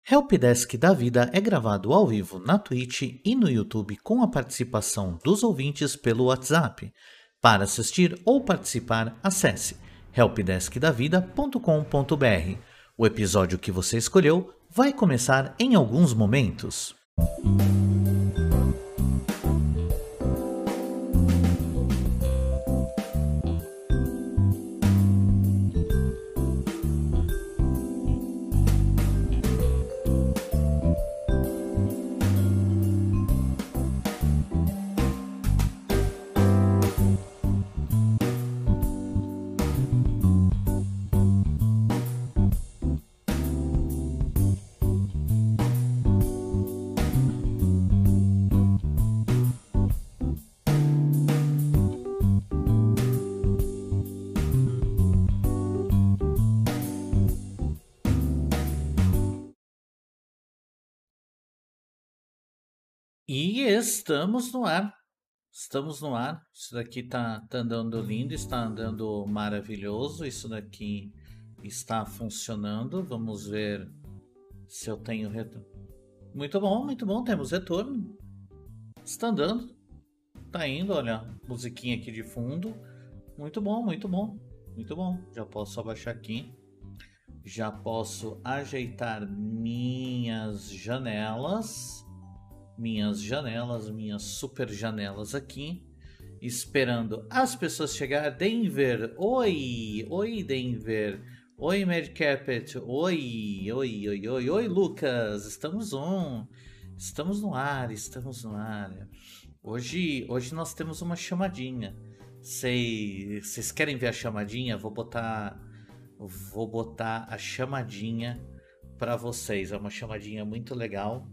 Helpdesk da Vida é gravado ao vivo na Twitch e no YouTube com a participação dos ouvintes pelo WhatsApp. Para assistir ou participar, acesse helpdeskdavida.com.br. O episódio que você escolheu vai começar em alguns momentos. E estamos no ar. Estamos no ar. Isso daqui tá andando lindo, está andando maravilhoso. Isso daqui está funcionando. Vamos ver se eu tenho retorno. Muito bom, muito bom. Temos retorno. Está andando. Tá indo, olha, musiquinha aqui de fundo. Muito bom, muito bom. Muito bom. Já posso abaixar aqui. Já posso ajeitar minhas janelas, minhas super janelas aqui, esperando as pessoas chegar. Denver, oi Denver, oi Mad Carpet, oi Lucas, estamos no ar. Hoje nós temos uma chamadinha. Vocês querem ver a chamadinha? Vou botar a chamadinha para vocês. É uma chamadinha muito legal.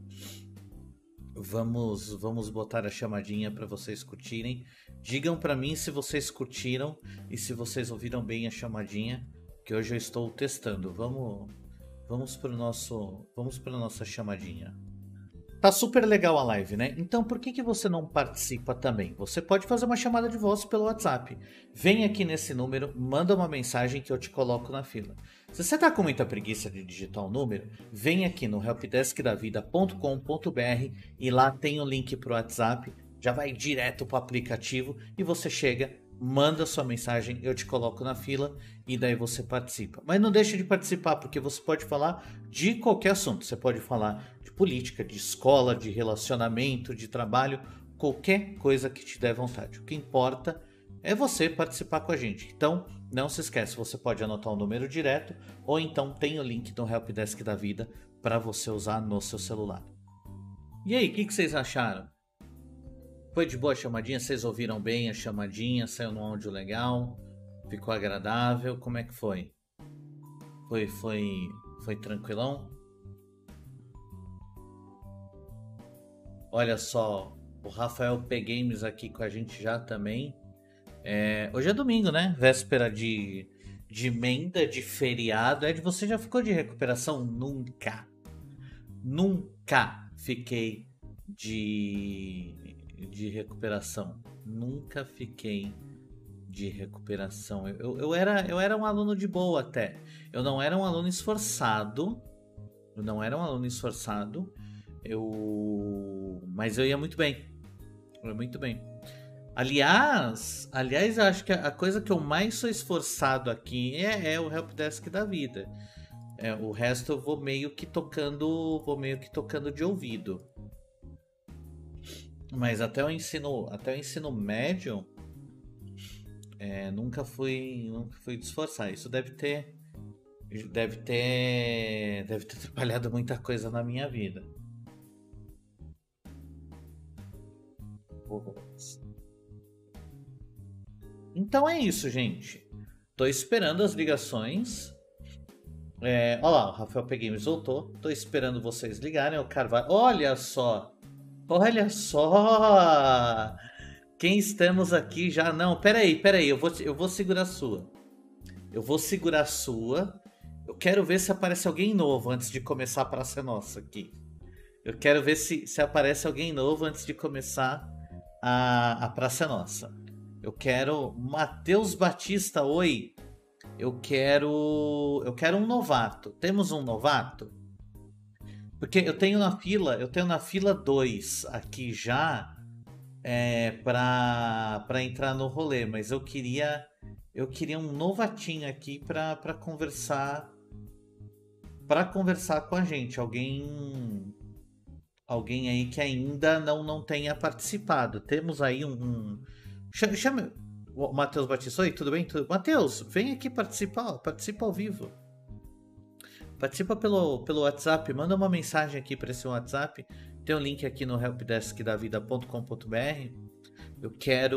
Vamos botar a chamadinha para vocês curtirem. Digam para mim se vocês curtiram e se vocês ouviram bem a chamadinha, que hoje eu estou testando. Vamos para nossa chamadinha. Tá super legal a live, né? Então por que você não participa também? Você pode fazer uma chamada de voz pelo WhatsApp. Vem aqui nesse número, manda uma mensagem que eu te coloco na fila. Se você tá com muita preguiça de digitar o número, vem aqui no helpdeskdavida.com.br e lá tem o link pro WhatsApp. Já vai direto pro aplicativo e você chega, manda sua mensagem, eu te coloco na fila e daí você participa. Mas não deixe de participar, porque você pode falar de qualquer assunto. Você pode falar de política, de escola, de relacionamento, de trabalho, qualquer coisa que te der vontade. O que importa é você participar com a gente. Então, não se esquece, você pode anotar o número direto ou então tem o link do Helpdesk da Vida para você usar no seu celular. E aí, o que vocês acharam? Foi de boa a chamadinha? Vocês ouviram bem a chamadinha? Saiu num áudio legal? Ficou agradável? Como é que foi? Foi tranquilão? Olha só, o Rafael P Games aqui com a gente já também. Hoje é domingo, né? Véspera de emenda, de feriado. Ed, você já ficou de recuperação? Nunca fiquei de recuperação. Nunca fiquei de recuperação. Eu era um aluno de boa até. Eu não era um aluno esforçado. Mas eu ia muito bem. Aliás, eu acho que a coisa que eu mais sou esforçado aqui é o Helpdesk da Vida. O resto eu vou meio que tocando de ouvido. Mas até o ensino médio, nunca fui de esforçar. Isso deve ter atrapalhado muita coisa na minha vida. Então é isso, gente. Tô esperando as ligações. Olha lá, o Rafael P Games voltou. Tô esperando vocês ligarem. O Carvalho. Olha só! Quem estamos aqui já? Não, peraí. Eu vou segurar a sua. Eu quero ver se aparece alguém novo antes de começar a Praça é Nossa aqui. Eu quero ver se aparece alguém novo antes de começar a Praça é Nossa. Eu quero Matheus Batista, oi. Eu quero um novato. Temos um novato? Porque eu tenho na fila 2 aqui já pra entrar no rolê, mas eu queria um novatinho aqui pra conversar, para conversar com a gente, alguém aí que ainda não tenha participado. Temos aí chama o Matheus Batista. Oi, tudo bem? Matheus, vem aqui participar, ó, participa ao vivo. Participa pelo WhatsApp, manda uma mensagem aqui para esse WhatsApp. Tem um link aqui no helpdeskdavida.com.br. Eu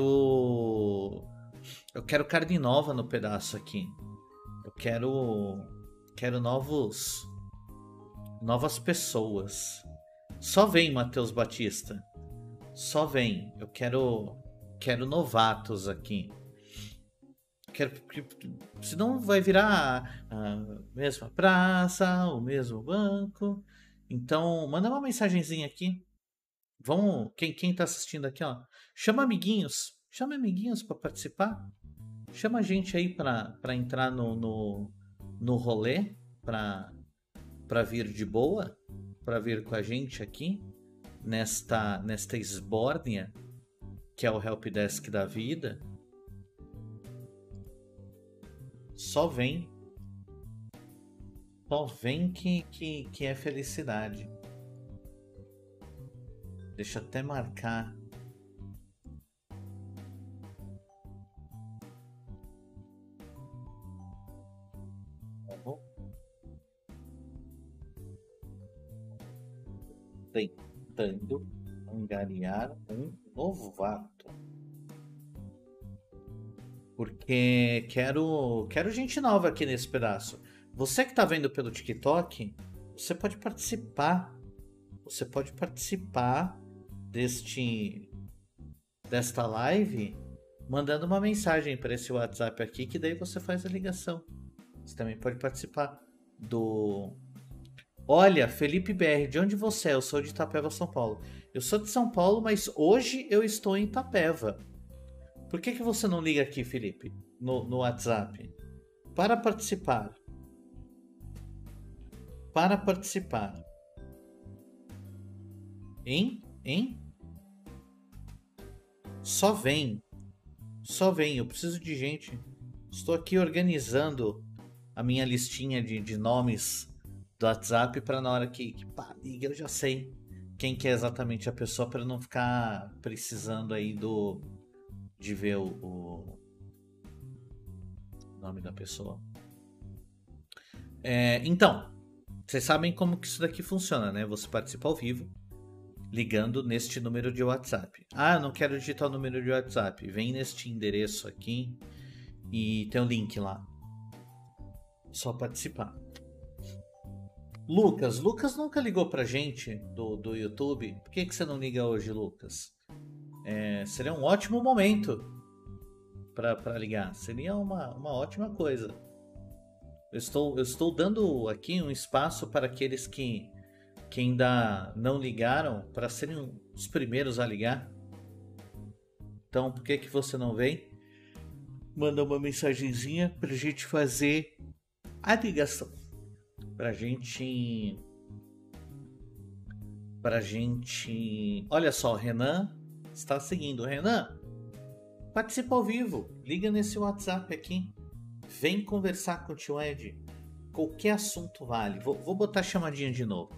quero carne nova no pedaço aqui. Eu quero novas pessoas. Só vem, Matheus Batista. Só vem. Eu quero novatos aqui. Senão vai virar a mesma praça, o mesmo banco. Então, manda uma mensagenzinha aqui. Vamos, quem tá assistindo aqui, ó, chama amiguinhos para participar. Chama a gente aí para entrar no rolê, para vir de boa, para vir com a gente aqui nesta esbórnia que é o Helpdesk da vida. Só vem que é felicidade. Deixa eu até marcar. Tentando angariar um novato. Porque quero gente nova aqui nesse pedaço. Você que tá vendo pelo TikTok, você pode participar. Você pode participar desta live mandando uma mensagem para esse WhatsApp aqui, que daí você faz a ligação. Você também pode participar do... Olha, Felipe BR, de onde você é? Eu sou de Itapeva, São Paulo. Eu sou de São Paulo, mas hoje eu estou em Itapeva. Por que você não liga aqui, Felipe, no WhatsApp? Para participar. Para participar. Hein? Só vem. Eu preciso de gente. Estou aqui organizando a minha listinha de nomes do WhatsApp para na hora que liga, eu já sei quem que é exatamente a pessoa, para não ficar precisando aí de ver o nome da pessoa. Então, vocês sabem como que isso daqui funciona, né? Você participa ao vivo, ligando neste número de WhatsApp. Ah, eu não quero digitar o número de WhatsApp. Vem neste endereço aqui e tem um link lá. Só participar. Lucas nunca ligou pra gente do YouTube. Por que você não liga hoje, Lucas? Seria um ótimo momento para ligar. Seria uma ótima coisa. Eu estou dando aqui um espaço para aqueles que ainda não ligaram, para serem os primeiros a ligar. Então, por que você não vem? Manda uma mensagenzinha pra gente fazer a ligação. Pra gente. Olha só, o Renan está seguindo. Renan, participa ao vivo. Liga nesse WhatsApp aqui. Vem conversar com o tio Ed. Qualquer assunto vale. Vou botar chamadinha de novo.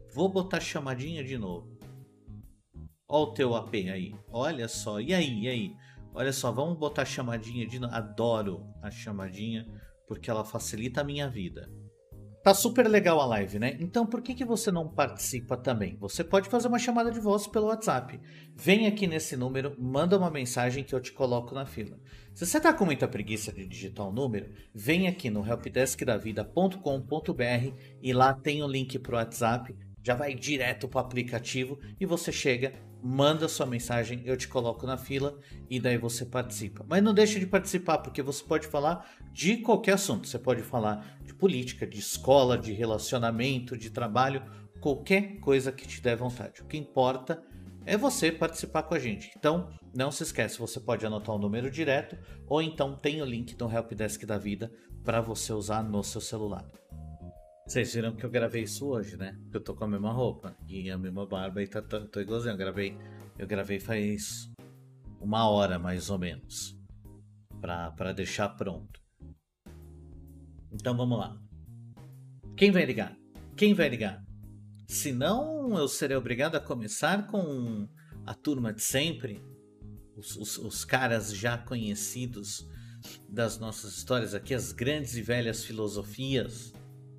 Olha o teu AP aí. Olha só. E aí? Olha só, vamos botar chamadinha de novo. Adoro a chamadinha, porque ela facilita a minha vida. Tá super legal a live, né? Então por que você não participa também? Você pode fazer uma chamada de voz pelo WhatsApp. Vem aqui nesse número, manda uma mensagem que eu te coloco na fila. Se você tá com muita preguiça de digitar o número, vem aqui no helpdeskdavida.com.br e lá tem o link pro WhatsApp. Já vai direto pro aplicativo e você chega, manda sua mensagem, eu te coloco na fila e daí você participa. Mas não deixe de participar, porque você pode falar de qualquer assunto. Você pode falar de política, de escola, de relacionamento, de trabalho, qualquer coisa que te der vontade. O que importa é você participar com a gente. Então, não se esquece, você pode anotar o número direto ou então tem o link do Helpdesk da Vida para você usar no seu celular. Vocês viram que eu gravei isso hoje, né? Que eu tô com a mesma roupa e a mesma barba e tô igualzinho. Eu gravei faz 1 hora mais ou menos pra deixar pronto. Então vamos lá. Quem vai ligar? Quem vai ligar? Senão eu serei obrigado a começar com a turma de sempre, os caras já conhecidos das nossas histórias aqui, as grandes e velhas filosofias.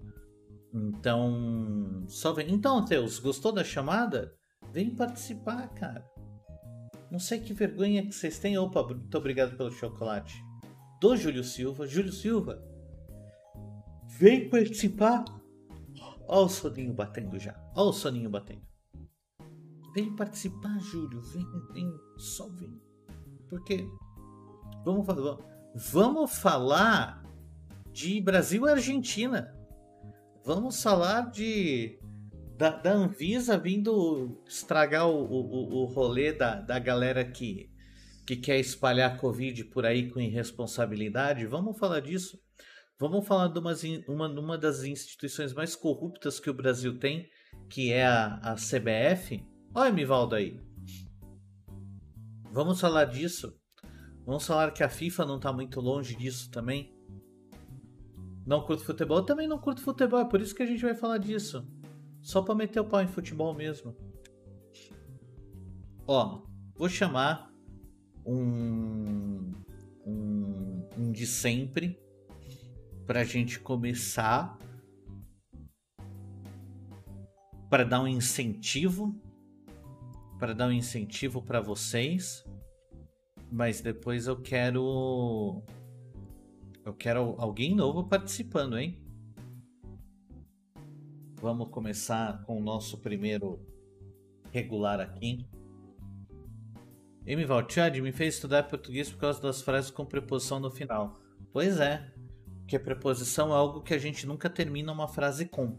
Então, só vem. Então, Teus, gostou da chamada? Vem participar, cara. Não sei que vergonha que vocês têm. Opa, muito obrigado pelo chocolate. Do Júlio Silva. Júlio Silva, vem participar. Ó o soninho batendo já. Ó o soninho batendo. Vem participar, Júlio. Vem, só vem. Porque vamos falar de Brasil e Argentina. Vamos falar da Anvisa vindo estragar o rolê da galera que quer espalhar Covid por aí com irresponsabilidade. Vamos falar disso. Vamos falar de uma das instituições mais corruptas que o Brasil tem, que é a CBF. Olha o Mivaldo aí. Vamos falar disso. Vamos falar que a FIFA não está muito longe disso também. Não curto futebol? Eu também não curto futebol, é por isso que a gente vai falar disso. Só pra meter o pau em futebol mesmo. Ó, vou chamar um de sempre pra gente começar, para dar um incentivo, para vocês, mas depois eu quero alguém novo participando, hein? Vamos começar com o nosso primeiro regular aqui. Amy Valtiad me fez estudar português por causa das frases com preposição no final. Pois é, porque preposição é algo que a gente nunca termina uma frase com.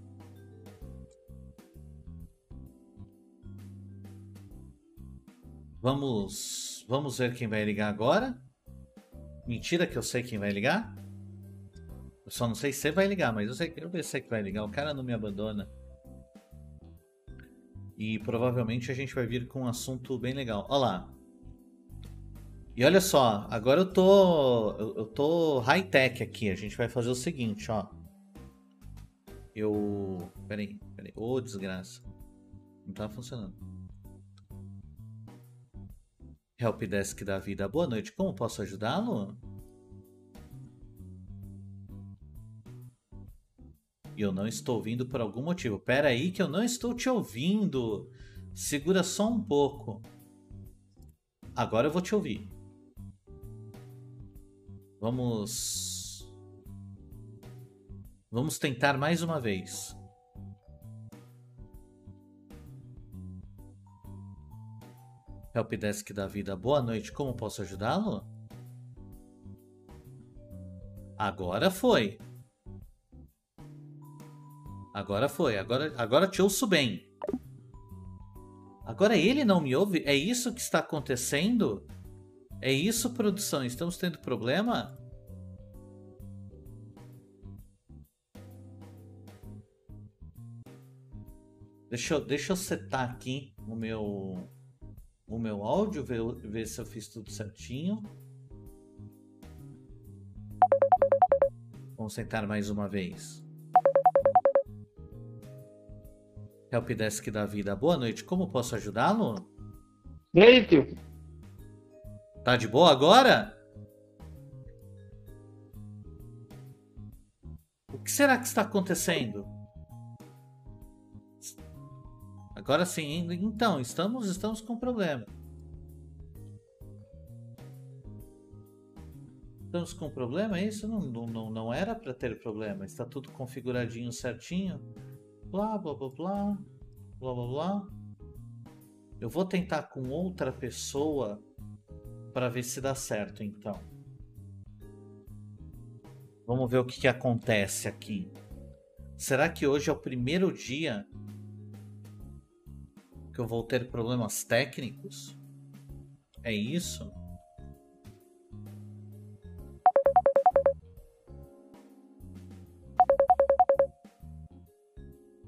Vamos ver quem vai ligar agora. Mentira que eu sei quem vai ligar. Eu só não sei se você vai ligar, mas eu sei que vai ligar. O cara não me abandona. E provavelmente a gente vai vir com um assunto bem legal. Olha lá. E olha só, agora eu tô high-tech aqui. A gente vai fazer o seguinte, ó. Peraí. Ô, desgraça. Não tá funcionando. Helpdesk da vida. Boa noite. Como posso ajudá-lo? E eu não estou ouvindo por algum motivo. Pera aí que eu não estou te ouvindo. Segura só um pouco. Agora eu vou te ouvir. Vamos tentar mais uma vez. Helpdesk da vida. Boa noite. Como posso ajudá-lo? Agora foi. Agora te ouço bem. Agora ele não me ouve? É isso que está acontecendo? É isso, produção? Estamos tendo problema? Deixa eu setar aqui o meu áudio, ver se eu fiz tudo certinho. Vamos sentar mais uma vez. Helpdesk da vida. Boa noite. Como posso ajudá-lo? E aí, tio? Tá de boa agora? O que será que está acontecendo? Agora sim, então, estamos com problema. Estamos com problema? Isso não era para ter problema. Está tudo configuradinho certinho. Blá, blá, blá, blá. Blá, blá, blá. Eu vou tentar com outra pessoa para ver se dá certo, então. Vamos ver o que acontece aqui. Será que hoje é o primeiro dia que eu vou ter problemas técnicos? É isso?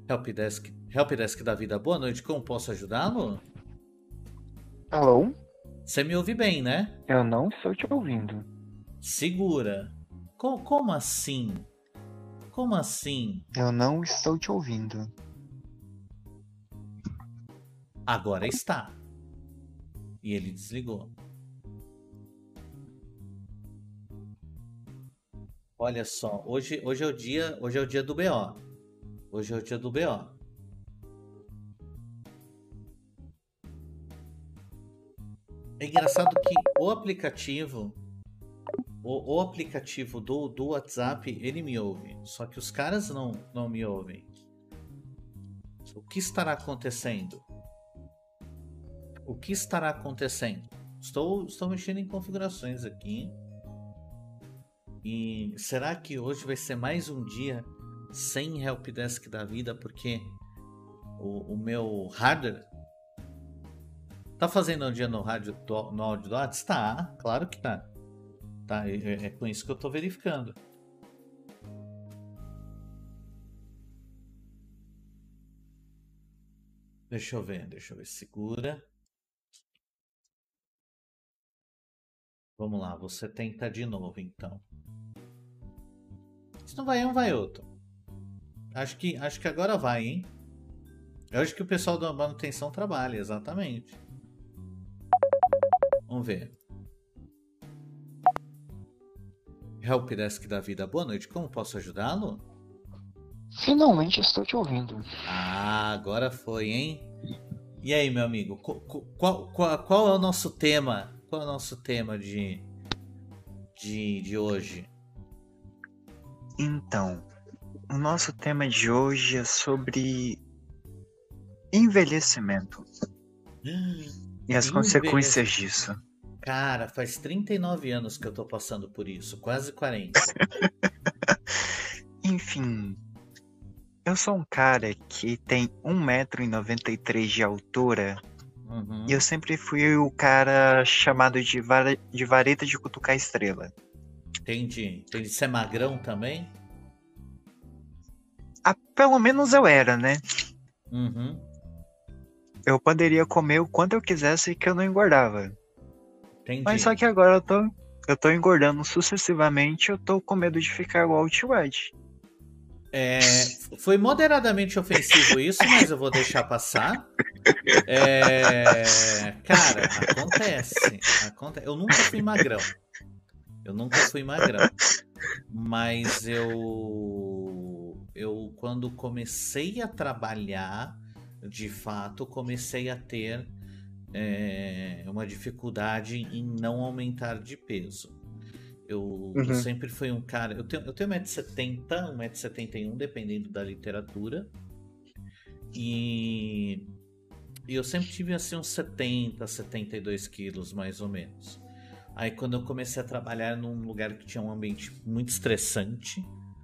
Helpdesk da vida, boa noite, como posso ajudá-lo? Alô? Você me ouve bem, né? Eu não estou te ouvindo. Segura. Como assim? Como assim? Eu não estou te ouvindo. Agora está. E ele desligou. Olha só, hoje é o dia do BO. Hoje é o dia do BO. É engraçado que o aplicativo do WhatsApp, ele me ouve. Só que os caras não me ouvem. O que estará acontecendo? O que estará acontecendo? Estou mexendo em configurações aqui. E será que hoje vai ser mais um dia sem helpdesk da vida? Porque o meu hardware tá fazendo um dia no áudio do WhatsApp? Tá, claro que tá. Tá, é com isso que eu tô verificando. Deixa eu ver, segura. Vamos lá, você tenta de novo então. Se não vai um, vai outro. Acho que agora vai, hein? Eu acho que o pessoal da manutenção trabalha, exatamente. Vamos ver. Helpdesk da vida, boa noite, como posso ajudá-lo? Finalmente estou te ouvindo. Ah, agora foi, hein? E aí, meu amigo, qual é o nosso tema? Qual é o nosso tema de hoje? Então, o nosso tema de hoje é sobre envelhecimento e as consequências disso. Cara, faz 39 anos que eu tô passando por isso, quase 40. Enfim, eu sou um cara que tem 1,93 m de altura. Uhum. E eu sempre fui o cara chamado de vareta de cutucar estrela. Entendi. Você é magrão também? Ah, pelo menos eu era, né? Uhum. Eu poderia comer o quanto eu quisesse que eu não engordava. Entendi. Mas só que agora eu tô engordando sucessivamente, eu tô com medo de ficar igual o T-Red. Foi moderadamente ofensivo isso, mas eu vou deixar passar. Cara, acontece. Eu nunca fui magrão. Mas eu quando comecei a trabalhar, de fato, comecei a ter uma dificuldade em não aumentar de peso. Eu sempre fui um cara. Eu tenho 1,70m, 1,71m, dependendo da literatura. E eu sempre tive assim uns 70, 72 quilos, mais ou menos. Aí quando eu comecei a trabalhar num lugar que tinha um ambiente muito estressante,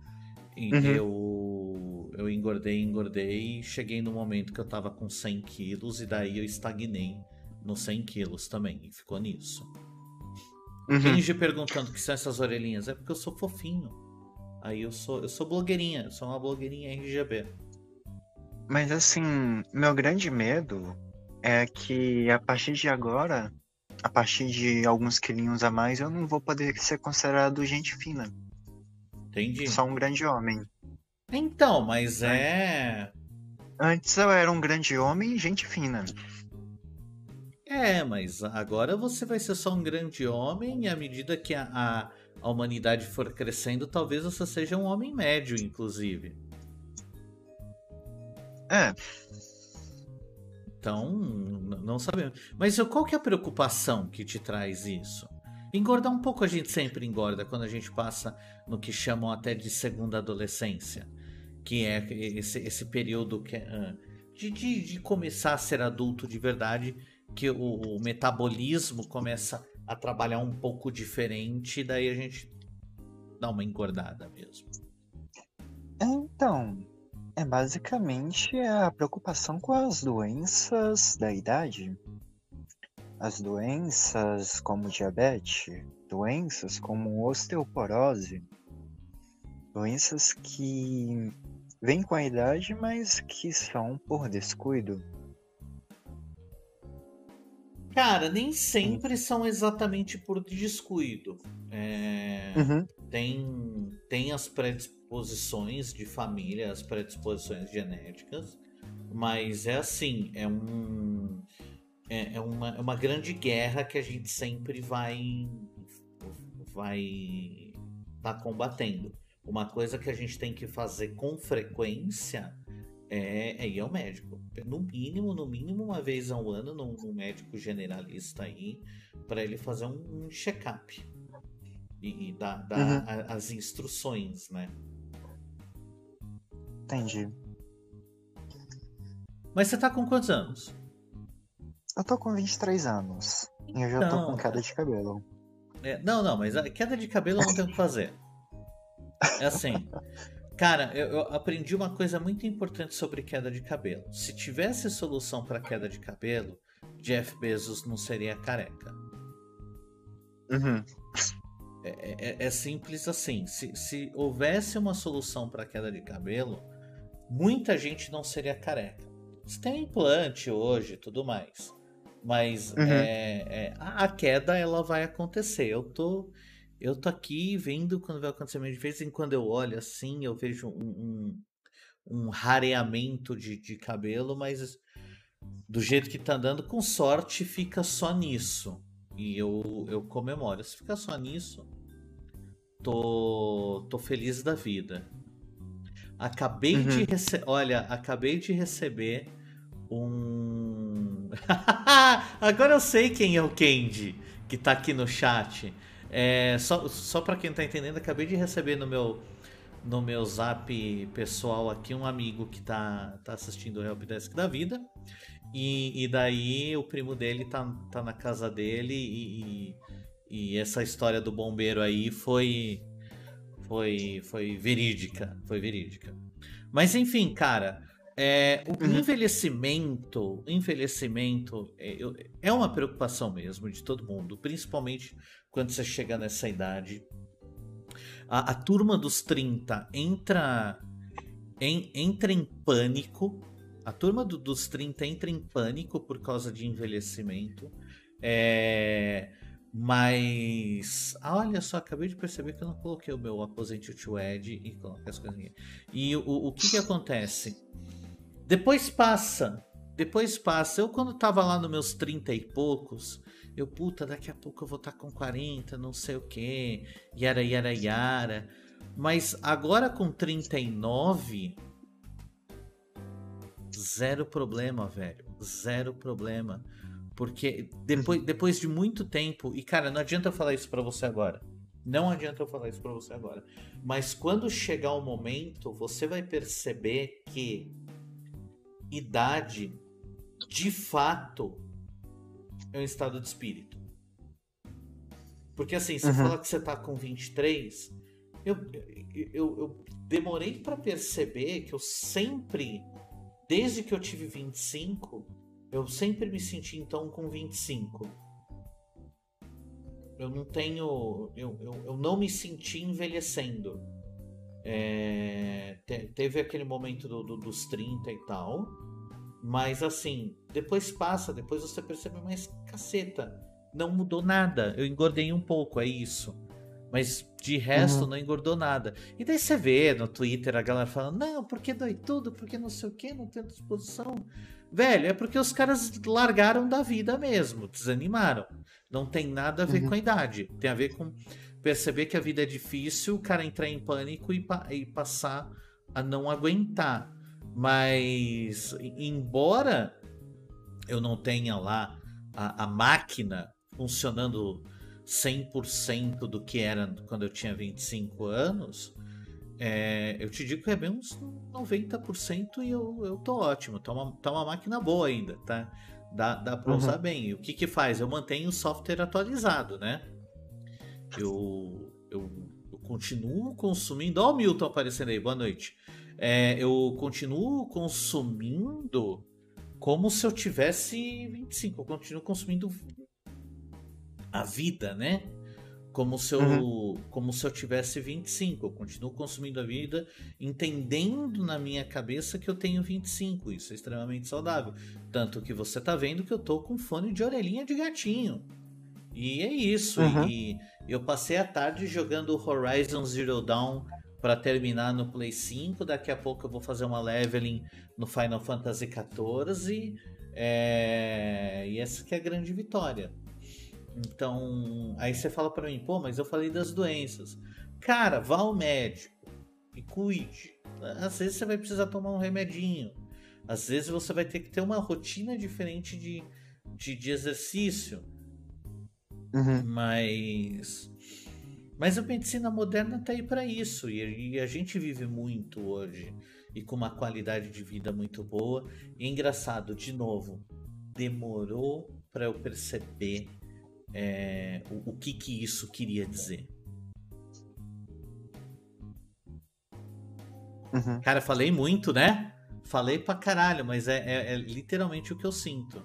eu engordei e cheguei no momento que eu tava com 100 quilos e daí eu estagnei nos 100 quilos também, e ficou nisso. Kenji perguntando o que são essas orelhinhas. É porque eu sou fofinho. Aí eu sou blogueirinha, sou uma blogueirinha RGB. Mas assim, meu grande medo é que a partir de agora, a partir de alguns quilinhos a mais, eu não vou poder ser considerado gente fina. Entendi. Só um grande homem. Então, mas Antes eu era um grande homem e gente fina. Mas agora você vai ser só um grande homem e à medida que a humanidade for crescendo, talvez você seja um homem médio, inclusive. Então, não sabemos. Mas qual que é a preocupação que te traz isso? Engordar um pouco a gente sempre engorda quando a gente passa no que chamam até de segunda adolescência. Que é esse período de começar a ser adulto de verdade, que o metabolismo começa a trabalhar um pouco diferente, e daí a gente dá uma engordada mesmo. Então, basicamente a preocupação com as doenças da idade. As doenças como diabetes, doenças como osteoporose, doenças que vem com a idade, mas que são por descuido. Cara, nem sempre são exatamente por descuido. Uhum, Tem as predisposições de família, as predisposições genéticas, mas é assim, é uma grande guerra que a gente sempre vai tá combatendo. Uma coisa que a gente tem que fazer com frequência é ir ao médico. No mínimo uma vez ao ano, num médico generalista aí, para ele fazer um check-up e dar uhum, as instruções, né? entendi. Mas você tá com quantos anos? Eu tô com 23 anos. E eu já tô com Então, queda de cabelo. não, mas a queda de cabelo não tem o que fazer. É assim, cara, eu aprendi uma coisa muito importante sobre queda de cabelo. Se tivesse solução para queda de cabelo, Jeff Bezos não seria careca. Uhum, É simples assim. Se houvesse uma solução para queda de cabelo, muita gente não seria careca. Você tem implante hoje e tudo mais. Mas uhum, a queda ela vai acontecer. Eu tô aqui vendo quando vai acontecer. Mas de vez em quando eu olho assim, eu vejo um rareamento de cabelo, mas do jeito que tá andando, com sorte, fica só nisso. E eu comemoro. Se ficar só nisso, tô feliz da vida. uhum. Acabei de receber um. Agora eu sei quem é o Candy que tá aqui no chat. Só para quem tá entendendo, acabei de receber no meu zap pessoal aqui um amigo que tá assistindo o Helpdesk da vida. E daí o primo dele tá na casa dele e essa história do bombeiro aí foi verídica. Foi verídica. Mas enfim, cara, o Uhum, envelhecimento é uma preocupação mesmo de todo mundo, principalmente quando você chega nessa idade. A turma dos 30 entra em pânico. A turma dos 30 entra em pânico por causa de envelhecimento. Mas. Olha só, acabei de perceber que eu não coloquei o meu aposente to Ed e coloquei as coisinhas. E o que acontece? Depois passa. Depois passa. Eu, quando tava lá nos meus 30 e poucos, puta, daqui a pouco eu vou estar com 40, não sei o que. Yara, yara, yara. Mas agora com 39, zero problema, velho. Zero problema. Porque uhum, depois de muito tempo. E cara, não adianta eu falar isso pra você agora. Não adianta eu falar isso pra você agora. Mas quando chegar o momento, você vai perceber que idade, de fato, é um estado de espírito. Porque assim, você uhum, fala que você tá com 23, eu demorei pra perceber que eu sempre, desde que eu tive 25, eu sempre me senti então com 25. Eu não tenho. Eu não me senti envelhecendo. Teve aquele momento dos 30 e tal. Mas assim, depois passa, depois você percebe, mas caceta, não mudou nada. Eu engordei um pouco, é isso. Mas de resto uhum, não engordou nada. E daí você vê no Twitter a galera falando, não, porque dói tudo, porque não sei o que, não tem disposição. Velho, é porque os caras largaram da vida mesmo, desanimaram. Não tem nada a ver com uhum, a idade. Tem a ver com perceber que a vida é difícil, o cara entrar em pânico e passar a não aguentar. Mas, embora eu não tenha lá a máquina funcionando 100% do que era quando eu tinha 25 anos, eu te digo que é bem uns 90% e eu tô ótimo. Tá uma máquina boa ainda, tá? Dá pra usar uhum. bem. E o que faz? Eu mantenho o software atualizado, né? Eu continuo consumindo. Ó, o Milton aparecendo aí, boa noite. Eu continuo consumindo como se eu tivesse 25. Eu continuo consumindo a vida, né? Uhum. como se eu tivesse 25. Eu continuo consumindo a vida, entendendo na minha cabeça que eu tenho 25. Isso é extremamente saudável. Tanto que você tá vendo que eu tô com fone de orelhinha de gatinho. E é isso. Uhum. E eu passei a tarde jogando Horizon Zero Dawn para terminar no Play 5. Daqui a pouco eu vou fazer uma leveling no Final Fantasy XIV. E essa que é a grande vitória. Então, aí você fala pra mim, pô, mas eu falei das doenças. Cara, vá ao médico e cuide. Às vezes você vai precisar tomar um remedinho. Às vezes você vai ter que ter uma rotina diferente de exercício. Uhum. Mas a medicina moderna tá aí pra isso. E a gente vive muito hoje. E com uma qualidade de vida muito boa. E é engraçado, de novo, demorou pra eu perceber o que isso queria dizer. Uhum. Cara, falei muito, né? Falei pra caralho, mas é literalmente o que eu sinto.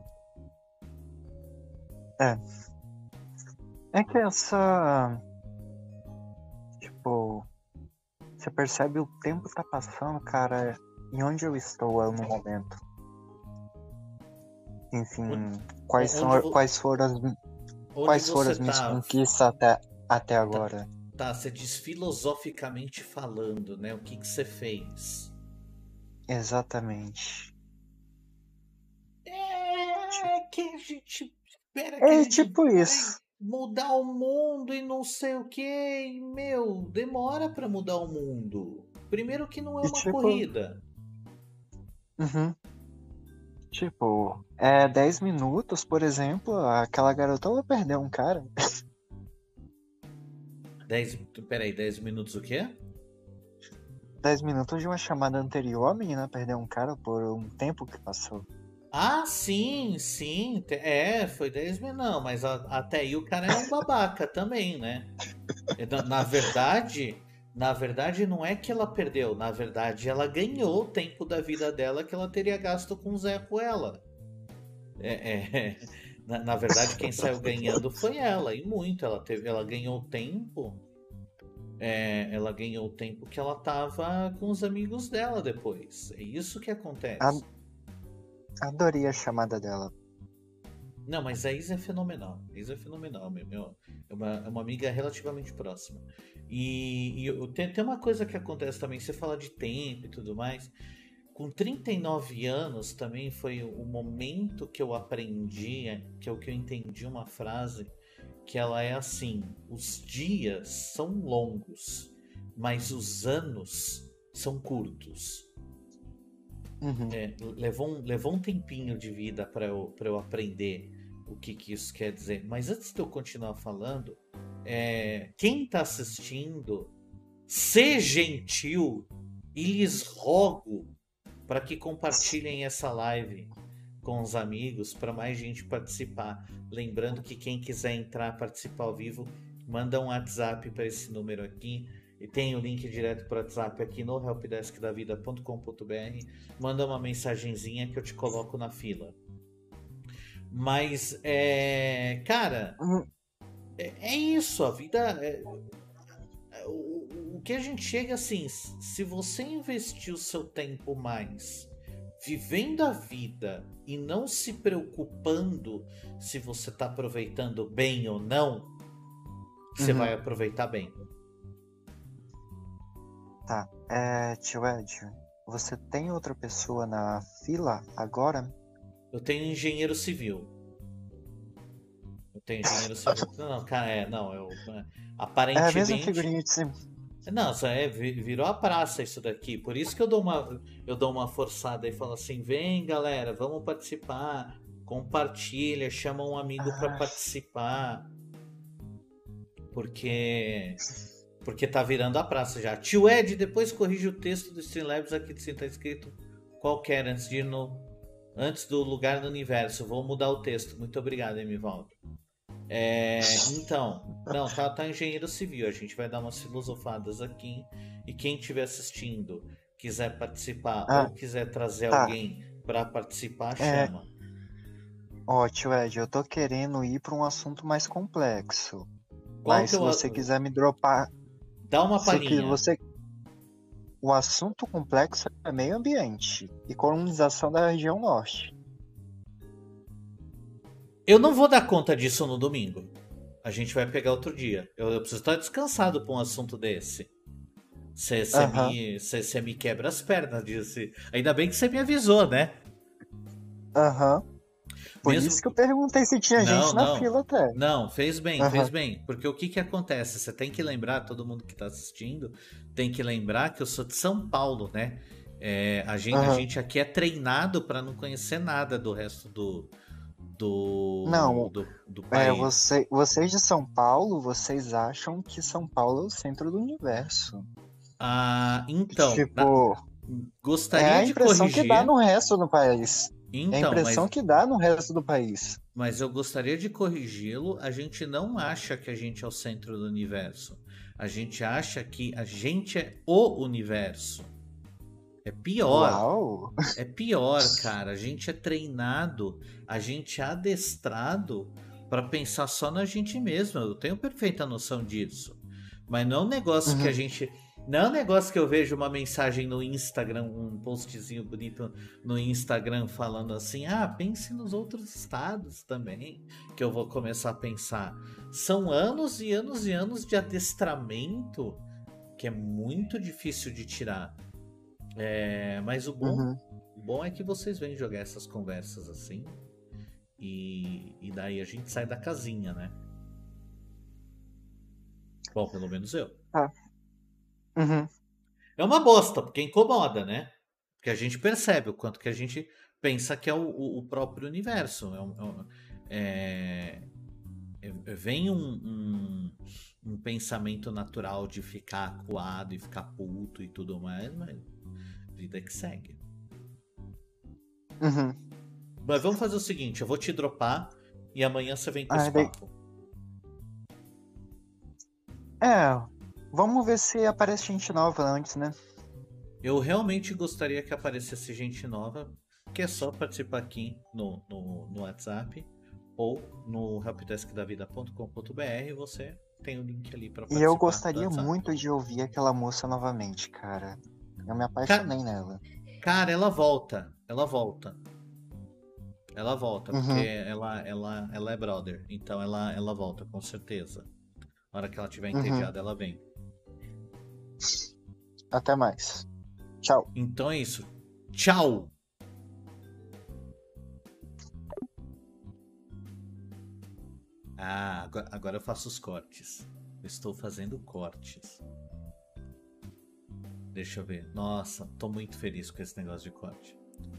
É. É que essa. Tipo. Você percebe o tempo tá passando, cara. E onde eu estou no momento? Enfim, Onde, quais foram as, onde quais foram você as minhas tá, conquistas até tá, agora? tá, você diz filosoficamente falando, né? O que você fez? Exatamente. É que a gente. Espera que a É gente tipo vai isso. mudar o mundo e não sei o que. E, meu, demora pra mudar o mundo. Primeiro que não é E uma tipo. corrida. Uhum. Tipo, 10 minutos, por exemplo, aquela garota ela perdeu um cara. 10, peraí, 10 minutos o quê? 10 minutos de uma chamada anterior, a menina perdeu um cara por um tempo que passou. Ah, sim, sim. Foi 10 minutos. Não, mas até aí o cara é um babaca também, né? Na verdade, não é que ela perdeu. Na verdade, ela ganhou o tempo da vida dela que ela teria gasto com o Zé Ruela. Na verdade, quem saiu ganhando foi ela, e muito. Ela ganhou tempo. Ela ganhou o tempo que ela tava com os amigos dela depois. É isso que A- acontece. Adorei a chamada dela. Não, mas a Isa é fenomenal. A Isa é fenomenal, é uma amiga relativamente próxima. Tem uma coisa que acontece também, você fala de tempo e tudo mais. Com 39 anos também foi o momento que eu aprendi, que é o que eu entendi uma frase, que ela é assim: os dias são longos, mas os anos são curtos. Uhum. Levou um tempinho de vida para eu aprender o que isso quer dizer. Mas antes de eu continuar falando, quem está assistindo, sê gentil e lhes rogo para que compartilhem essa live com os amigos para mais gente participar. Lembrando que quem quiser entrar, participar ao vivo, manda um WhatsApp para esse número aqui. E tem o link direto para o WhatsApp aqui no helpdeskdavida.com.br. Manda uma mensagenzinha que eu te coloco na fila. Mas, cara, Uhum. é isso. A vida. O que a gente chega assim: se você investir o seu tempo mais vivendo a vida e não se preocupando se você está aproveitando bem ou não, você vai Uhum. aproveitar bem. Tá. Tio Ed, você tem outra pessoa na fila agora? Eu tenho engenheiro civil. Eu tenho engenheiro civil. Não, cara, não, É a mesma aparentemente. figurinha de cima. Não, virou a praça isso daqui. Por isso que eu dou uma forçada e falo assim: vem galera, vamos participar. Compartilha, chama um amigo para Ah, participar. Porque tá virando a praça já. Tio Ed, depois corrige o texto do Streamlabs aqui de tá escrito qualquer antes de ir antes do lugar no universo. Vou mudar o texto. Muito obrigado, Emivaldo. Então, não, tá engenheiro civil. A gente vai dar umas filosofadas aqui. E quem estiver assistindo, quiser participar ou ah, quiser trazer tá. alguém para participar, É, chama. Tio Ed, eu tô querendo ir pra um assunto mais complexo. Qual Mas que é se você quiser me dropar, Dá uma se que palhinha. você, o assunto complexo é meio ambiente e colonização da região norte. Eu não vou dar conta disso no domingo. A gente vai pegar outro dia. Eu preciso estar descansado pra um assunto desse. Você Aham, me quebra as pernas disso. Ainda bem que você me avisou, né? aham. Por Mesmo. isso que eu perguntei se tinha Não, gente na não. fila até. Não, fez bem, fez Aham, bem. Porque o que que acontece? Você tem que lembrar, todo mundo que tá assistindo, tem que lembrar que eu sou de São Paulo, né? A aham. gente aqui é treinado para não conhecer nada do resto Não, do país. vocês de São Paulo, vocês acham que São Paulo é o centro do universo. Ah, então, Tipo, é gostaria a de impressão que dá corrigir. no resto do país. É a Então, impressão que dá no resto do país. mas eu gostaria de corrigi-lo. A gente não acha que a gente é o centro do universo. A gente acha que a gente é o universo. É pior. Uau! É pior, cara. A gente é treinado, a gente é adestrado para pensar só na gente mesmo. Eu tenho perfeita noção disso. Mas não é um negócio que a Uhum. gente. Não é um negócio que eu vejo uma mensagem no Instagram, um postzinho bonito no Instagram falando assim: ah, pense nos outros estados também, que eu vou começar a pensar. São anos e anos e anos de adestramento que é muito difícil de tirar. Mas Uhum. o bom é que vocês vêm jogar essas conversas assim. E daí a gente sai da casinha, né? Bom, pelo menos eu. Tá. Uhum. É uma bosta, porque incomoda, né? Porque a gente percebe o quanto que a gente pensa que é o próprio universo. Vem um pensamento natural de ficar acuado e ficar puto e tudo mais, mas vida que segue. Uhum. Mas vamos fazer o seguinte, eu vou te dropar e amanhã você vem com esse Ah, papo. é, vamos ver se aparece gente nova antes, né? Eu realmente gostaria que aparecesse gente nova, que é só participar aqui no WhatsApp ou no helpdeskdavida.com.br. Você tem o link ali para E eu participar do gostaria WhatsApp. muito de ouvir aquela moça novamente, cara. Eu me Ca- apaixonei nela. Cara, ela volta. Ela volta. Ela volta, porque Uhum. ela é brother. Então ela volta, com certeza. Na hora que ela estiver Uhum. entediada, ela vem. Até mais. Tchau. Então é isso. Tchau! Ah, agora eu faço os cortes. Eu estou fazendo cortes. Deixa eu ver. Nossa, tô muito feliz com esse negócio de corte.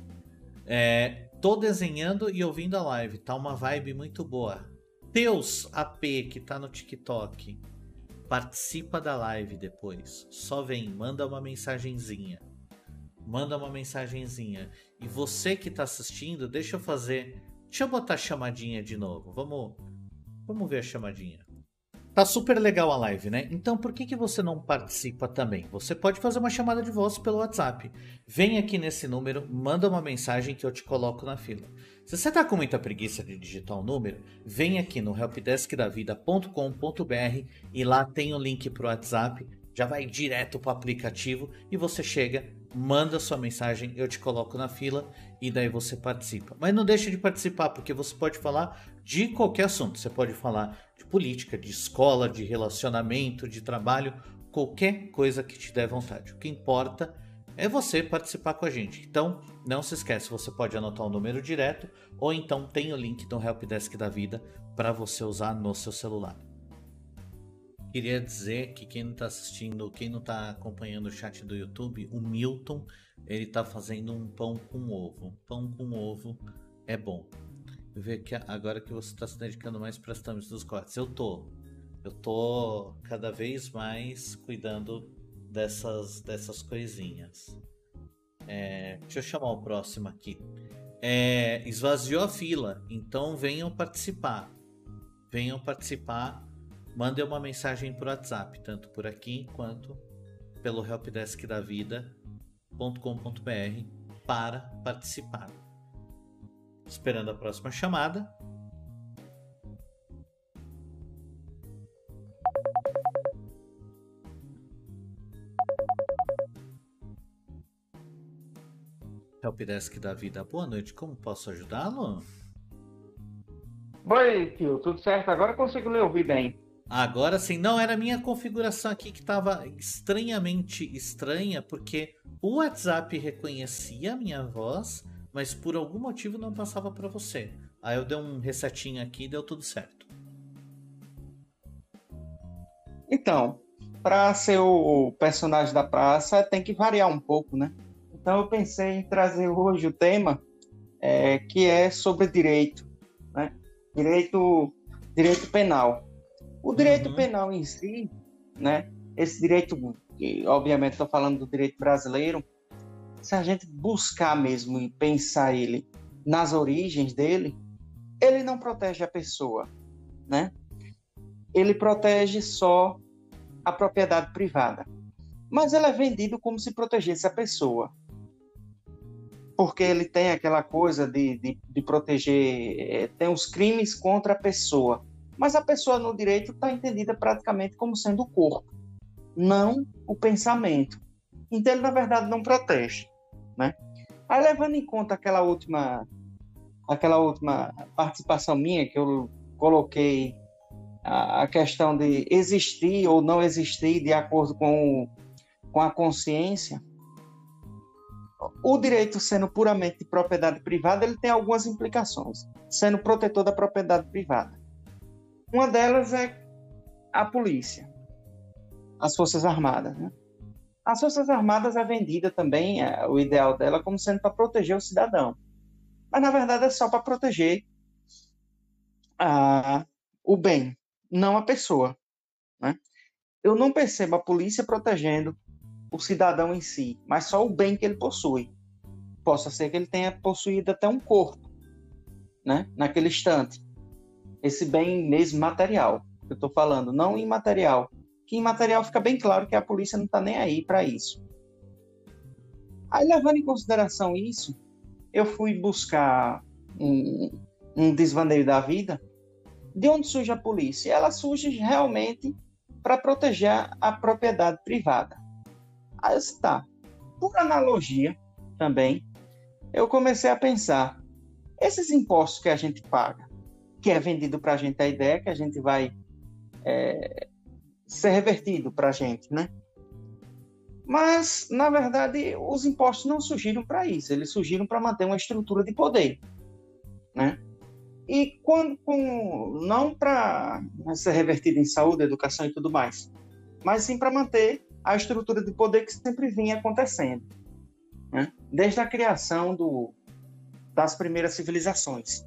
Tô desenhando e ouvindo a live. Tá uma vibe muito boa. Teus AP, que tá no TikTok, participa da live depois. Só vem, manda uma mensagenzinha. Manda uma mensagenzinha. E você que tá assistindo, deixa eu botar a chamadinha de novo. Vamos ver a chamadinha. Tá super legal a live, né? Então por que você não participa também? Você pode fazer uma chamada de voz pelo WhatsApp. Vem aqui nesse número, manda uma mensagem que eu te coloco na fila. Se você tá com muita preguiça de digitar o número, vem aqui no helpdeskdavida.com.br e lá tem o link pro WhatsApp. Já vai direto pro aplicativo e você chega, manda sua mensagem, eu te coloco na fila e daí você participa. Mas não deixe de participar, porque você pode falar de qualquer assunto. Você pode falar de política, de escola, de relacionamento, de trabalho, qualquer coisa que te der vontade. O que importa é você participar com a gente. Então, não se esquece, você pode anotar o número direto ou então tem o link do Helpdesk da Vida para você usar no seu celular. Queria dizer que quem não está assistindo, quem não está acompanhando o chat do YouTube, o Milton, ele está fazendo um pão com ovo. Pão com ovo é bom. Eu vejo que agora que você está se dedicando mais para as thumbs dos cortes. Eu tô cada vez mais cuidando dessas coisinhas. Deixa eu chamar o próximo aqui. Esvaziou a fila, então venham participar. Venham participar. Mandem uma mensagem por WhatsApp, tanto por aqui quanto pelo helpdeskdavida.com.br para participar. Esperando a próxima chamada. Papdesk da vida. Boa noite, como posso ajudá-lo? Oi, tio, tudo certo? Agora eu consigo lhe ouvir bem. Agora sim, não, era a minha configuração aqui que estava estranhamente estranha, porque o WhatsApp reconhecia a minha voz, mas por algum motivo não passava para você. Aí eu dei um resetinho aqui e deu tudo certo. Então, para ser o personagem da praça, tem que variar um pouco, né? Então eu pensei em trazer hoje o tema que é sobre direito, né? Direito penal. O direito penal em si, né? Esse direito, e obviamente estou falando do direito brasileiro, se a gente buscar mesmo e pensar ele nas origens dele, ele não protege a pessoa, né? Ele protege só a propriedade privada. Mas ele é vendido como se protegesse a pessoa. Porque ele tem aquela coisa de proteger, tem os crimes contra a pessoa. Mas a pessoa no direito está entendida praticamente como sendo o corpo, não o pensamento. Então ele, na verdade, não protege, né? Aí, levando em conta aquela última participação minha, que eu coloquei a questão de existir ou não existir de acordo com a consciência, o direito sendo puramente de propriedade privada, ele tem algumas implicações, sendo protetor da propriedade privada. Uma delas é a polícia, as Forças Armadas, né? As Forças Armadas é vendida também, o ideal dela, como sendo para proteger o cidadão. Mas, na verdade, é só para proteger o bem, não a pessoa, né? Eu não percebo a polícia protegendo o cidadão em si, mas só o bem que ele possui. Possa ser que ele tenha possuído até um corpo, né? Naquele instante. Esse bem mesmo material, que eu estou falando, não imaterial. Que imaterial fica bem claro que a polícia não está nem aí para isso. Aí, levando em consideração isso, eu fui buscar um desvaneio da vida. De onde surge a polícia? Ela surge realmente para proteger a propriedade privada. Aí está. Por analogia, também, eu comecei a pensar, esses impostos que a gente paga, que é vendido para a gente a ideia que a gente vai ser revertido para a gente, né? Mas, na verdade, os impostos não surgiram para isso, eles surgiram para manter uma estrutura de poder, né? E não para ser revertido em saúde, educação e tudo mais, mas sim para manter a estrutura de poder que sempre vinha acontecendo, né? Desde a criação das primeiras civilizações.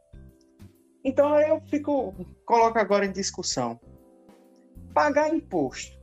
Então eu coloco agora em discussão. Pagar imposto,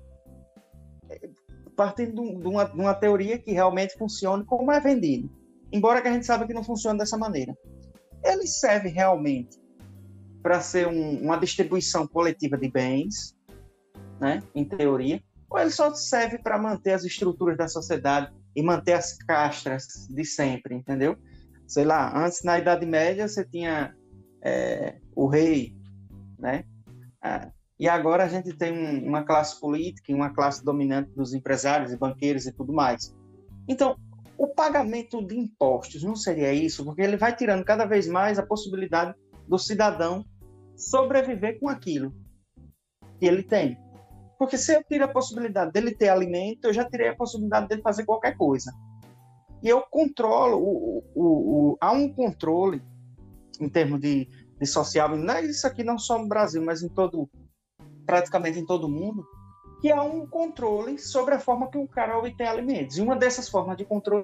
partindo de uma teoria que realmente funcione como é vendido, embora que a gente saiba que não funciona dessa maneira. Ele serve realmente para ser uma distribuição coletiva de bens, né, em teoria, ou ele só serve para manter as estruturas da sociedade e manter as castas de sempre, entendeu? Sei lá, antes, na Idade Média, você tinha o rei, né? E agora a gente tem uma classe política e uma classe dominante dos empresários e banqueiros e tudo mais. Então, o pagamento de impostos não seria isso, porque ele vai tirando cada vez mais a possibilidade do cidadão sobreviver com aquilo que ele tem. Porque se eu tiro a possibilidade dele ter alimento, eu já tirei a possibilidade dele fazer qualquer coisa. E eu controlo, há um controle em termos de social, isso aqui não só no Brasil, mas praticamente em todo o mundo, que há um controle sobre a forma que o cara obtém alimentos. E uma dessas formas de controle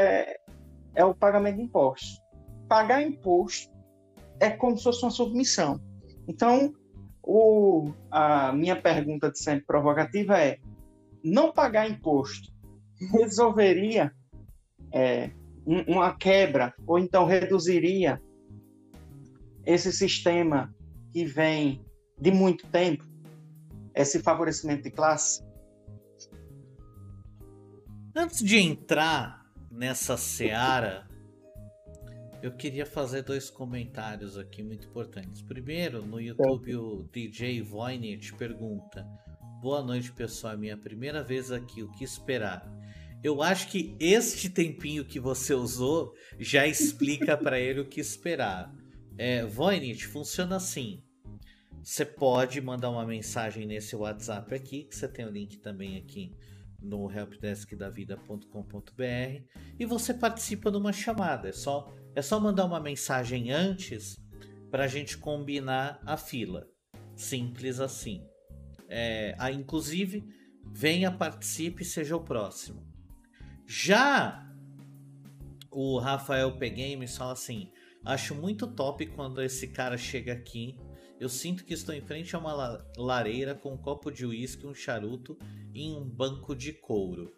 é o pagamento de impostos. Pagar imposto é como se fosse uma submissão. Então, a minha pergunta de sempre provocativa é: não pagar imposto resolveria uma quebra, ou então reduziria esse sistema que vem de muito tempo, esse favorecimento de classe? Antes de entrar nessa seara, eu queria fazer 2 comentários aqui muito importantes. Primeiro, no YouTube, o DJ Voynich pergunta: boa noite, pessoal, é minha primeira vez aqui, o que esperar? Eu acho que este tempinho que você usou já explica para ele o que esperar. Voynich, funciona assim. Você pode mandar uma mensagem nesse WhatsApp aqui, que você tem o link também aqui no helpdeskdavida.com.br, e você participa de uma chamada. É só mandar uma mensagem antes para a gente combinar a fila. Simples assim. Inclusive, venha, participe e seja o próximo. Já o Rafael P. Games fala assim: acho muito top quando esse cara chega aqui. Eu sinto que estou em frente a uma lareira com um copo de uísque, um charuto e um banco de couro.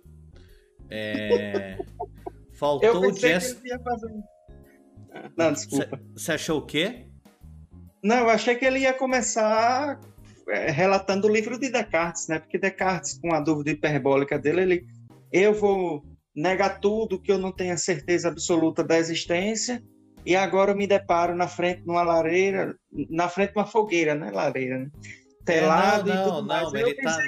Faltou o gesto. Que ele ia fazer... Não, desculpa. Você achou o quê? Não, eu achei que ele ia começar relatando o livro de Descartes, né? Porque Descartes, com a dúvida hiperbólica dele, eu vou negar tudo que eu não tenha certeza absoluta da existência. E agora eu me deparo na frente de uma lareira, na frente de uma fogueira, né? Lareira, né? Telado e tudo mais. Não, ele tá...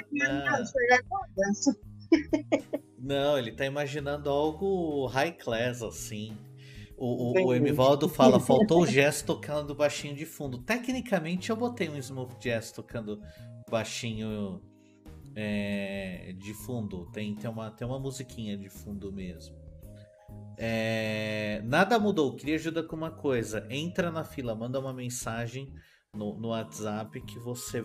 Não, ele tá imaginando algo high class, assim. O Emivaldo fala, faltou o gesto tocando baixinho de fundo. Tecnicamente eu botei um smooth jazz tocando baixinho de fundo. Tem uma musiquinha de fundo mesmo. Nada mudou. Queria ajuda com uma coisa. Entra na fila, manda uma mensagem no WhatsApp que você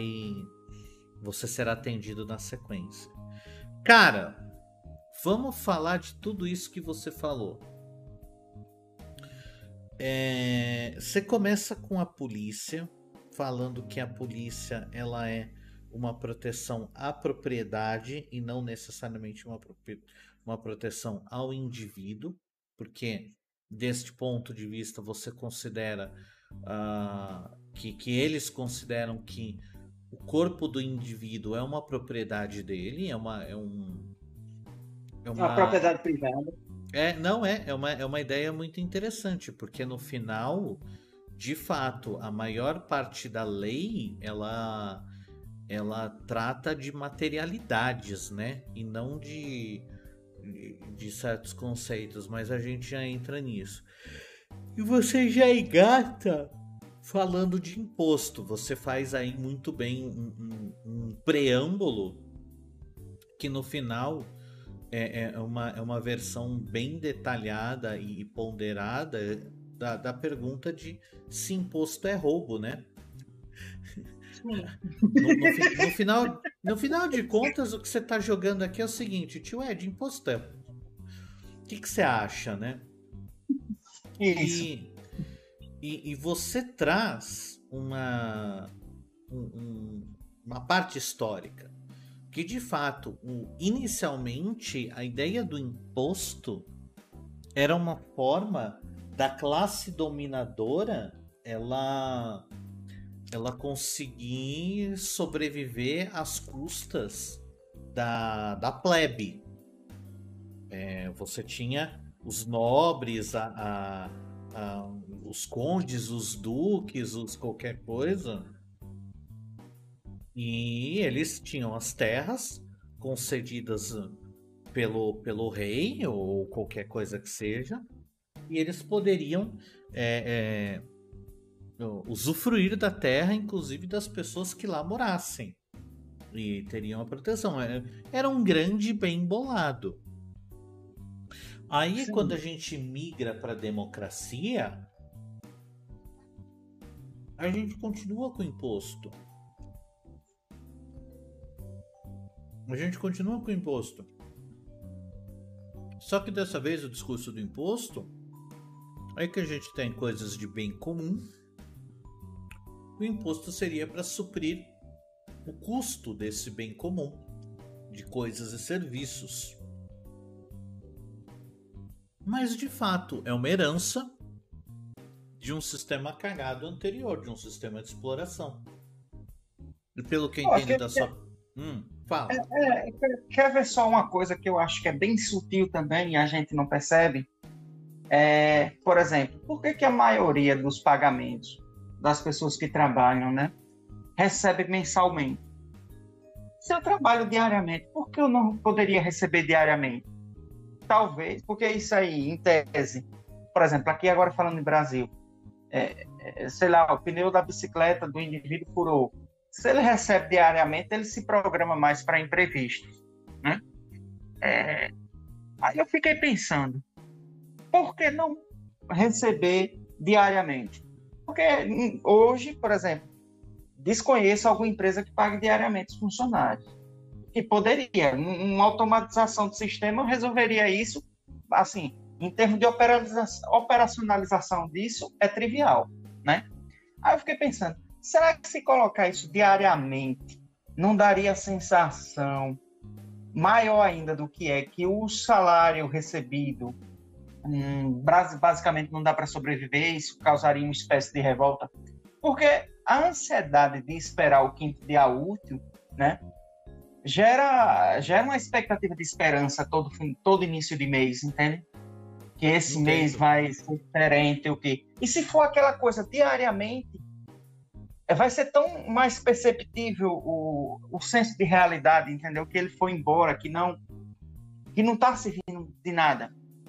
será atendido na sequência. Cara, vamos falar de tudo isso que você falou. Você começa com a polícia, falando que a polícia ela é uma proteção à propriedade e não necessariamente uma proteção ao indivíduo, porque deste ponto de vista você considera que eles consideram que o corpo do indivíduo é uma propriedade dele, é uma propriedade privada. É uma ideia muito interessante, porque no final, de fato, a maior parte da lei ela trata de materialidades, né? E não de certos conceitos, mas a gente já entra nisso. E você já engata falando de imposto. Você faz aí muito bem um preâmbulo que no final é uma versão bem detalhada e ponderada da pergunta de se imposto é roubo, né? No final de contas, o que você está jogando aqui é o seguinte, tio Ed, imposto é... O que você acha, né? Isso. E você traz uma parte histórica que, de fato, inicialmente, a ideia do imposto era uma forma da classe dominadora ela conseguir sobreviver às custas da plebe. Você tinha os nobres, os condes, os duques, os qualquer coisa, e eles tinham as terras concedidas pelo rei ou qualquer coisa que seja, e eles poderiam usufruir da terra, inclusive das pessoas que lá morassem, e teriam a proteção. Era um grande bem bolado. Aí, quando a gente migra para a democracia, a gente continua com o imposto. Só que dessa vez o discurso do imposto é que a gente tem coisas de bem comum. O imposto seria para suprir o custo desse bem comum, de coisas e serviços. Mas, de fato, é uma herança de um sistema cagado anterior, de um sistema de exploração. E pelo que eu entendi da sua... Fala. Quer ver só uma coisa que eu acho que é bem sutil também e a gente não percebe? Por exemplo, por que a maioria dos pagamentos das pessoas que trabalham, né, recebe mensalmente? Se eu trabalho diariamente, por que eu não poderia receber diariamente? talvez, porque isso aí, em tese, por exemplo, aqui agora falando em Brasil, sei lá, o pneu da bicicleta do indivíduo furou. Se ele recebe diariamente, ele se programa mais para imprevistos, né? Aí eu fiquei pensando, por que não receber diariamente? Porque hoje, por exemplo, desconheço alguma empresa que pague diariamente os funcionários. Que poderia. Uma automatização do sistema resolveria isso. Assim, em termos de operacionalização disso, é trivial, né? Aí eu fiquei pensando, será que se colocar isso diariamente não daria a sensação maior ainda do que é que o salário recebido basicamente não dá para sobreviver, isso causaria uma espécie de revolta? Porque a ansiedade de esperar o quinto dia útil, né, gera uma expectativa de esperança todo início de mês, entende? Que esse mês vai ser diferente, o quê? E se for aquela coisa diariamente, vai ser tão mais perceptível o senso de realidade, entendeu? Que ele foi embora, que não está servindo de nada.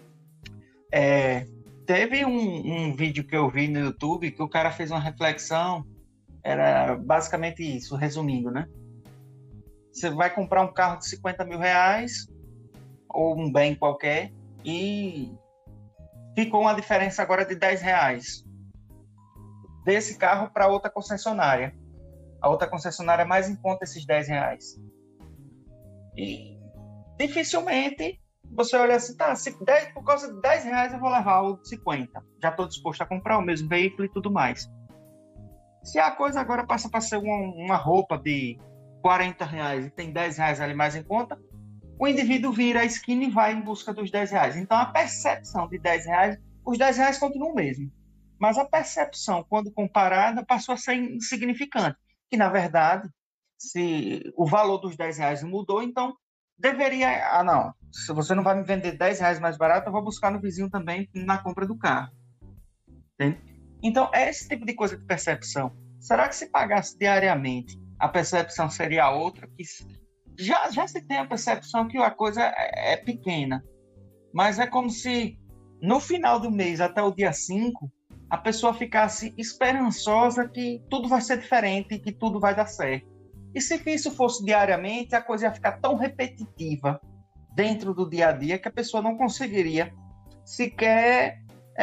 Teve um vídeo que eu vi no YouTube que o cara fez uma reflexão, era basicamente isso, resumindo, né? Você vai comprar um carro de 50 mil reais ou um bem qualquer e ficou uma diferença agora de 10 reais desse carro para outra concessionária. A outra concessionária mais em conta esses 10 reais. E dificilmente você olha assim, tá, por causa de 10 reais eu vou levar o de 50. Já estou disposto a comprar o mesmo veículo e tudo mais. Se a coisa agora passa para ser uma roupa de 40 reais e tem 10 reais ali mais em conta, o indivíduo vira a esquina e vai em busca dos 10 reais. Então a percepção de 10 reais, os 10 reais continuam o mesmo. Mas a percepção, quando comparada, passou a ser insignificante. Que, na verdade, se o valor dos 10 reais mudou, então deveria... não, se você não vai me vender 10 reais mais barato, eu vou buscar no vizinho também na compra do carro. Entende? Então, é esse tipo de coisa de percepção. Será que se pagasse diariamente, a percepção seria outra? Que já se tem a percepção que a coisa é pequena. Mas é como se, no final do mês, até o dia 5, a pessoa ficasse esperançosa que tudo vai ser diferente, que tudo vai dar certo. E se isso fosse diariamente, a coisa ia ficar tão repetitiva dentro do dia a dia que a pessoa não conseguiria sequer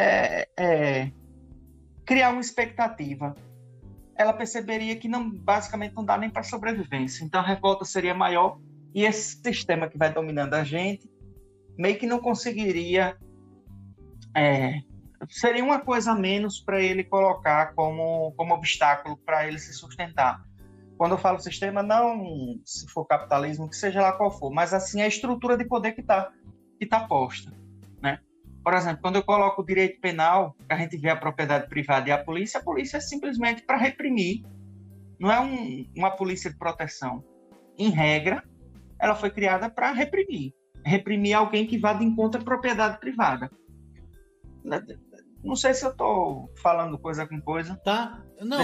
criar uma expectativa. Ela perceberia que basicamente não dá nem para sobrevivência. Então a revolta seria maior e esse sistema que vai dominando a gente meio que não conseguiria... seria uma coisa a menos para ele colocar como obstáculo para ele se sustentar. Quando eu falo sistema, não se for capitalismo, que seja lá qual for, mas assim a estrutura de poder que tá posta, né? Por exemplo, quando eu coloco o direito penal, a gente vê a propriedade privada e a polícia é simplesmente para reprimir, não é uma polícia de proteção. Em regra, ela foi criada para reprimir alguém que vá de encontro à propriedade privada. Não sei se eu estou falando coisa com coisa. Tá. Não,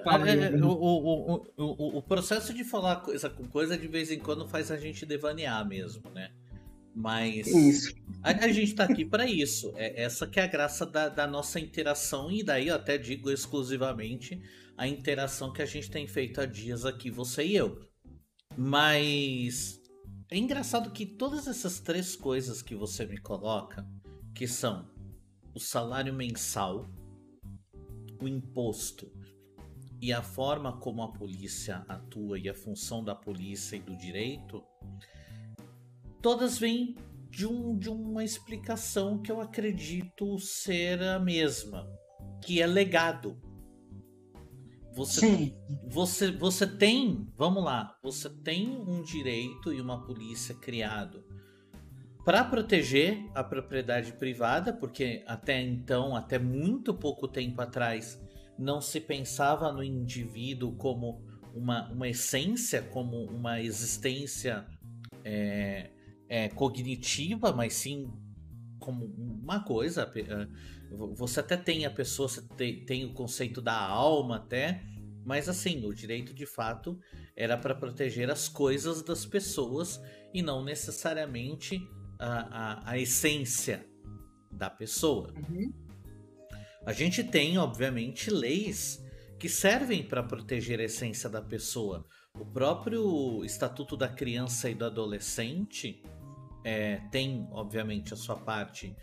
o processo de falar coisa com coisa de vez em quando faz a gente devanear mesmo, né? Mas isso. A gente tá aqui para isso. Essa que é a graça da nossa interação, e daí eu até digo exclusivamente a interação que a gente tem feito há dias aqui, você e eu. Mas é engraçado que todas essas três coisas que você me coloca, que são o salário mensal, o imposto e a forma como a polícia atua e a função da polícia e do direito, todas vêm de uma explicação que eu acredito ser a mesma, que é legado. Você tem, vamos lá, você tem um direito e uma polícia criado para proteger a propriedade privada, porque até então, até muito pouco tempo atrás, não se pensava no indivíduo como uma essência, como uma existência cognitiva, mas sim como uma coisa. Você até tem a pessoa, você tem o conceito da alma até, mas assim, o direito de fato era para proteger as coisas das pessoas e não necessariamente a essência da pessoa. Uhum. A gente tem, obviamente, leis que servem para proteger a essência da pessoa. O próprio Estatuto da Criança e do Adolescente tem, obviamente, a sua parte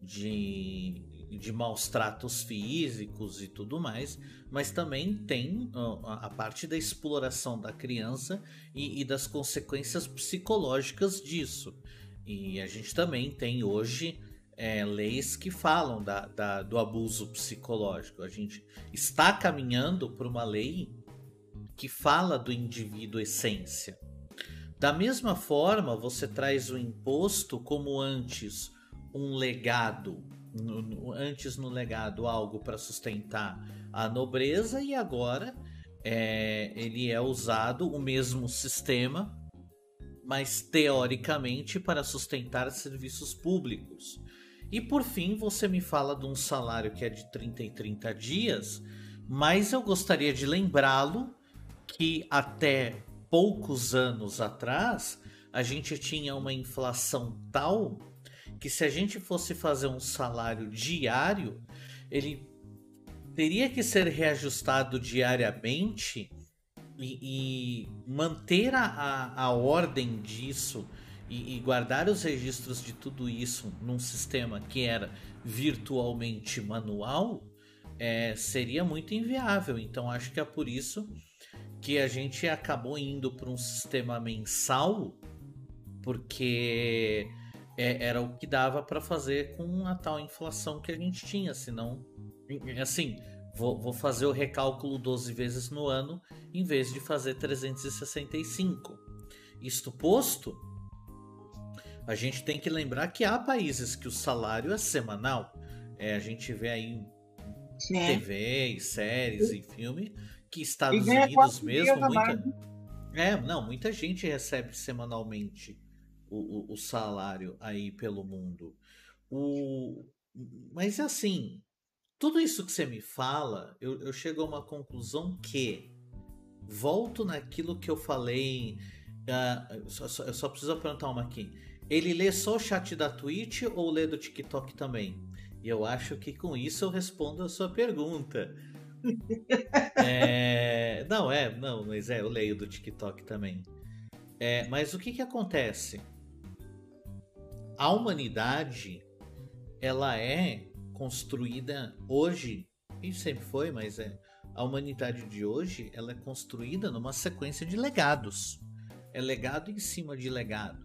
de maus tratos físicos e tudo mais, mas também tem a parte da exploração da criança e das consequências psicológicas disso. E a gente também tem hoje leis que falam do abuso psicológico. A gente está caminhando para uma lei que fala do indivíduo essência. Da mesma forma, você traz o imposto como antes um legado, antes no legado algo para sustentar a nobreza, e agora ele é usado o mesmo sistema, mas teoricamente para sustentar serviços públicos. E por fim, você me fala de um salário que é de 30 em 30 dias, mas eu gostaria de lembrá-lo que até poucos anos atrás a gente tinha uma inflação tal que, se a gente fosse fazer um salário diário, ele teria que ser reajustado diariamente e manter a ordem disso e guardar os registros de tudo isso num sistema que era virtualmente manual, seria muito inviável. Então acho que é por isso que a gente acabou indo para um sistema mensal, porque era o que dava para fazer com a tal inflação que a gente tinha. Senão, assim, vou fazer o recálculo 12 vezes no ano em vez de fazer 365. Isto posto, a gente tem que lembrar que há países que o salário é semanal. A gente vê aí TV e séries e filme que Estados Unidos mesmo, muita gente recebe semanalmente o salário aí pelo mundo. Mas assim, tudo isso que você me fala, eu chego a uma conclusão que volto naquilo que eu falei. Eu só preciso perguntar uma aqui. Ele lê só o chat da Twitch ou lê do TikTok também? E eu acho que com isso eu respondo a sua pergunta. Mas eu leio do TikTok também. Mas o que acontece? A humanidade, ela é construída hoje, e sempre foi, mas a humanidade de hoje, ela é construída numa sequência de legados. É legado em cima de legado.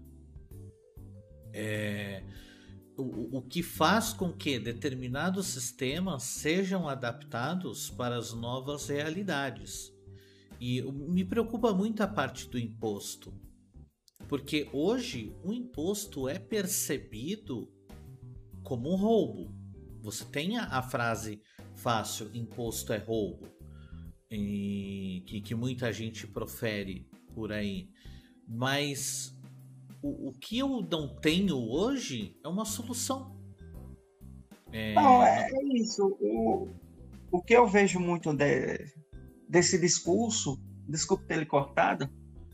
O que faz com que determinados sistemas sejam adaptados para as novas realidades. E me preocupa muito a parte do imposto, porque hoje o imposto é percebido como um roubo. Você tem a frase fácil, imposto é roubo, que muita gente profere por aí, mas o que eu não tenho hoje é uma solução. Não, é isso. O que eu vejo muito desse discurso, desculpe ter ele cortado,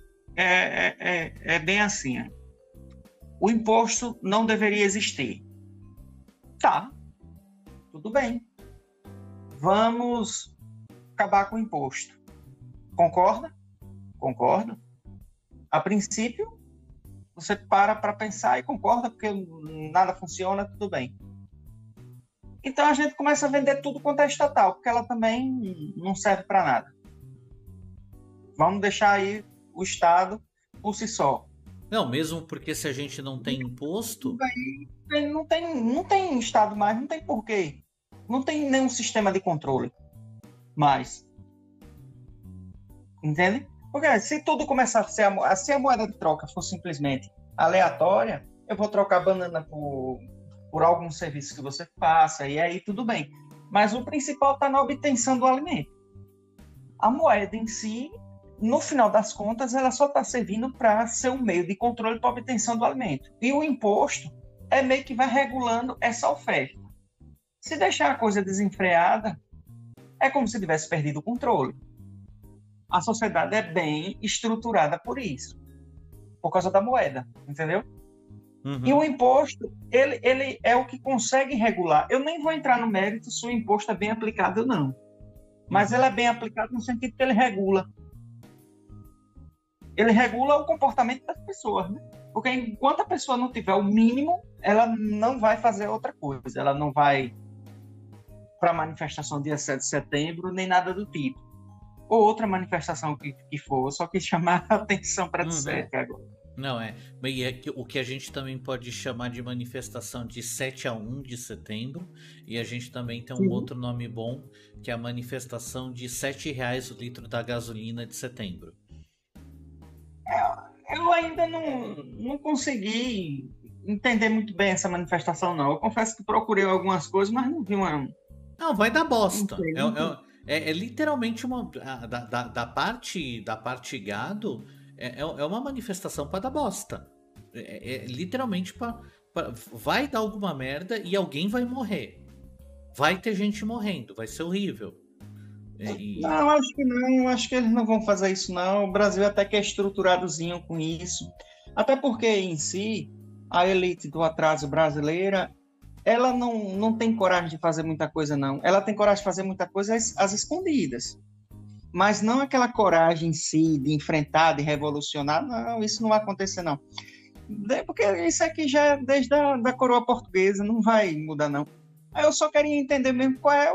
é bem assim. O imposto não deveria existir. Tá, tudo bem. Vamos acabar com o imposto. Concorda? Concordo. A princípio, você para pensar e concorda, porque nada funciona, tudo bem. Então a gente começa a vender tudo quanto é estatal, porque ela também não serve para nada. Vamos deixar aí o Estado por si só. Não, mesmo porque se a gente não tem imposto... Não tem Estado mais, não tem porquê. Não tem nenhum sistema de controle mais. Entende? Porque se tudo começar a ser... Se a moeda de troca for simplesmente aleatória, eu vou trocar banana por algum serviço que você faça, e aí tudo bem. Mas o principal está na obtenção do alimento. A moeda em si, no final das contas, ela só está servindo para ser um meio de controle para a obtenção do alimento. E o imposto é meio que vai regulando essa oferta. Se deixar a coisa desenfreada, é como se tivesse perdido o controle. A sociedade é bem estruturada por isso, por causa da moeda, entendeu? E Uhum. o imposto, ele é o que consegue regular. Eu nem vou entrar no mérito se o imposto é bem aplicado ou não. Mas ele é bem aplicado no sentido que ele regula. Ele regula o comportamento das pessoas, né? Porque enquanto a pessoa não tiver o mínimo, ela não vai fazer outra coisa. Ela não vai para a manifestação dia 7 de setembro, nem nada do tipo. Ou outra manifestação que for. Só quis chamar a atenção para Uhum. 7 agora. Não, e o que a gente também pode chamar de manifestação de 7 a 1 de setembro, e a gente também tem um Sim. outro nome bom, que é a manifestação de R$7 o litro da gasolina de setembro. Eu ainda não consegui entender muito bem essa manifestação, não. Eu confesso que procurei algumas coisas, mas não vi uma... Não, vai dar bosta. Não sei, É literalmente uma. Da parte gado, é uma manifestação para dar bosta. É literalmente para. Vai dar alguma merda e alguém vai morrer. Vai ter gente morrendo, vai ser horrível. Não, acho que não. Acho que eles não vão fazer isso, não. O Brasil até que é estruturadozinho com isso. Até porque, em si, a elite do atraso brasileira, ela não tem coragem de fazer muita coisa, não. Ela tem coragem de fazer muita coisa às escondidas. Mas não aquela coragem em si de enfrentar, de revolucionar. Não, isso não vai acontecer, não. Porque isso aqui já é desde da coroa portuguesa, não vai mudar, não. Aí eu só queria entender mesmo qual é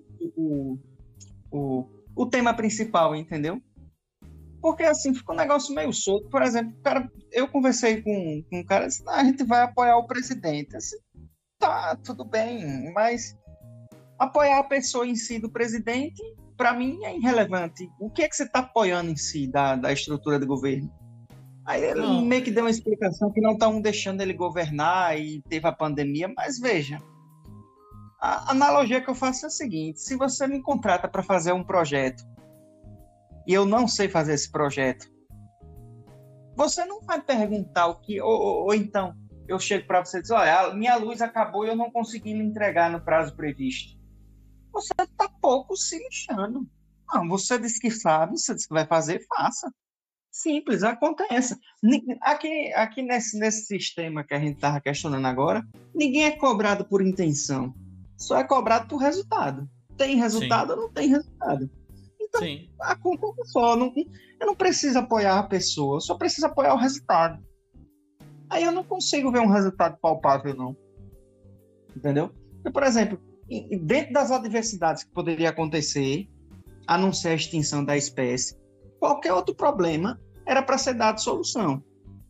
o tema principal, entendeu? Porque assim, fica um negócio meio solto. Por exemplo, eu conversei com um cara e disse, a gente vai apoiar o presidente. Assim, tá, tudo bem, mas apoiar a pessoa em si do presidente, para mim, é irrelevante. O que é que você está apoiando em si da estrutura do governo? Aí ele meio que deu uma explicação que não estão deixando ele governar e teve a pandemia, mas veja, a analogia que eu faço é a seguinte, se você me contrata para fazer um projeto e eu não sei fazer esse projeto, você não vai perguntar o que, ou então eu chego para você e diz, olha, minha luz acabou e eu não consegui lhe entregar no prazo previsto. Você está pouco se lixando. Não, você disse que sabe, você disse que vai fazer, faça. Simples, acontece. Aqui nesse sistema que a gente estava questionando agora, ninguém é cobrado por intenção. Só é cobrado por resultado. Tem resultado ou não tem resultado. Então, sim, a conta é só. Eu não preciso apoiar a pessoa, eu só preciso apoiar o resultado. Aí eu não consigo ver um resultado palpável, não. Entendeu? Porque, por exemplo, dentro das adversidades que poderia acontecer, a não ser a extinção da espécie, qualquer outro problema era para ser dado solução.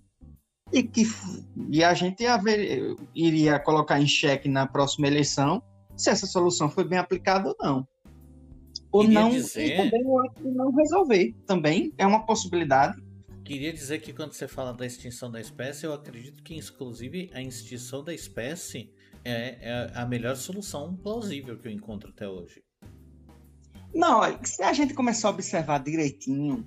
E a gente iria colocar em xeque na próxima eleição se essa solução foi bem aplicada ou não. Ou não, e também não resolver. Também é uma possibilidade. Queria dizer que quando você fala da extinção da espécie, eu acredito que, inclusive, a extinção da espécie é a melhor solução plausível que eu encontro até hoje. Não, se a gente começar a observar direitinho,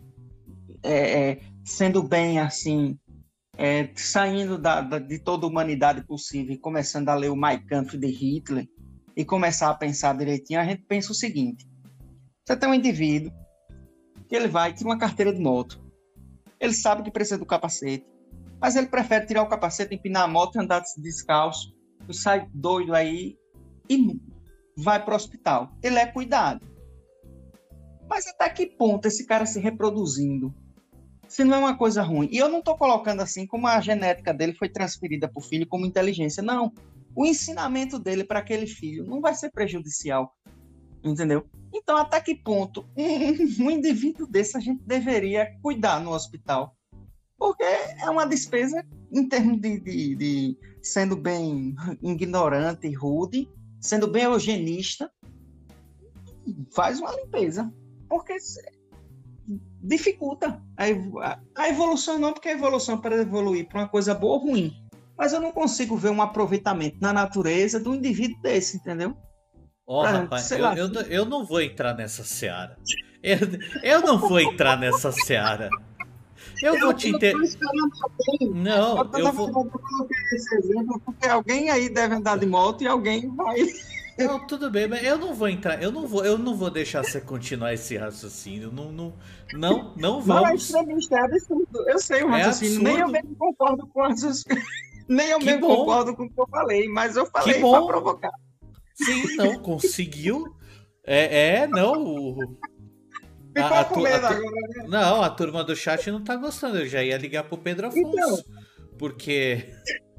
sendo bem assim, saindo de toda a humanidade possível e começando a ler o Mein Kampf de Hitler e começar a pensar direitinho, a gente pensa o seguinte: você tem um indivíduo que ele vai tirar uma carteira de moto, ele sabe que precisa do capacete, mas ele prefere tirar o capacete, empinar a moto e andar descalço, sai doido aí e vai para o hospital. Ele é cuidado. Mas até que ponto esse cara se reproduzindo, se não é uma coisa ruim? E eu não estou colocando assim como a genética dele foi transferida para o filho como inteligência. Não. O ensinamento dele para aquele filho não vai ser prejudicial. Entendeu? Então, até que ponto um indivíduo desse a gente deveria cuidar no hospital? Porque é uma despesa em termos de sendo bem ignorante, rude, sendo bem eugenista, faz uma limpeza. Porque dificulta a evolução, não, porque a evolução para evoluir para uma coisa boa ou ruim. Mas eu não consigo ver um aproveitamento na natureza do indivíduo desse, entendeu? Rapaz, eu não vou entrar nessa seara. Eu não vou entrar nessa seara. Eu vou te entender. Não, eu vou. Eu coloquei esse exemplo porque alguém aí deve andar de moto e alguém vai. Não, tudo bem, mas eu não vou entrar. Eu não vou deixar você continuar esse raciocínio. Não vamos. Não, é extremista, é absurdo. Eu sei o raciocínio. Nem eu mesmo concordo com o raciocínio. Nem eu Que mesmo bom. concordo com o que eu falei, mas eu Que falei bom. pra provocar. Sim, não, conseguiu. Não. Ficou A com tu- a medo tu- agora, né? Não, a turma do chat não tá gostando. Eu já ia ligar pro Pedro Afonso. Porque.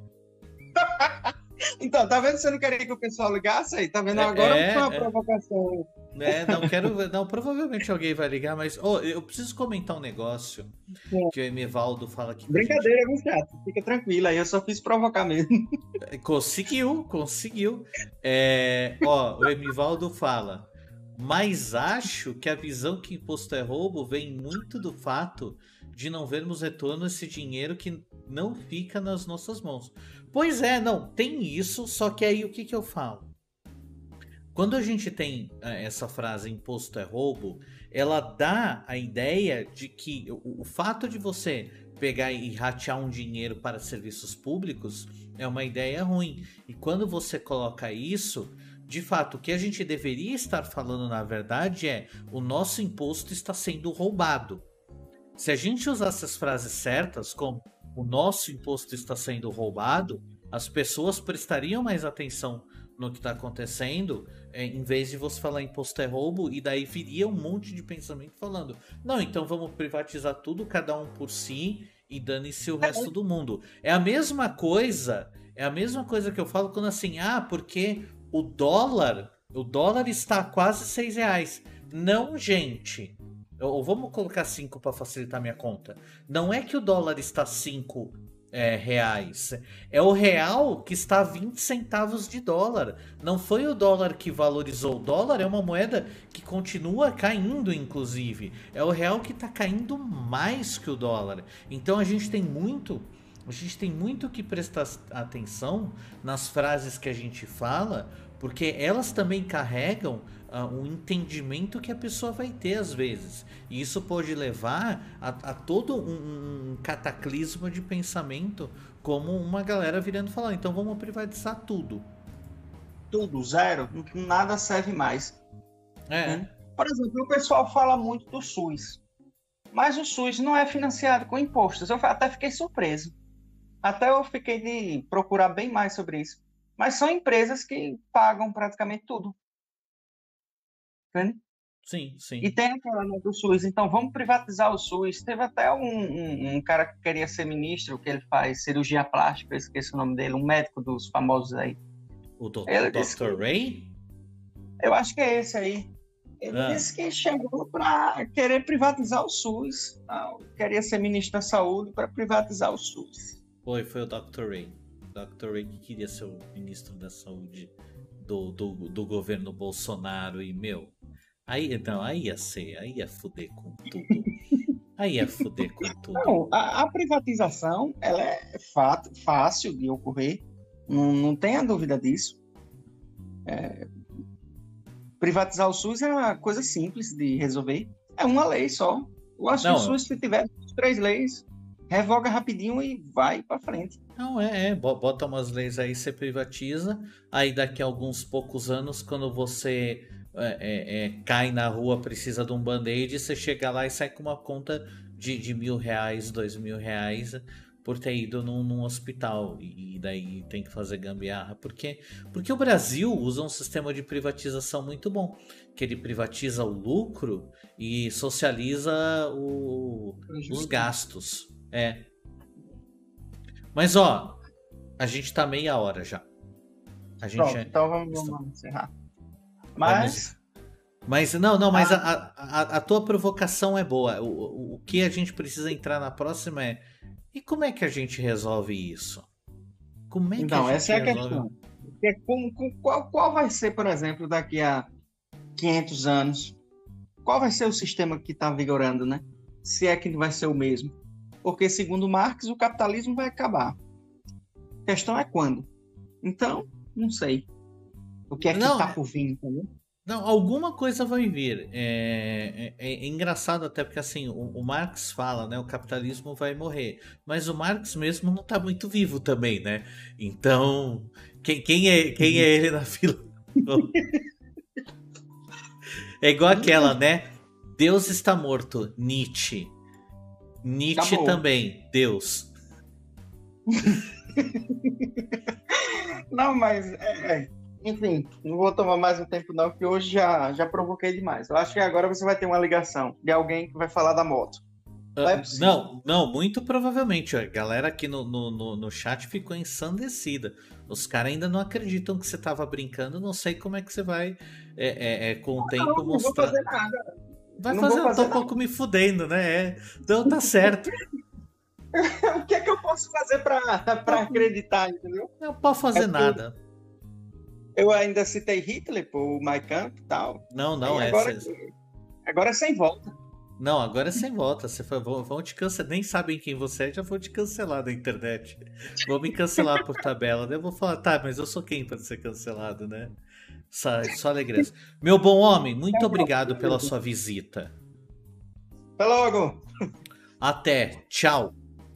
Então, tá vendo? Você não queria que o pessoal ligasse aí? Tá vendo? Agora foi uma provocação. Não quero ver. Não, provavelmente alguém vai ligar, mas eu preciso comentar um negócio que o Emivaldo fala aqui com a gente. Brincadeira, viu, chato? Fica tranquilo aí, eu só fiz provocar mesmo. Conseguiu. O Emivaldo fala. Mas acho que a visão que imposto é roubo vem muito do fato de não vermos retorno esse dinheiro que não fica nas nossas mãos. Pois é, não, tem isso, só que aí o que eu falo? Quando a gente tem essa frase imposto é roubo, ela dá a ideia de que o fato de você pegar e ratear um dinheiro para serviços públicos é uma ideia ruim. E quando você coloca isso, de fato, o que a gente deveria estar falando na verdade é o nosso imposto está sendo roubado. Se a gente usasse as frases certas, como o nosso imposto está sendo roubado, as pessoas prestariam mais atenção no que está acontecendo, em vez de você falar imposto é roubo, e daí viria um monte de pensamento falando, não, então vamos privatizar tudo, cada um por si, e dane-se o resto do mundo. É a mesma coisa que eu falo quando assim, porque o dólar está a quase R$6. Não, gente. Ou vamos colocar 5 para facilitar minha conta. Não é que o dólar está 5 reais. É o real que está a 20 centavos de dólar. Não foi o dólar que valorizou. O dólar é uma moeda que continua caindo, inclusive. É o real que está caindo mais que o dólar. Então a gente tem muito que prestar atenção nas frases que a gente fala, porque elas também carregam um entendimento que a pessoa vai ter às vezes. E isso pode levar a todo um cataclisma de pensamento, como uma galera virando e falando, então vamos privatizar tudo. Tudo, zero, nada serve mais. É. Por exemplo, o pessoal fala muito do SUS, mas o SUS não é financiado com impostos. Eu até fiquei surpreso. Até eu fiquei de procurar bem mais sobre isso. Mas são empresas que pagam praticamente tudo. Entende? Sim, sim. E tem aquela do SUS, então vamos privatizar o SUS. Teve até um cara que queria ser ministro, que ele faz cirurgia plástica, eu esqueci o nome dele, um médico dos famosos aí. O Dr. Ray? Eu acho que é esse aí. Ele disse que chegou para querer privatizar o SUS. Queria ser ministro da Saúde para privatizar o SUS. Foi o Dr. Ray. Dr. Ray que queria ser o ministro da Saúde do governo Bolsonaro e, aí ia fuder com tudo. Aí ia fuder com tudo. Não, a privatização, ela é fácil de ocorrer, não tenha dúvida disso. Privatizar o SUS é uma coisa simples de resolver. É uma lei só. Eu acho que o SUS, se tiver 3 leis, revoga rapidinho e vai para frente. Não, bota umas leis aí, você privatiza, aí daqui a alguns poucos anos, quando você cai na rua, precisa de um band-aid, você chega lá e sai com uma conta de R$1.000, R$2.000 por ter ido num hospital, e daí tem que fazer gambiarra, porque o Brasil usa um sistema de privatização muito bom, que ele privatiza o lucro e socializa os gastos. Mas a gente tá meia hora já. Pronto, então vamos encerrar. Mas a tua provocação é boa. O que a gente precisa entrar na próxima e como é que a gente resolve isso? Como é que então, a gente essa é a resolve? questão. Qual vai ser, por exemplo, daqui a 500 anos? Qual vai ser o sistema que está vigorando, né? Se é que vai ser o mesmo. Porque, segundo Marx, o capitalismo vai acabar. A questão é quando. Então, não sei. O que é que está por vir, entendeu? Não, alguma coisa vai vir. É engraçado até porque assim, o Marx fala, né? O capitalismo vai morrer. Mas o Marx mesmo não está muito vivo também, né? Então, quem é ele na fila? É igual aquela, né? Deus está morto, Nietzsche. Nietzsche Acabou. também, Deus. Não, mas, enfim, não vou tomar mais um tempo não, que hoje já provoquei demais. Eu acho que agora você vai ter uma ligação de alguém que vai falar da moto. Não é possível. Não, muito provavelmente. A galera aqui no chat ficou ensandecida. Os caras ainda não acreditam que você tava brincando. Não sei como é que você vai, com o tempo, Não vou mostrar. fazer nada. Vai Não fazer, vou eu tô fazer um pouco me fudendo, né? Então tá certo. O que é que eu posso fazer para acreditar, entendeu? Não pode fazer nada. Eu ainda citei Hitler, pô, o Mein Kampf e tal. Não, Aí agora é sem volta. Não, agora é sem volta. Você foi, vão te cancelar. Nem sabem quem você é, já vou te cancelar na internet. Vou me cancelar por tabela. Daí eu vou falar, tá, mas eu sou quem para ser cancelado, né? Só alegria. Meu bom homem, muito obrigado pela sua visita. Até logo! Até, tchau.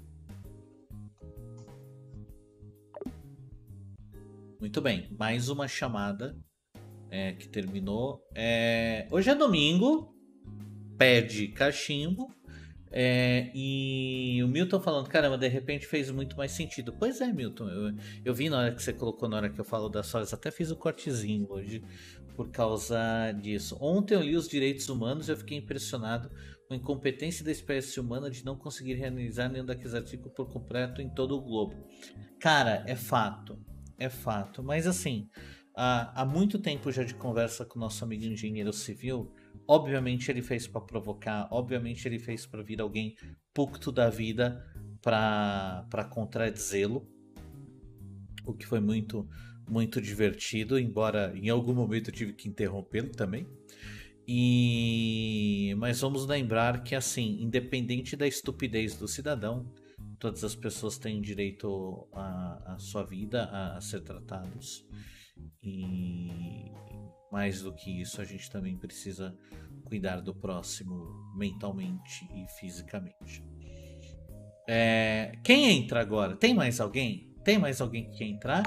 Muito bem, mais uma chamada que terminou. Hoje é domingo, pede cachimbo. E o Milton falando, caramba, de repente fez muito mais sentido. Pois é, Milton, eu vi na hora que você colocou, na hora que eu falo das horas, até fiz o cortezinho hoje por causa disso. Ontem eu li os direitos humanos e eu fiquei impressionado com a incompetência da espécie humana de não conseguir realizar nenhum daqueles artigos por completo em todo o globo. Cara, é fato, mas assim, há muito tempo já de conversa com o nosso amigo engenheiro civil. Obviamente ele fez para provocar, obviamente ele fez para vir alguém puto da vida para contradizê-lo, o que foi muito divertido, embora em algum momento eu tive que interrompê-lo também. Mas vamos lembrar que, assim, independente da estupidez do cidadão, todas as pessoas têm direito à sua vida, a ser tratados. E mais do que isso, a gente também precisa cuidar do próximo mentalmente e fisicamente. Quem entra agora? Tem mais alguém? Tem mais alguém que quer entrar?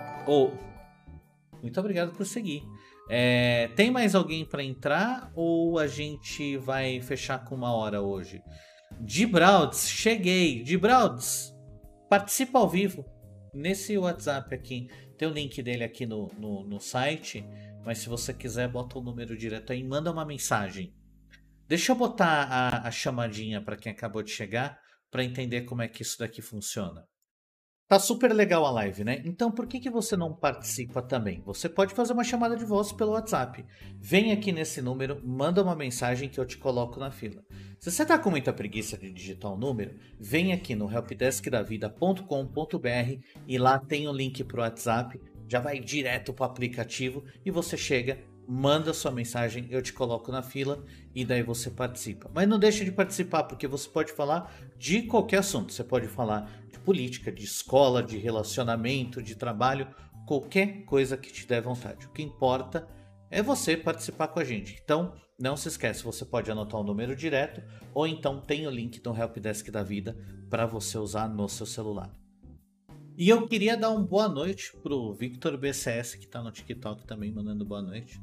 Muito obrigado por seguir. Tem mais alguém para entrar ou a gente vai fechar com 1 hora hoje? Dibraudes, cheguei. Dibraudes, participa ao vivo nesse WhatsApp aqui. Tem o link dele aqui no site, mas se você quiser, bota o número direto aí, manda uma mensagem. Deixa eu botar a chamadinha para quem acabou de chegar, para entender como é que isso daqui funciona. Tá super legal a live, né? Então por que você não participa também? Você pode fazer uma chamada de voz pelo WhatsApp. Vem aqui nesse número, manda uma mensagem que eu te coloco na fila. Se você tá com muita preguiça de digitar o número, vem aqui no helpdeskdavida.com.br e lá tem o link pro WhatsApp, já vai direto pro aplicativo e você chega, manda sua mensagem, eu te coloco na fila e daí você participa. Mas não deixe de participar, porque você pode falar de qualquer assunto. Você pode falar de política, de escola, de relacionamento, de trabalho, qualquer coisa que te der vontade. O que importa é você participar com a gente. Então, não se esquece, você pode anotar o número direto ou então tem o link do Helpdesk da Vida para você usar no seu celular. E eu queria dar uma boa noite pro Victor BCS, que tá no TikTok também, mandando boa noite.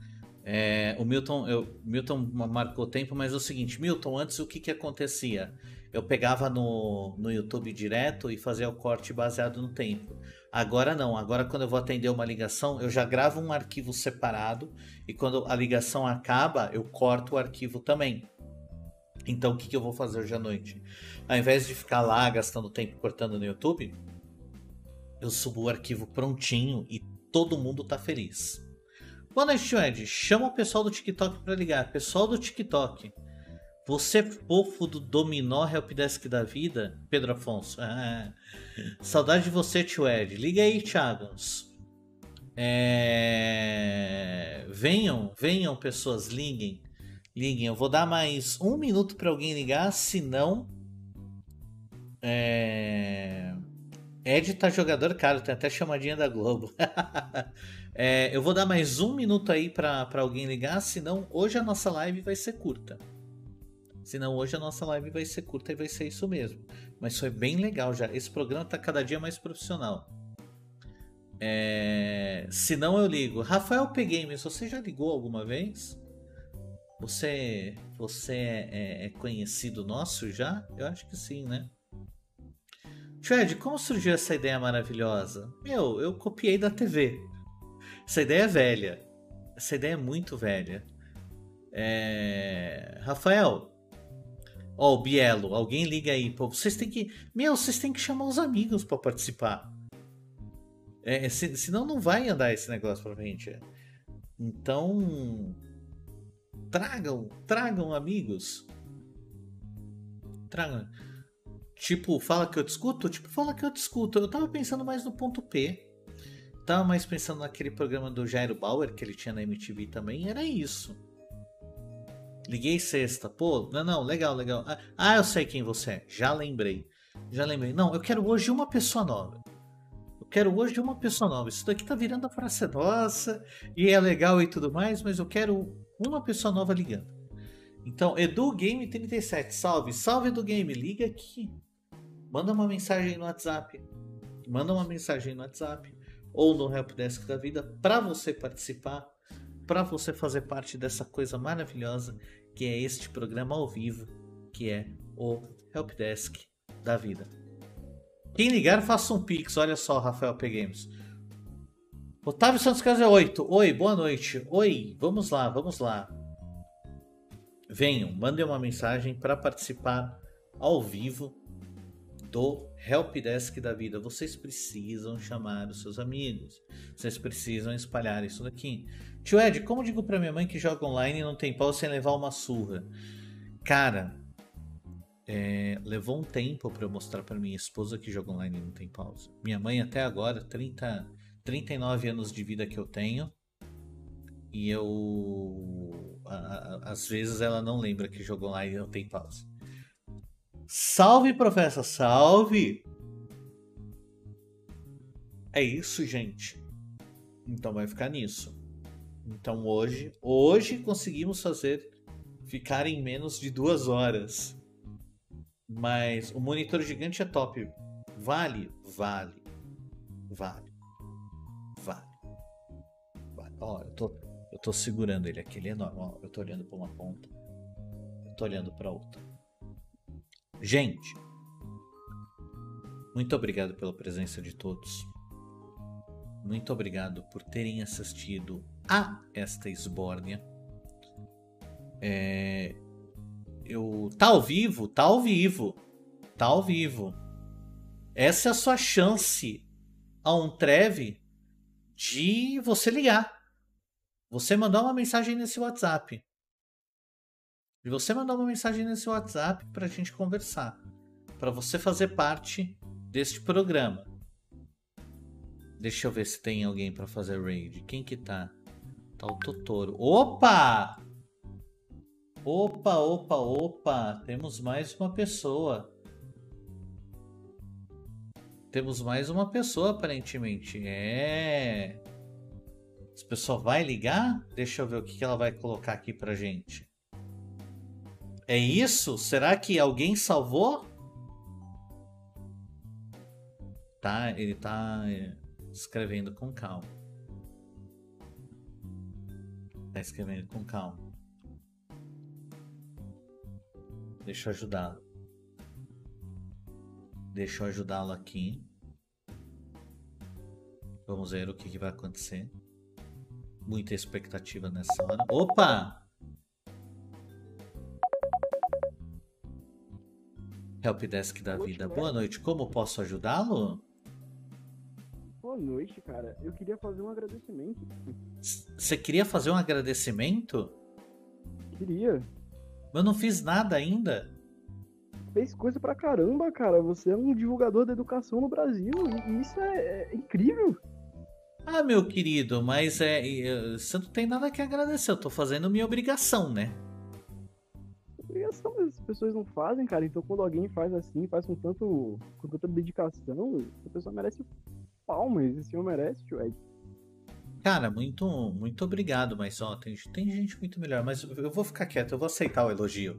O Milton marcou tempo, mas é o seguinte, Milton, antes o que acontecia? Eu pegava no YouTube direto e fazia o corte baseado no tempo. Agora não, agora quando eu vou atender uma ligação, eu já gravo um arquivo separado e quando a ligação acaba, eu corto o arquivo também. Então o que eu vou fazer hoje à noite? Ao invés de ficar lá gastando tempo cortando no YouTube, eu subo o arquivo prontinho e todo mundo tá feliz. Boa noite, Ed. Chama o pessoal do TikTok para ligar. Pessoal do TikTok, você fofo do dominó Helpdesk da Vida, Pedro Afonso. Saudade de você, tio Ed. Liga aí, Thiagos. Venham, pessoas, liguem. Eu vou dar mais 1 minuto para alguém ligar, senão Ed tá jogador caro, tem até chamadinha da Globo. Eu vou dar mais 1 minuto aí pra alguém ligar, senão hoje a nossa live vai ser curta. E vai ser isso mesmo. Mas foi bem legal já. Esse programa tá cada dia mais profissional. Se não eu ligo. Rafael P Games, você já ligou alguma vez? Você é conhecido nosso já? Eu acho que sim, né? Tio Ed, como surgiu essa ideia maravilhosa? Meu, eu copiei da TV. Essa ideia é velha. Essa ideia é muito velha. Rafael, ó, o Bielo, alguém liga aí, pô. Vocês têm que chamar os amigos pra participar. Senão não vai andar esse negócio pra frente. Então, tragam amigos. Tragam. Tipo, fala que eu discuto? Tipo, fala que eu discuto. Eu tava pensando mais no ponto P. Tava mais pensando naquele programa do Jairo Bauer que ele tinha na MTV também. Era isso. Liguei sexta. Pô, não, legal. Eu sei quem você é. Já lembrei. Não, eu quero hoje uma pessoa nova. Isso daqui tá virando a praça nossa. E é legal e tudo mais, mas eu quero uma pessoa nova ligando. Então, Edu Game 37. Salve Edu Game. Liga aqui. Manda uma mensagem no WhatsApp. Ou no Helpdesk da Vida para você participar, para você fazer parte dessa coisa maravilhosa que é este programa ao vivo, que é o Helpdesk da Vida. Quem ligar, faça um pix. Olha só, Rafael P. Games. Otávio Santos Casa 8. Oi, boa noite. Oi, vamos lá. Venham, mandem uma mensagem para participar ao vivo do Helpdesk da Vida. Vocês precisam chamar os seus amigos. Vocês precisam espalhar isso daqui. Tio Ed, como digo pra minha mãe que joga online e não tem pau sem levar uma surra? Cara, levou um tempo pra eu mostrar pra minha esposa que joga online e não tem pausa. Minha mãe até agora, 39 anos de vida que eu tenho, e às vezes ela não lembra que joga online e não tem pausa. Salve, professor, salve! É isso, gente. Então vai ficar nisso. Então hoje conseguimos ficar em menos de 2 horas. Mas o monitor gigante é top. Vale. Ó, eu tô segurando ele aqui, ele é enorme. Ó, eu tô olhando para uma ponta. Eu tô olhando para outra. Gente, muito obrigado pela presença de todos. Muito obrigado por terem assistido a esta esbórnia. Tá ao vivo. Essa é a sua chance a um Trev de você ligar. Você mandar uma mensagem nesse WhatsApp. Pra gente conversar. Pra você fazer parte deste programa. Deixa eu ver se tem alguém pra fazer raid. Quem que tá? Tá o Totoro. Opa! Temos mais uma pessoa. Aparentemente. Essa pessoa vai ligar? Deixa eu ver o que ela vai colocar aqui pra gente. É isso? Será que alguém salvou? Tá, ele tá escrevendo com calma. Deixa eu ajudá-lo aqui. Vamos ver o que vai acontecer. Muita expectativa nessa hora. Opa! Helpdesk da Vida. Boa noite. Como posso ajudá-lo? Boa noite, cara. Eu queria fazer um agradecimento. Você queria fazer um agradecimento? Queria. Eu não fiz nada ainda. Fez coisa pra caramba, cara. Você é um divulgador da educação no Brasil. E isso é incrível. Ah, meu querido, mas você não tem nada que agradecer. Eu tô fazendo minha obrigação, né? Obrigação, mas as pessoas não fazem, cara. Então quando alguém faz assim, faz com tanta dedicação, a pessoa merece palmas. Esse senhor merece, tio Ed. Cara, muito obrigado, mas ó, tem gente muito melhor. Mas eu vou ficar quieto, eu vou aceitar o elogio.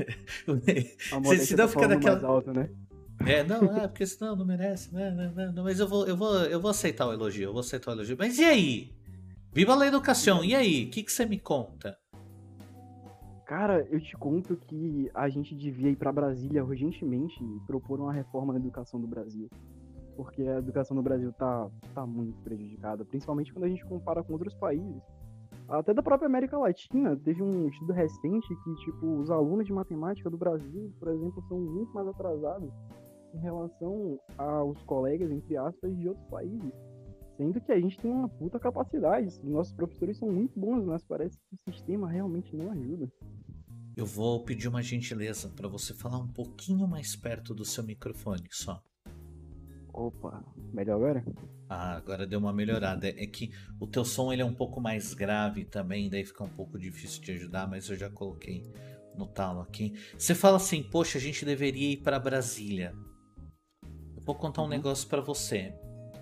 Se não fica daquela mais alto, né? Porque senão não merece, né? Não, mas eu vou aceitar o elogio, Mas e aí? Viva a educação, e aí? O que você me conta? Cara, eu te conto que a gente devia ir pra Brasília urgentemente e propor uma reforma na educação do Brasil. Porque a educação no Brasil tá muito prejudicada, principalmente quando a gente compara com outros países. Até da própria América Latina, teve um estudo recente que, tipo, os alunos de matemática do Brasil, por exemplo, são muito mais atrasados em relação aos colegas, entre aspas, de outros países. Sendo que a gente tem uma puta capacidade, nossos professores são muito bons, mas parece que o sistema realmente não ajuda. Eu vou pedir uma gentileza para você falar um pouquinho mais perto do seu microfone, só. Opa, melhor agora? Ah, agora deu uma melhorada. É que o teu som ele é um pouco mais grave também, daí fica um pouco difícil de ajudar, mas eu já coloquei no talo aqui. Você fala assim, poxa, a gente deveria ir para Brasília. Eu vou contar um negócio para você.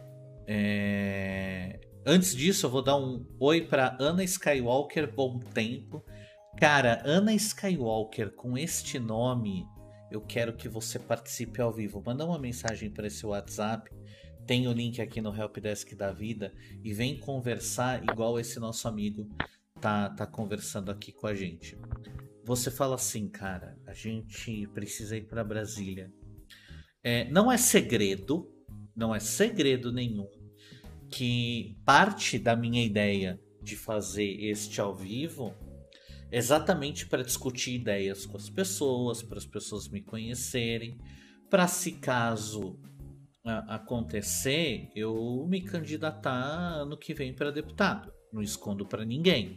Antes disso, eu vou dar um oi para Ana Skywalker, bom tempo. Cara, Ana Skywalker, com este nome, eu quero que você participe ao vivo. Manda uma mensagem para esse WhatsApp. Tem o link aqui no Helpdesk da vida. E vem conversar igual esse nosso amigo tá conversando aqui com a gente. Você fala assim, cara, a gente precisa ir para Brasília. Não é segredo nenhum que parte da minha ideia de fazer este ao vivo exatamente para discutir ideias com as pessoas, para as pessoas me conhecerem, para se caso acontecer, eu me candidatar ano que vem para deputado. Não escondo para ninguém.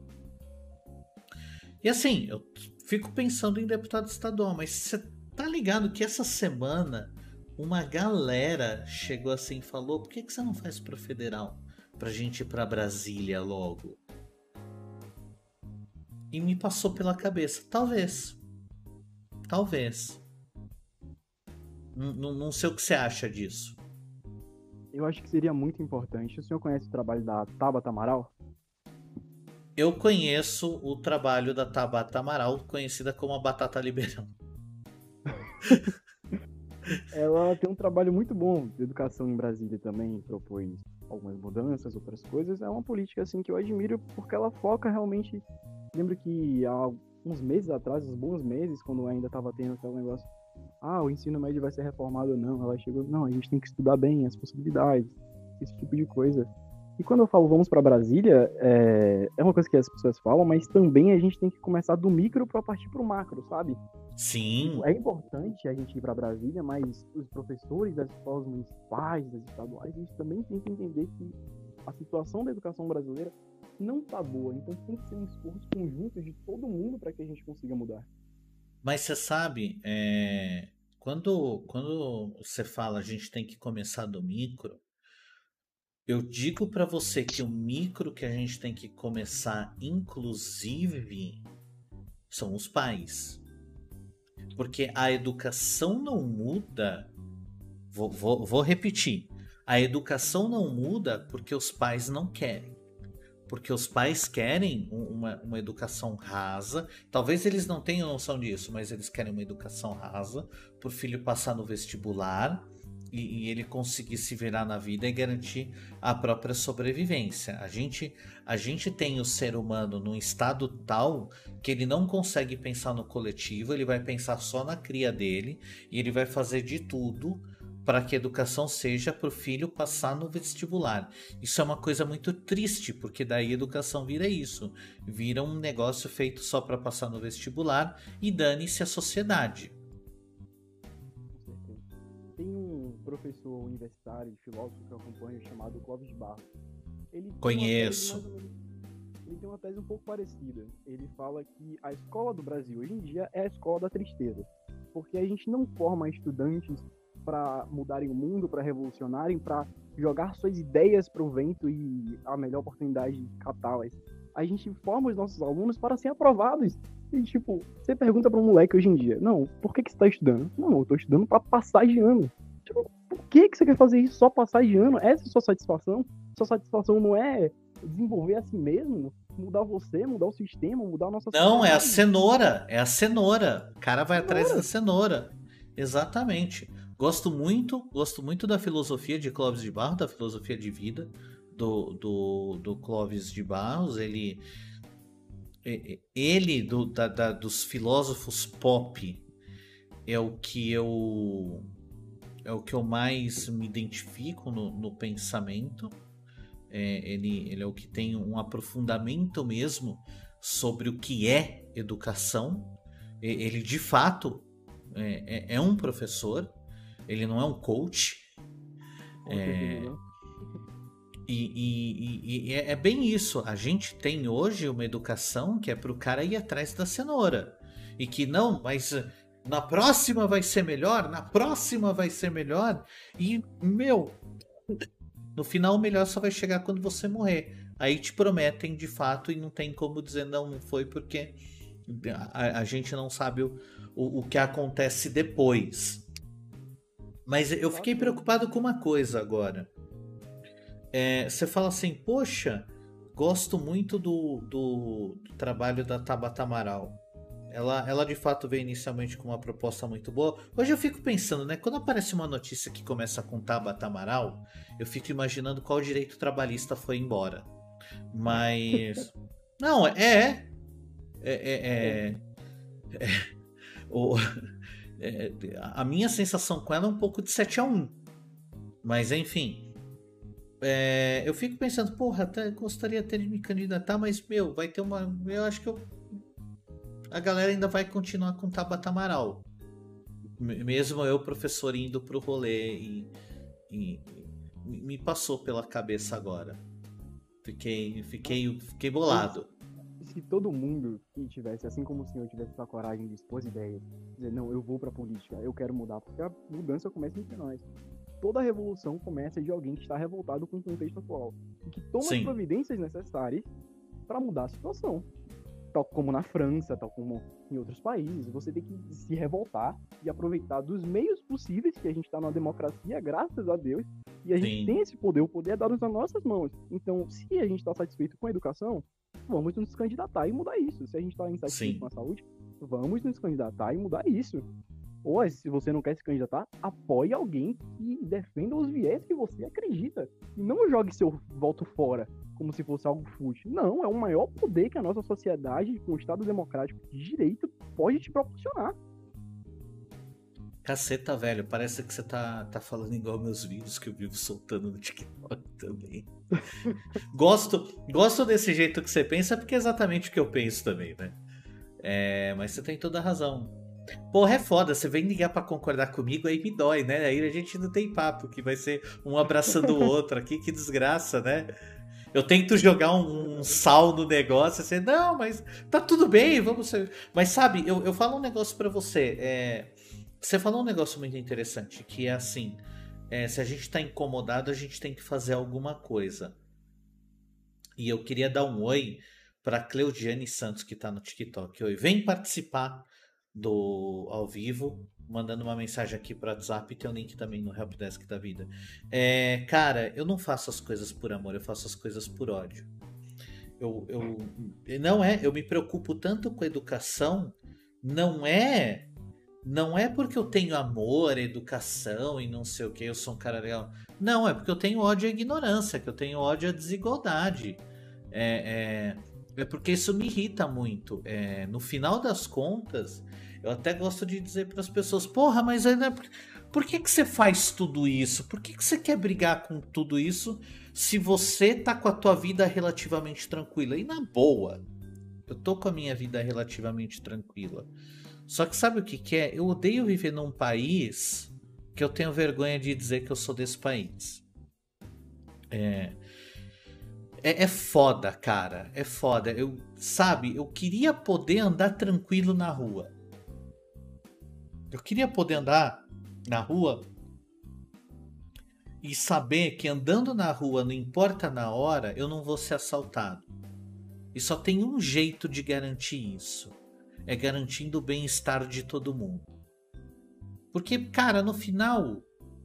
E assim, eu fico pensando em deputado estadual, mas você tá ligado que essa semana uma galera chegou assim e falou: por que você não faz para federal? Pra gente ir para Brasília logo. E me passou pela cabeça, talvez. Não sei o que você acha disso. Eu acho que seria muito importante. O senhor conhece o trabalho da Tabata Amaral? Eu conheço o trabalho da Tabata Amaral, conhecida como a Batata Liberão. Ela tem um trabalho muito bom de educação em Brasília também, propôs algumas mudanças, outras coisas. É uma política assim que eu admiro porque ela foca realmente. Lembro que há uns meses atrás, uns bons meses, quando ainda estava tendo aquele negócio, o ensino médio vai ser reformado ou não, ela chegou, não, a gente tem que estudar bem as possibilidades, esse tipo de coisa. E quando eu falo vamos para Brasília, é uma coisa que as pessoas falam, mas também a gente tem que começar do micro para partir para o macro, sabe? Sim. É importante a gente ir para Brasília, mas os professores das escolas municipais, das estaduais, eles também têm que entender que a situação da educação brasileira não tá boa, então tem que ser um esforço conjunto de todo mundo para que a gente consiga mudar. Mas você sabe, quando você fala a gente tem que começar do micro, eu digo para você que o micro que a gente tem que começar, inclusive, são os pais. Porque a educação não muda. Vou repetir. A educação não muda porque os pais não querem. Porque os pais querem uma educação rasa. Talvez eles não tenham noção disso, mas eles querem uma educação rasa para o filho passar no vestibular e ele conseguir se virar na vida e garantir a própria sobrevivência. A gente tem o ser humano num estado tal que ele não consegue pensar no coletivo, ele vai pensar só na cria dele e ele vai fazer de tudo para que a educação seja para o filho passar no vestibular. Isso é uma coisa muito triste, porque daí a educação vira isso. Vira um negócio feito só para passar no vestibular e dane-se a sociedade. Tem um professor universitário, filósofo que eu acompanho, chamado Clóvis de Barros. Conheço. Ele tem uma tese um pouco parecida. Ele fala que a escola do Brasil hoje em dia é a escola da tristeza. Porque a gente não forma estudantes para mudarem o mundo, para revolucionarem, para jogar suas ideias para o vento e a melhor oportunidade de catá-las. A gente forma os nossos alunos para serem aprovados. E, tipo, você pergunta para um moleque hoje em dia, não, por que você está estudando? Não, eu estou estudando para passar de ano. Tipo, por que você quer fazer isso só passar de ano? Essa é a sua satisfação? Sua satisfação não é desenvolver a si mesmo? Mudar você, mudar o sistema, mudar a nossa sociedade? Não, é a cenoura. O cara vai atrás da cenoura. Exatamente. Gosto muito da filosofia de Clóvis de Barros, da filosofia de vida do Clóvis de Barros. Ele Ele, dos filósofos pop, é o que eu mais me identifico no pensamento. Ele é o que tem um aprofundamento mesmo sobre o que é educação. Ele de fato é um professor, ele não é um coach. E é bem isso. A gente tem hoje uma educação que é pro cara ir atrás da cenoura. E que não, mas na próxima vai ser melhor, na próxima vai ser melhor. E, no final o melhor só vai chegar quando você morrer. Aí te prometem de fato e não tem como dizer não foi, porque a gente não sabe o que acontece depois. Mas eu fiquei preocupado com uma coisa agora. Você fala assim, poxa, gosto muito do trabalho da Tabata Amaral. Ela de fato veio inicialmente com uma proposta muito boa. Hoje eu fico pensando, né? Quando aparece uma notícia que começa com Tabata Amaral, eu fico imaginando qual direito trabalhista foi embora. Mas... Não, a minha sensação com ela é um pouco de 7-1. Mas enfim... eu fico pensando, porra, até gostaria até de me candidatar, mas, vai ter uma... Eu acho que a galera ainda vai continuar com Tabata Amaral. Mesmo eu, professor, indo pro rolê e me passou pela cabeça agora. Fiquei bolado. Se todo mundo que tivesse, assim como o senhor, tivesse a coragem de expor ideias, dizer, não, eu vou pra política, eu quero mudar, porque a mudança começa entre nós. Toda revolução começa de alguém que está revoltado com o contexto atual e que toma as providências necessárias para mudar a situação. Tal como na França, tal como em outros países, você tem que se revoltar e aproveitar dos meios possíveis, que a gente está numa democracia, graças a Deus, e a gente tem esse poder, o poder é dado nas nossas mãos. Então, se a gente está satisfeito com a educação, vamos nos candidatar e mudar isso. Se a gente está insatisfeito com a saúde, vamos nos candidatar e mudar isso. Ou, se você não quer se candidatar, apoie alguém que defenda os viés que você acredita. E não jogue seu voto fora, como se fosse algo fútil. Não, é o maior poder que a nossa sociedade, com o Estado democrático de direito, pode te proporcionar. Caceta, velho, parece que você tá falando igual meus vídeos que eu vivo soltando no TikTok também. Gosto desse jeito que você pensa, porque é exatamente o que eu penso também, né? Mas você tem toda a razão. Porra, é foda, você vem ligar pra concordar comigo, aí me dói, né? Aí a gente não tem papo, que vai ser um abraçando o outro aqui, que desgraça, né? Eu tento jogar um sal no negócio, assim, não, mas tá tudo bem, vamos ser... Mas sabe, eu falo um negócio pra você, você falou um negócio muito interessante, que é assim, se a gente tá incomodado, a gente tem que fazer alguma coisa. E eu queria dar um oi pra Cleudiane Santos, que tá no TikTok. Oi, vem participar do ao vivo, mandando uma mensagem aqui pro WhatsApp, tem um link também no Helpdesk da vida. Cara, eu não faço as coisas por amor, eu faço as coisas por ódio. Eu me preocupo tanto com a educação, não é porque eu tenho amor, educação e não sei o que, eu sou um cara legal. Não, é porque eu tenho ódio à ignorância, que eu tenho ódio à desigualdade. É porque isso me irrita muito. No final das contas, eu até gosto de dizer para as pessoas, porra, mas por que você faz tudo isso? Por que você quer brigar com tudo isso se você tá com a tua vida relativamente tranquila? E na boa, eu tô com a minha vida relativamente tranquila. Só que sabe o que é? Eu odeio viver num país que eu tenho vergonha de dizer que eu sou desse país. É foda, cara. É foda. Eu queria poder andar tranquilo na rua. Eu queria poder andar na rua e saber que andando na rua, não importa na hora, eu não vou ser assaltado. E só tem um jeito de garantir isso. É garantindo o bem-estar de todo mundo. Porque, cara, no final...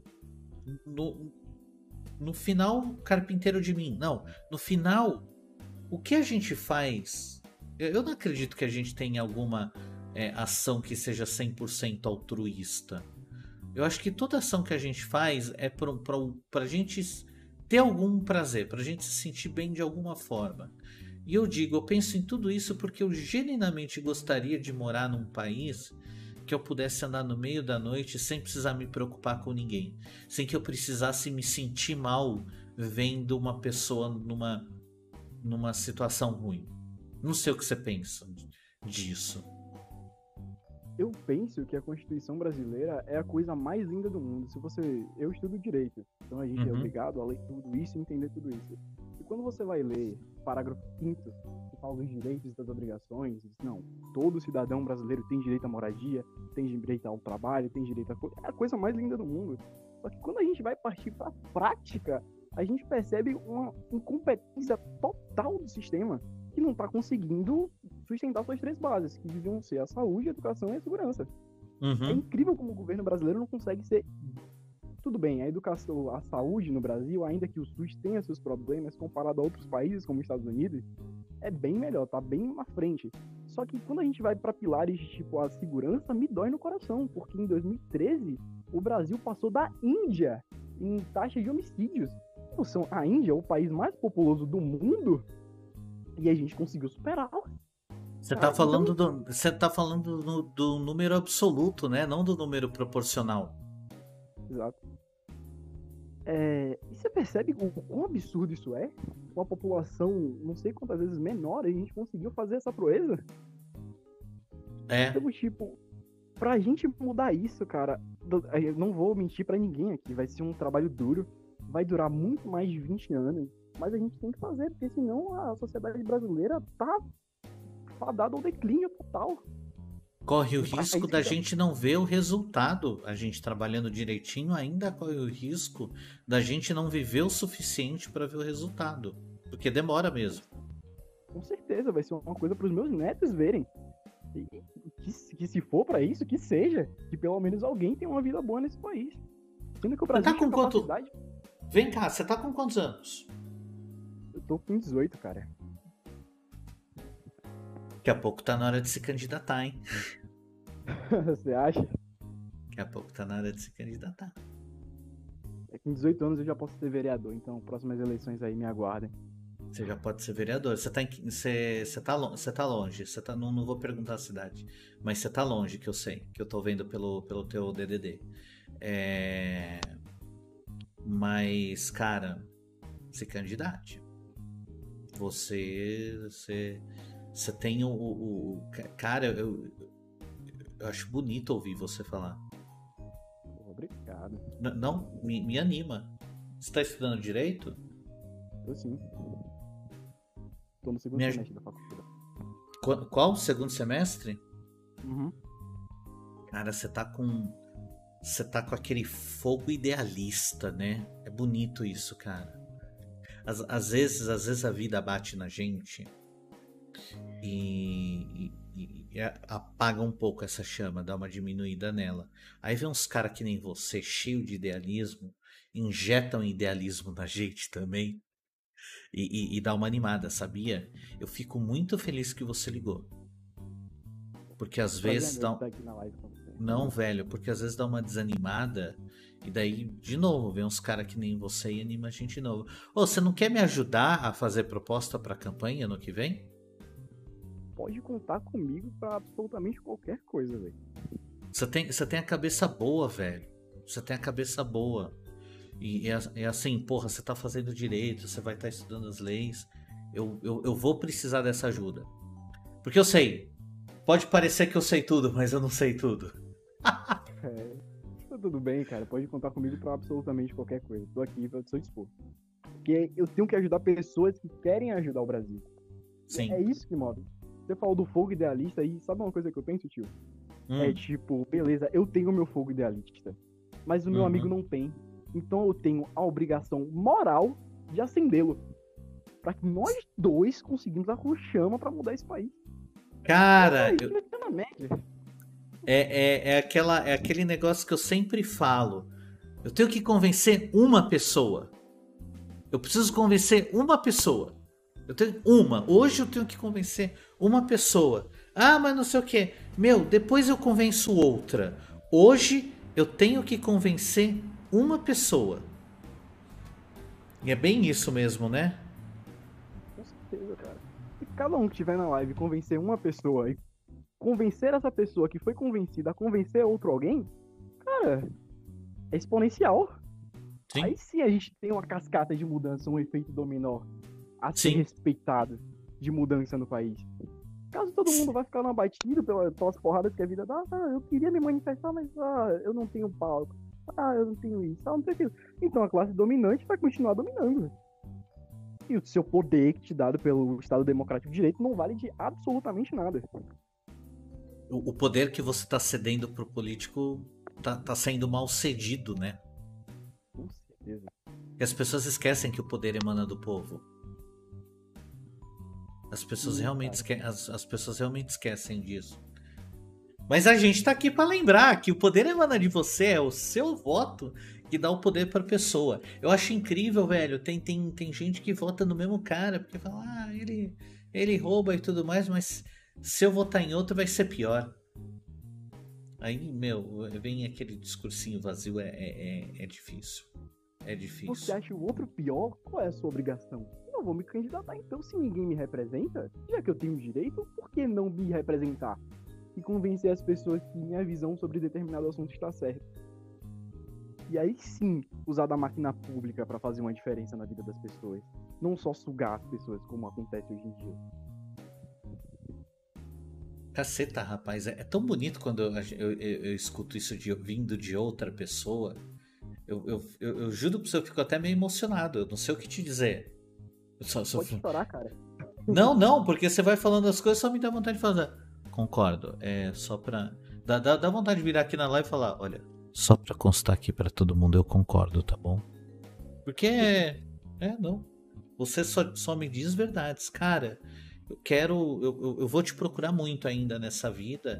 No final, carpinteiro de mim. Não, no final, o que a gente faz... Eu não acredito que a gente tenha alguma ação que seja 100% altruísta. Eu acho que toda ação que a gente faz é pra gente ter algum prazer, pra gente se sentir bem de alguma forma. E eu digo, eu penso em tudo isso porque eu genuinamente gostaria de morar num país que eu pudesse andar no meio da noite sem precisar me preocupar com ninguém, sem que eu precisasse me sentir mal vendo uma pessoa numa situação ruim. Não sei o que você pensa disso. Eu penso que a Constituição brasileira é a coisa mais linda do mundo. Eu estudo direito, então a gente é obrigado a ler tudo isso e entender tudo isso. E quando você vai ler o parágrafo 5º, que fala dos direitos e das obrigações, diz, não, todo cidadão brasileiro tem direito à moradia, tem direito ao trabalho, tem direito a... É a coisa mais linda do mundo. Só que quando a gente vai partir para a prática, a gente percebe uma incompetência total do sistema, que não está conseguindo sustentar suas 3 bases, que deviam ser a saúde, a educação e a segurança. É incrível como o governo brasileiro não consegue ser... Tudo bem, a educação, a saúde no Brasil, ainda que o SUS tenha seus problemas, comparado a outros países como os Estados Unidos, é bem melhor, tá bem na frente. Só que quando a gente vai para pilares tipo a segurança, me dói no coração, porque em 2013 o Brasil passou da Índia em taxa de homicídios. A Índia é o país mais populoso do mundo e a gente conseguiu superá-la. Você tá falando, do número absoluto, né? Não do número proporcional. Exato. E você percebe o quão absurdo isso é? Com a população não sei quantas vezes menor, a gente conseguiu fazer essa proeza? Então, tipo, pra gente mudar isso, cara, eu não vou mentir pra ninguém aqui, vai ser um trabalho duro, vai durar muito mais de 20 anos, mas a gente tem que fazer, porque senão a sociedade brasileira tá fadada ao declínio total. Corre o risco da gente não ver o resultado. A gente trabalhando direitinho ainda corre o risco da gente não viver o suficiente para ver o resultado. Porque demora mesmo. Com certeza, vai ser uma coisa para os meus netos verem. Que se for para isso, que seja. Que pelo menos alguém tenha uma vida boa nesse país. Sendo que o Brasil tá com capacidade... Vem cá, você tá com quantos anos? Eu tô com 18, cara. Daqui a pouco tá na hora de se candidatar, hein? Você acha? Daqui a pouco tá na hora de se candidatar. É que com 18 anos eu já posso ser vereador, então próximas eleições aí me aguardem. Você já pode ser vereador. Você tá longe. Não vou perguntar a cidade, mas você tá longe, que eu sei, que eu tô vendo pelo teu DDD. Mas, cara, se candidate. Você tem cara, eu acho bonito ouvir você falar. Obrigado. Não, me anima. Você tá estudando direito? Eu sim. Tô no segundo semestre da faculdade. Qual? Segundo semestre? Uhum. Cara, você tá com aquele fogo idealista, né? É bonito isso, cara. Às vezes a vida bate na gente e apaga um pouco essa chama, dá uma diminuída nela. Aí vem uns caras que nem você, cheio de idealismo, injetam idealismo na gente também e dá uma animada, sabia? Eu fico muito feliz que você ligou. Porque às vezes dá... Não, velho, porque às vezes dá uma desanimada e daí, de novo, vem uns caras que nem você e anima a gente de novo. Você não quer me ajudar a fazer proposta pra campanha ano que vem? Pode contar comigo pra absolutamente qualquer coisa, velho. Você tem a cabeça boa, velho. Você tem a cabeça boa. E é assim, porra, você tá fazendo direito, você vai estar estudando as leis. Eu vou precisar dessa ajuda. Porque eu sei. Pode parecer que eu sei tudo, mas eu não sei tudo. Tá tudo bem, cara. Pode contar comigo pra absolutamente qualquer coisa. Tô aqui pra seu dispor. Porque eu tenho que ajudar pessoas que querem ajudar o Brasil. Sim. É isso que move. Você falou do fogo idealista aí, sabe uma coisa que eu penso, tio? É tipo, beleza, eu tenho o meu fogo idealista, mas o meu amigo não tem. Então eu tenho a obrigação moral de acendê-lo. Pra que nós dois conseguimos a chama pra mudar esse país. Cara, é aquele negócio que eu sempre falo. Eu tenho que convencer uma pessoa. Eu preciso convencer uma pessoa. Hoje eu tenho que convencer uma pessoa. Ah, mas não sei o que. Meu, depois eu convenço outra. Hoje eu tenho que convencer uma pessoa. E é bem isso mesmo, né? Com certeza, cara. E cada um que estiver na live convencer uma pessoa e convencer essa pessoa que foi convencida a convencer outro alguém, cara, é exponencial. Sim. Aí sim a gente tem uma cascata de mudança, um efeito dominó a ser Sim. respeitado de mudança no país. Caso todo mundo vai ficar abatido pelas porradas que a vida dá, eu queria me manifestar, mas eu não tenho palco. Eu não tenho isso, eu não tenho aquilo. Então a classe dominante vai continuar dominando. E o seu poder que te dado pelo Estado Democrático de Direito não vale de absolutamente nada. O poder que você tá cedendo pro político tá sendo mal cedido, né? Com certeza. E as pessoas esquecem que o poder emana do povo. As pessoas realmente esquecem disso. Mas a gente tá aqui pra lembrar que o poder emana de você, é o seu voto que dá o poder pra pessoa. Eu acho incrível, velho. Tem gente que vota no mesmo cara, porque fala, ele rouba e tudo mais, mas se eu votar em outro vai ser pior. Aí, vem aquele discursinho vazio, é difícil. É difícil. Você acha o outro pior? Qual é a sua obrigação? Eu vou me candidatar, então, se ninguém me representa, já que eu tenho direito, por que não me representar? E convencer as pessoas que minha visão sobre determinado assunto está certa. E aí sim, usar da máquina pública para fazer uma diferença na vida das pessoas. Não só sugar as pessoas, como acontece hoje em dia. Caceta, rapaz, é tão bonito quando eu escuto isso vindo de outra pessoa. Eu juro pra você, eu fico até meio emocionado. Eu não sei o que te dizer. Pode chorar, cara. Não, porque você vai falando as coisas, só me dá vontade de fazer. Concordo. É só pra. Dá vontade de virar aqui na live e falar: olha, só pra constar aqui pra todo mundo, eu concordo, tá bom? Porque. Não. Você só me diz verdades, cara. Eu vou te procurar muito ainda nessa vida.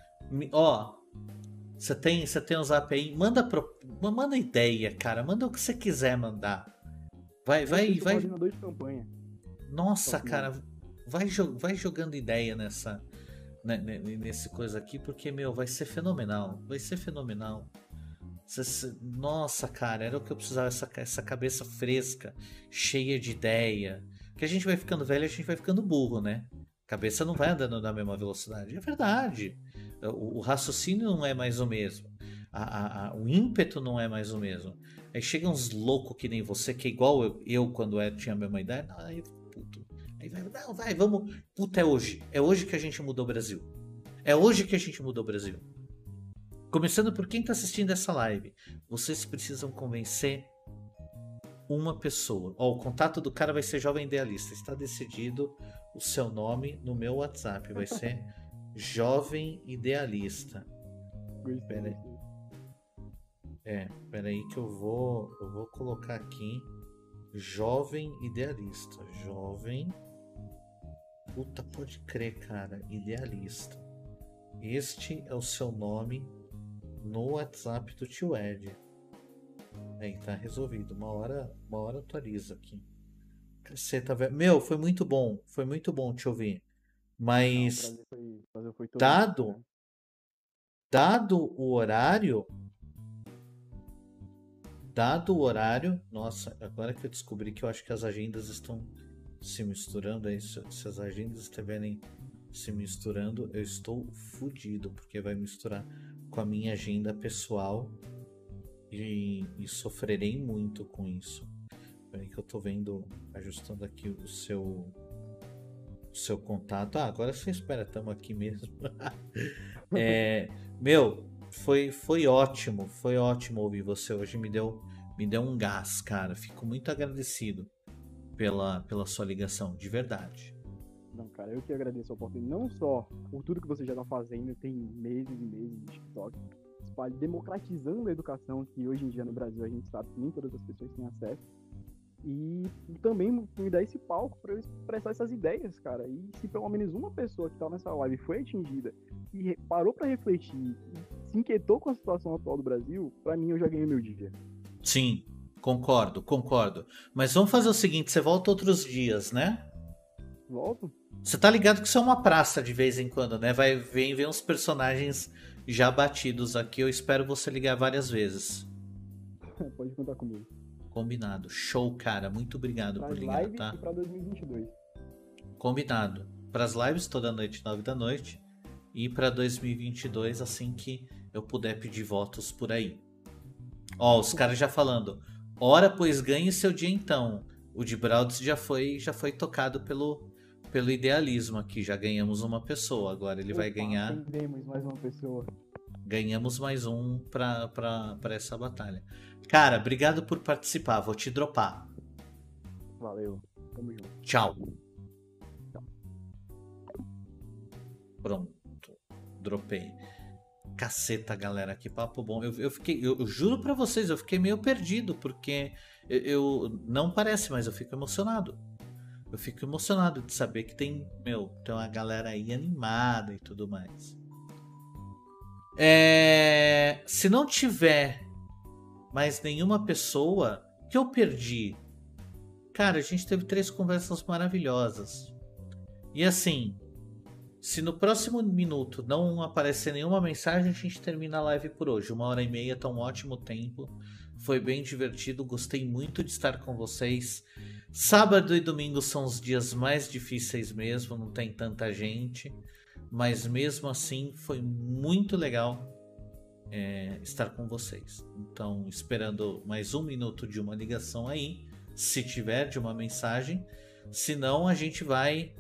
Você tem um zap aí? Manda ideia, cara. Manda o que você quiser mandar. Vai. Coordenador de campanha. Nossa, cara. Vai jogando ideia nesse coisa aqui, porque, vai ser fenomenal. Vai ser fenomenal. Nossa, cara, era o que eu precisava, essa cabeça fresca, cheia de ideia. Porque a gente vai ficando velho, a gente vai ficando burro, né? A cabeça não vai andando na mesma velocidade. É verdade. O raciocínio não é mais o mesmo. O ímpeto não é mais o mesmo. Aí chegam uns loucos que nem você, que é igual eu quando tinha a mesma idade. Aí, puto. Aí vamos. Puta, é hoje. É hoje que a gente mudou o Brasil. É hoje que a gente mudou o Brasil. Começando por quem tá assistindo essa live. Vocês precisam convencer uma pessoa. O contato do cara vai ser Jovem Idealista. Está decidido o seu nome no meu WhatsApp. Vai ser Jovem Idealista. Pera aí que eu vou colocar aqui Jovem Idealista. Jovem. Puta, pode crer, cara. Idealista. Este é o seu nome no WhatsApp do Tio Ed. Aí, tá resolvido. Uma hora atualiza aqui. Caceta, velho. Foi muito bom. Foi muito bom te ouvir. Mas foi todo dado o horário, nossa, agora que eu descobri que eu acho que as agendas estão se misturando, aí se as agendas estiverem se misturando, eu estou fudido, porque vai misturar com a minha agenda pessoal e sofrerei muito com isso. Peraí que eu tô ajustando aqui o seu contato. Agora você espera, estamos aqui mesmo. Foi ótimo ouvir você hoje, me deu um gás, cara. Fico muito agradecido pela sua ligação, de verdade. Não, cara, eu que agradeço a oportunidade, não só por tudo que você já tá fazendo, tem meses e meses de TikTok, democratizando a educação, que hoje em dia no Brasil a gente sabe que nem todas as pessoas têm acesso, e também me dar esse palco para eu expressar essas ideias, cara. E se pelo menos uma pessoa que tá nessa live foi atingida e parou para refletir, se inquietou com a situação atual do Brasil, para mim eu já ganhei meu dia. Sim, concordo. Mas vamos fazer o seguinte, você volta outros dias, né? Volto? Você tá ligado que isso é uma praça de vez em quando, né? Vem uns personagens já batidos aqui. Eu espero você ligar várias vezes. Pode contar comigo. Combinado. Show, cara. Muito obrigado por ligar, live tá? E pra 2022. Combinado. Para as lives toda noite, 9 da noite. E para 2022, assim que eu puder pedir votos por aí. Ó, os caras já falando. Ora, pois ganhe seu dia então. O de Brauds já foi tocado pelo idealismo aqui. Já ganhamos uma pessoa. Agora ele vai ganhar. Entendemos mais uma pessoa. Ganhamos mais um pra essa batalha. Cara, obrigado por participar. Vou te dropar. Valeu. Tamo junto. Tchau. Pronto. Dropei. Caceta, galera. Que papo bom. Eu juro pra vocês, eu fiquei meio perdido. Porque eu não parece, mas eu fico emocionado. Eu fico emocionado de saber que tem uma galera aí animada e tudo mais. Se não tiver mais nenhuma pessoa que eu perdi, cara, a gente teve 3 conversas maravilhosas. E assim, se no próximo minuto não aparecer nenhuma mensagem, a gente termina a live por hoje. 1h30 tá um ótimo tempo. Foi bem divertido, gostei muito de estar com vocês. Sábado e domingo são os dias mais difíceis mesmo, não tem tanta gente. Mas mesmo assim foi muito legal estar com vocês. Então, esperando mais 1 minuto de uma ligação aí, se tiver, de uma mensagem. Se não, a gente vai.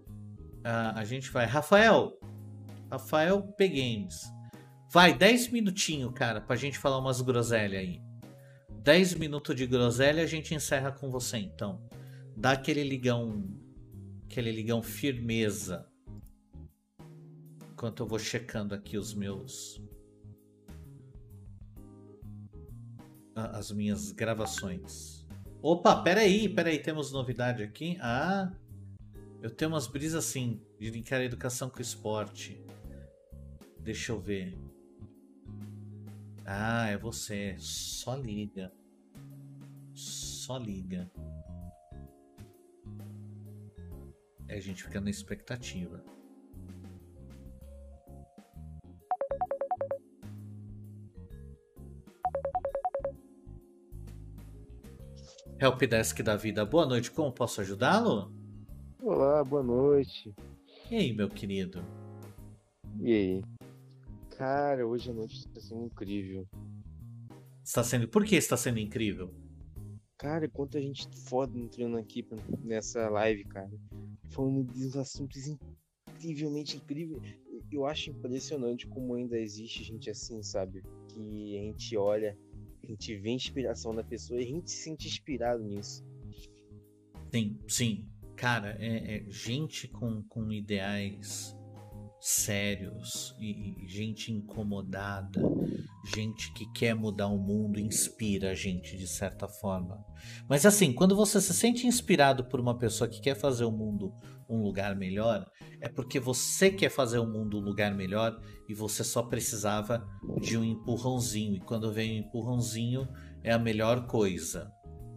Rafael P Games. Vai, 10 minutinhos, cara, pra gente falar umas groselhas aí. 10 minutos de groselha, a gente encerra com você, então. Dá aquele ligão firmeza. Enquanto eu vou checando aqui as minhas gravações. Opa, peraí, temos novidade aqui. Eu tenho umas brisas assim, de linkar a educação com o esporte. Deixa eu ver. É você. Só liga. A gente fica na expectativa. Helpdesk da vida, boa noite, como posso ajudá-lo? Olá, boa noite. E aí, meu querido? E aí? Cara, hoje a noite está sendo incrível. Por que está sendo incrível? Cara, quanta gente foda entrando aqui nessa live, cara. Falando de uns assuntos incrivelmente incríveis. Eu acho impressionante como ainda existe gente assim, sabe? Que a gente olha, a gente vê a inspiração da pessoa e a gente se sente inspirado nisso. Sim. Cara, gente com ideais sérios e gente incomodada, gente que quer mudar o mundo, inspira a gente de certa forma. Mas assim, quando você se sente inspirado por uma pessoa que quer fazer o mundo um lugar melhor, é porque você quer fazer o mundo um lugar melhor e você só precisava de um empurrãozinho. E quando vem um empurrãozinho, é a melhor coisa.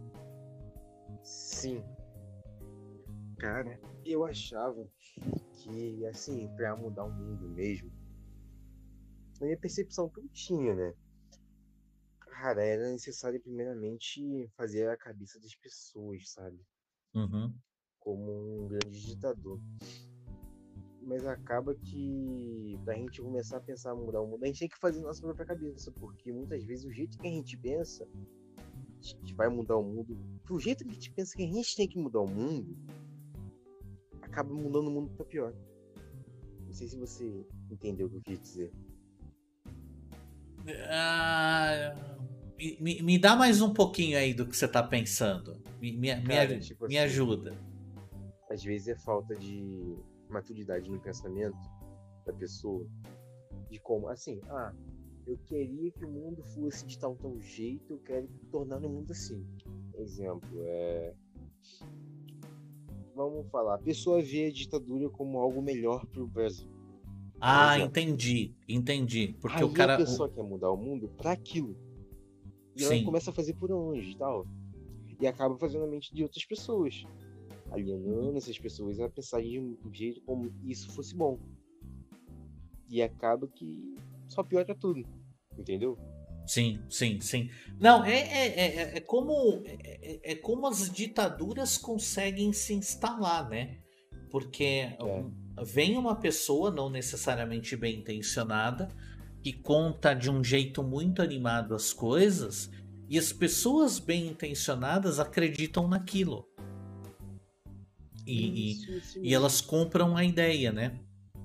Sim. Cara, eu achava que, assim, pra mudar o mundo mesmo, a minha percepção que eu tinha, né? Cara, era necessário primeiramente fazer a cabeça das pessoas, sabe? Uhum. Como um grande ditador. Mas acaba que pra gente começar a pensar em mudar o mundo, a gente tem que fazer nossa própria cabeça, porque muitas vezes o jeito que a gente pensa que vai mudar o mundo, o jeito que a gente pensa que a gente tem que mudar o mundo, acaba mudando o mundo pra pior. Não sei se você entendeu o que eu quis dizer. Me dá mais um pouquinho aí do que você tá pensando. Tipo me assim, ajuda. Às vezes é falta de maturidade no pensamento da pessoa. De como, assim, eu queria que o mundo fosse de tal jeito, eu quero tornar o mundo assim. Exemplo, vamos falar, a pessoa vê a ditadura como algo melhor pro Brasil. Entendi. Porque aí o cara. A pessoa quer mudar o mundo pra aquilo. E ela começa a fazer por onde e tal. E acaba fazendo a mente de outras pessoas. Alienando essas pessoas a pensar de um jeito como isso fosse bom. E acaba que só piora tudo. Entendeu? Sim. Não, como as ditaduras conseguem se instalar, né? porque vem uma pessoa não necessariamente bem intencionada que conta de um jeito muito animado as coisas e as pessoas bem intencionadas acreditam naquilo. E elas compram a ideia, né?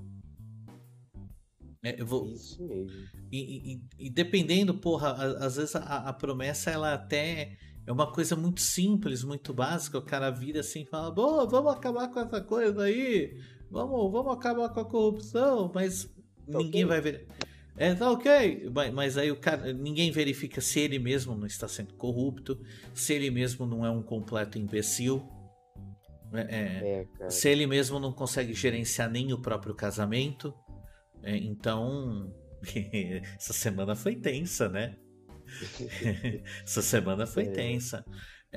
Isso mesmo. E dependendo, porra, às vezes a promessa ela até é uma coisa muito simples, muito básica. O cara vira assim e fala: "Boa, vamos acabar com essa coisa aí, vamos acabar com a corrupção", mas ninguém vai ver. Tá ok, mas aí o cara, ninguém verifica se ele mesmo não está sendo corrupto, se ele mesmo não é um completo imbecil, Cara. se ele mesmo não consegue gerenciar nem o próprio casamento. Então, essa semana foi tensa, né? Essa semana foi tensa.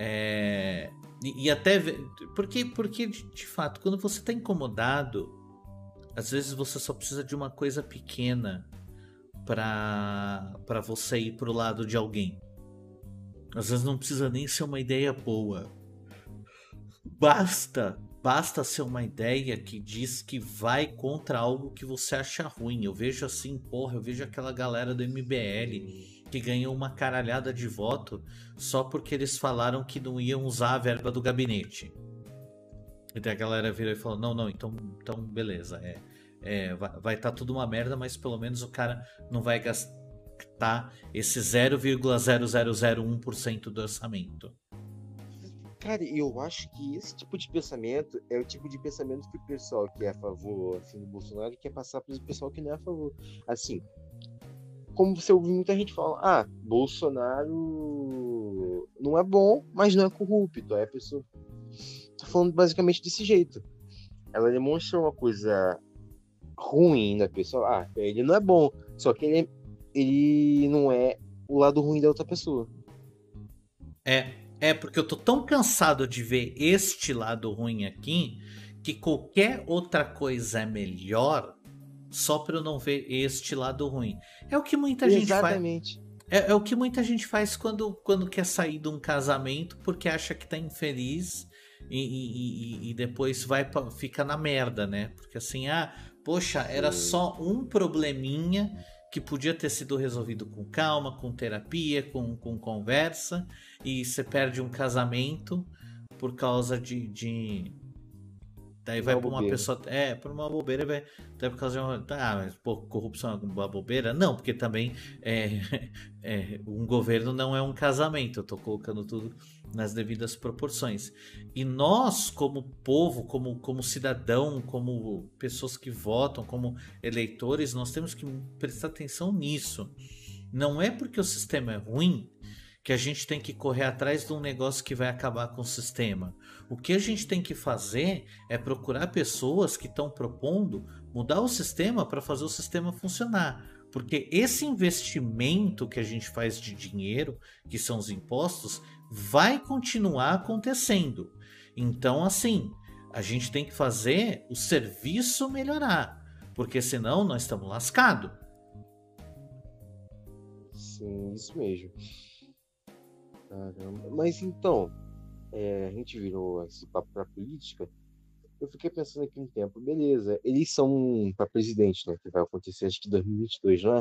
E até porque de fato, quando você está incomodado, às vezes você só precisa de uma coisa pequena para você ir pro lado de alguém. Às vezes não precisa nem ser uma ideia boa. Basta ser uma ideia que diz que vai contra algo que você acha ruim. Eu vejo assim, porra, eu vejo aquela galera do MBL que ganhou uma caralhada de voto só porque eles falaram que não iam usar a verba do gabinete. E daí a galera virou e falou: não, então beleza, vai estar tudo uma merda, mas pelo menos o cara não vai gastar esse 0,0001% do orçamento. Cara, eu acho que esse tipo de pensamento é o tipo de pensamento que o pessoal que é a favor assim, do Bolsonaro quer passar para o pessoal que não é a favor. Assim, como você ouve muita gente falar: Bolsonaro não é bom, mas não é corrupto. Aí a pessoa tá falando basicamente desse jeito. Ela demonstra uma coisa ruim da pessoa. Ele não é bom, só que ele não é o lado ruim da outra pessoa. Porque eu tô tão cansado de ver este lado ruim aqui que qualquer outra coisa é melhor só pra eu não ver este lado ruim. É o que muita gente faz. Exatamente. É o que muita gente faz quando quer sair de um casamento porque acha que tá infeliz e depois fica na merda, né? Porque assim, poxa, era só um probleminha que podia ter sido resolvido com calma, com terapia, com conversa, e você perde um casamento por causa de... Daí vai pra uma pessoa... por uma bobeira, vai... Daí por causa de uma... mas pô, corrupção é uma bobeira? Não, porque também um governo não é um casamento. Eu tô colocando tudo nas devidas proporções. E nós, como povo, como cidadão, como pessoas que votam, como eleitores, nós temos que prestar atenção nisso. Não é porque o sistema é ruim que a gente tem que correr atrás de um negócio que vai acabar com o sistema. O que a gente tem que fazer é procurar pessoas que estão propondo mudar o sistema para fazer o sistema funcionar. Porque esse investimento que a gente faz de dinheiro, que são os impostos, vai continuar acontecendo. Então, assim, a gente tem que fazer o serviço melhorar, porque senão nós estamos lascados. Sim, isso mesmo. Caramba. Mas então, a gente virou esse papo pra política. Eu fiquei pensando aqui um tempo, beleza, eleição para presidente, né, que vai acontecer acho que em 2022, não é?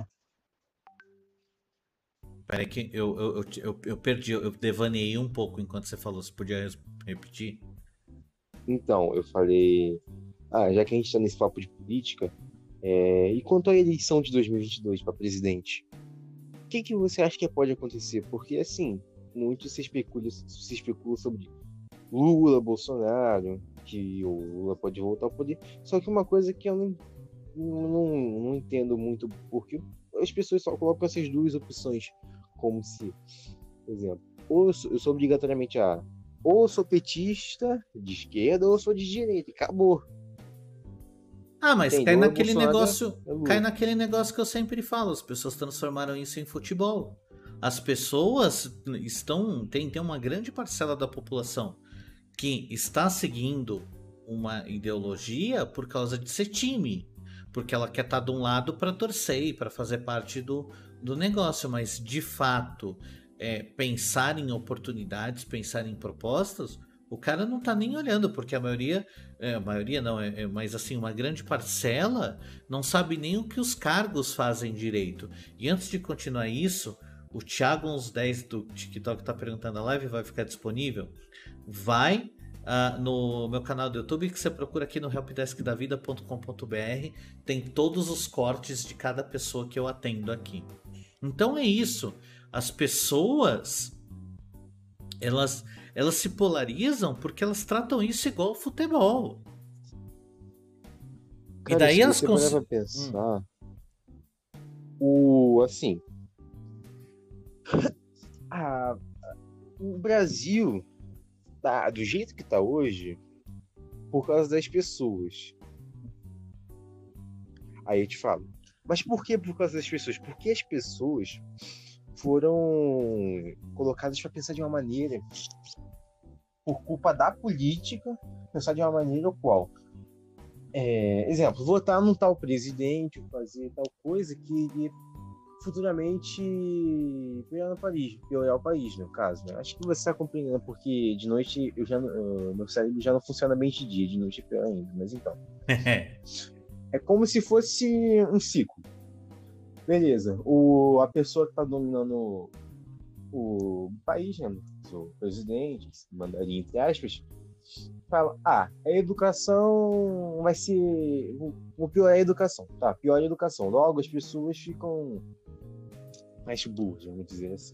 Peraí que eu perdi, eu devaneei um pouco enquanto você falou. Você podia repetir? Então, eu falei, já que a gente tá nesse papo de política, e quanto à eleição de 2022 para presidente, o que você acha que pode acontecer? Porque, assim, muito se especula sobre Lula, Bolsonaro, que o Lula pode voltar ao poder. Só que uma coisa que eu não entendo muito, porque as pessoas só colocam essas duas opções como se, por exemplo, ou eu sou obrigatoriamente ou eu sou petista de esquerda ou eu sou de direita, e acabou. Mas Entendeu? cai naquele Bolsonaro cai naquele negócio que eu sempre falo, as pessoas transformaram isso em futebol. As pessoas tem uma grande parcela da população que está seguindo uma ideologia por causa de ser time, porque ela quer estar de um lado para torcer e para fazer parte do negócio, mas de fato pensar em oportunidades, pensar em propostas, O cara não tá nem olhando, porque a maioria não, mas assim, uma grande parcela não sabe nem o que os cargos fazem direito. E antes de continuar isso, o Thiago uns 10 do TikTok tá perguntando, a live vai ficar disponível? Vai no meu canal do YouTube, que você procura aqui no helpdeskdavida.com.br, tem todos os cortes de cada pessoa que eu atendo aqui. Então é isso, as pessoas elas se polarizam porque elas tratam isso igual futebol. Cara, e daí se elas você parar pra pensar, assim, o Brasil tá do jeito que tá hoje por causa das pessoas. Aí eu te falo, mas por que por causa das pessoas? Porque as pessoas foram colocadas para pensar de uma maneira, por culpa da política, pensar de uma maneira qual, exemplo, votar num tal presidente, fazer tal coisa que iria futuramente piorar o país, no caso, né? Acho que você está compreendendo, porque de noite meu cérebro já não funciona bem de noite é pior ainda, mas então. É como se fosse um ciclo. Beleza, a pessoa que está dominando o país, né, o presidente, mandaria entre aspas, fala, a educação vai ser, vou piorar a educação, tá, pior a educação, logo as pessoas ficam mais burras, vamos dizer assim.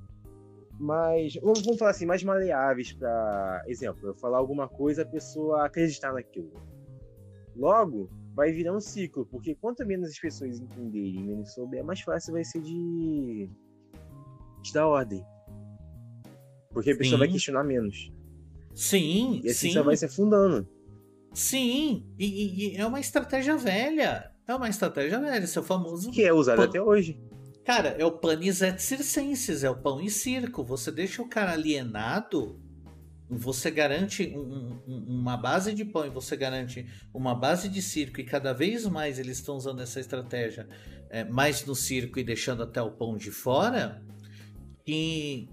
Mas, vamos falar assim, mais maleáveis para, exemplo, eu falar alguma coisa, a pessoa acreditar naquilo. Logo, vai virar um ciclo, porque quanto menos as pessoas entenderem, menos souber, mais fácil vai ser de dar ordem. Porque a pessoa vai questionar menos. Sim, e assim sim. só vai se afundando. Sim, e é uma estratégia velha. É uma estratégia velha, seu famoso... Que é usado até hoje. Cara, é o panis et circenses, é o pão e circo. Você deixa o cara alienado, você garante uma base de pão e você garante uma base de circo, e cada vez mais eles estão usando essa estratégia mais no circo e deixando até o pão de fora, que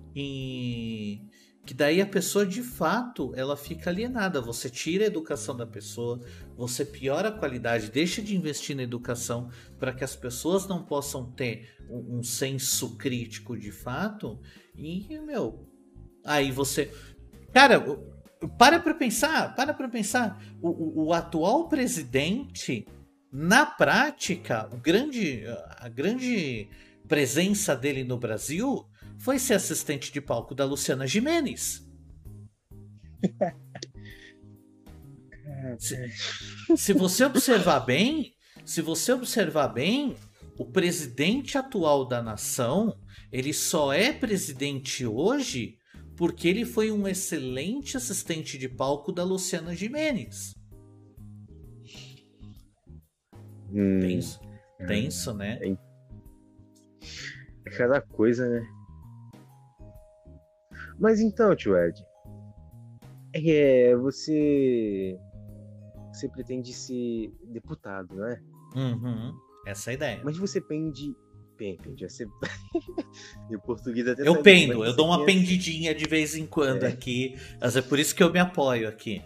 daí a pessoa de fato ela fica alienada. Você tira a educação da pessoa, você piora a qualidade, deixa de investir na educação para que as pessoas não possam ter um senso crítico de fato. E, aí você... Cara, para pra pensar. O atual presidente, na prática, a grande presença dele no Brasil foi ser assistente de palco da Luciana Gimenez. Se você observar bem, o presidente atual da nação, ele só é presidente hoje porque ele foi um excelente assistente de palco da Luciana Gimenez. Tenso, né? É cada coisa, né? Mas então, tio Ed, você pretende ser deputado, não é? Uhum, essa é a ideia. Mas você pende, você... Em português até eu pendo, eu dou uma pendidinha de vez em quando aqui, mas é por isso que eu me apoio aqui.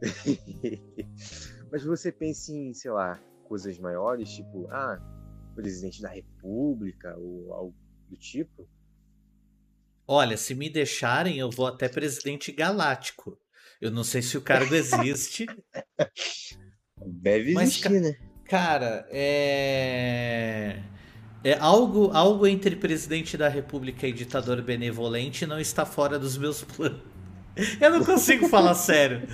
Mas você pensa em, sei lá, coisas maiores, tipo, presidente da República ou algo do tipo? Olha, se me deixarem, eu vou até presidente galáctico. Eu não sei se o cargo existe. Deve existir, né? Cara, é algo entre presidente da República e ditador benevolente não está fora dos meus planos. Eu não consigo falar sério.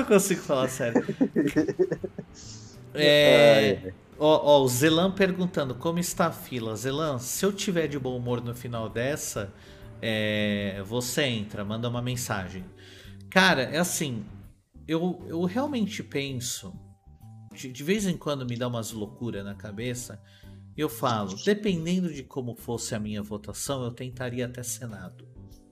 O Zelan perguntando como está a fila. Zelan, se eu tiver de bom humor no final dessa, você entra, manda uma mensagem. Cara, é assim, eu realmente penso, de vez em quando me dá umas loucuras na cabeça, eu falo, dependendo de como fosse a minha votação, eu tentaria até Senado.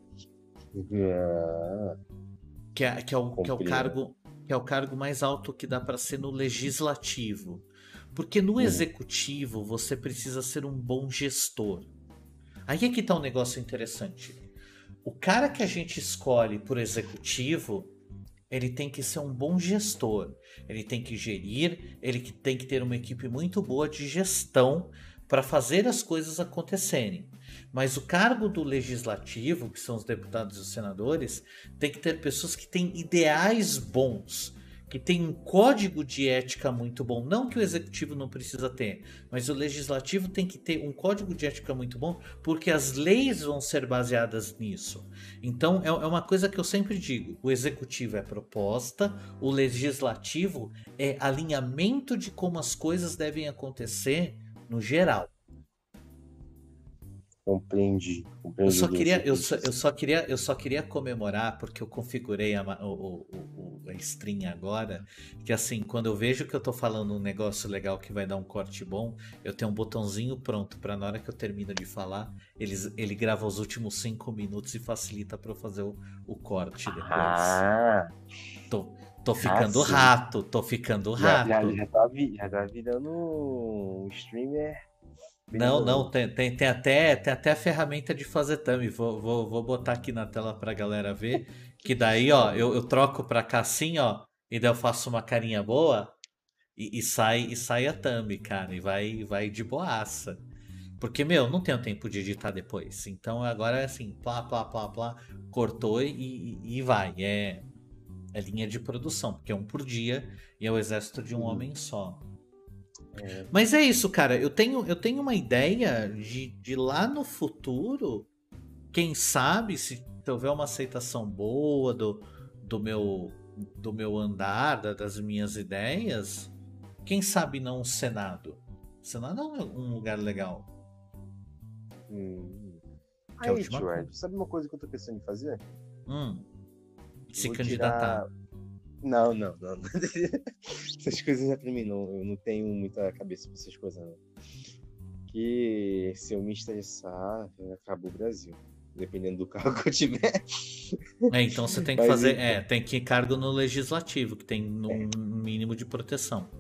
Que é o cargo mais alto que dá para ser no legislativo. Porque no executivo você precisa ser um bom gestor. Aí é que tá um negócio interessante. O cara que a gente escolhe por executivo, ele tem que ser um bom gestor. Ele tem que gerir, tem que ter uma equipe muito boa de gestão para fazer as coisas acontecerem. Mas o cargo do legislativo, que são os deputados e os senadores, tem que ter pessoas que têm ideais bons, que têm um código de ética muito bom. Não que o executivo não precisa ter, mas o legislativo tem que ter um código de ética muito bom, porque as leis vão ser baseadas nisso. Então é uma coisa que eu sempre digo: o executivo é proposta, o legislativo é alinhamento de como as coisas devem acontecer no geral. Compreendi. Eu só queria comemorar, porque eu configurei a stream agora, que assim, quando eu vejo que eu tô falando um negócio legal que vai dar um corte bom, eu tenho um botãozinho pronto pra na hora que eu termino de falar, ele grava os últimos 5 minutos e facilita pra eu fazer o corte depois. Tô ficando sim. rato, tô ficando rato. Já tá virando um streamer. Não, tem até a ferramenta de fazer thumb. Vou botar aqui na tela pra galera ver. Que daí, ó, eu troco pra cá assim, ó. E daí eu faço uma carinha boa e sai a thumb, cara. E vai de boaça. Porque, meu, não tenho tempo de editar depois. Então agora é assim, plá, cortou e vai. É linha de produção, porque é um por dia e é o exército de um homem só. Mas é isso, cara. Eu tenho uma ideia de lá no futuro, quem sabe, se houver uma aceitação boa do meu andar, das minhas ideias, quem sabe não o Senado. O Senado é um lugar legal. Que aí, tio Ed, sabe uma coisa que eu tô pensando em fazer? Se candidatar. Não. Essas coisas já pra mim não. Eu não tenho muita cabeça pra essas coisas, não. Que se eu me estressar, acaba o Brasil. Dependendo do cargo que eu tiver. Então você tem que fazer. Tem que ir cargo no legislativo, que tem um mínimo de proteção.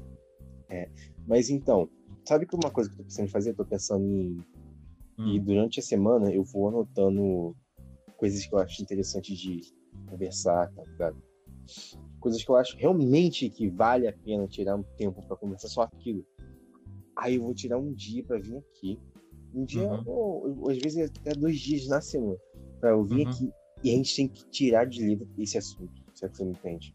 Mas então, sabe que uma coisa que eu tô pensando em fazer? Eu tô pensando em. E durante a semana eu vou anotando coisas que eu acho interessante de conversar, tá ligado? Coisas que eu acho realmente que vale a pena tirar um tempo pra conversar só aquilo. Aí eu vou tirar um dia pra vir aqui. Um dia, ou às vezes até 2 dias na semana. Pra eu vir aqui e a gente tem que tirar de letra esse assunto. Será que você não entende?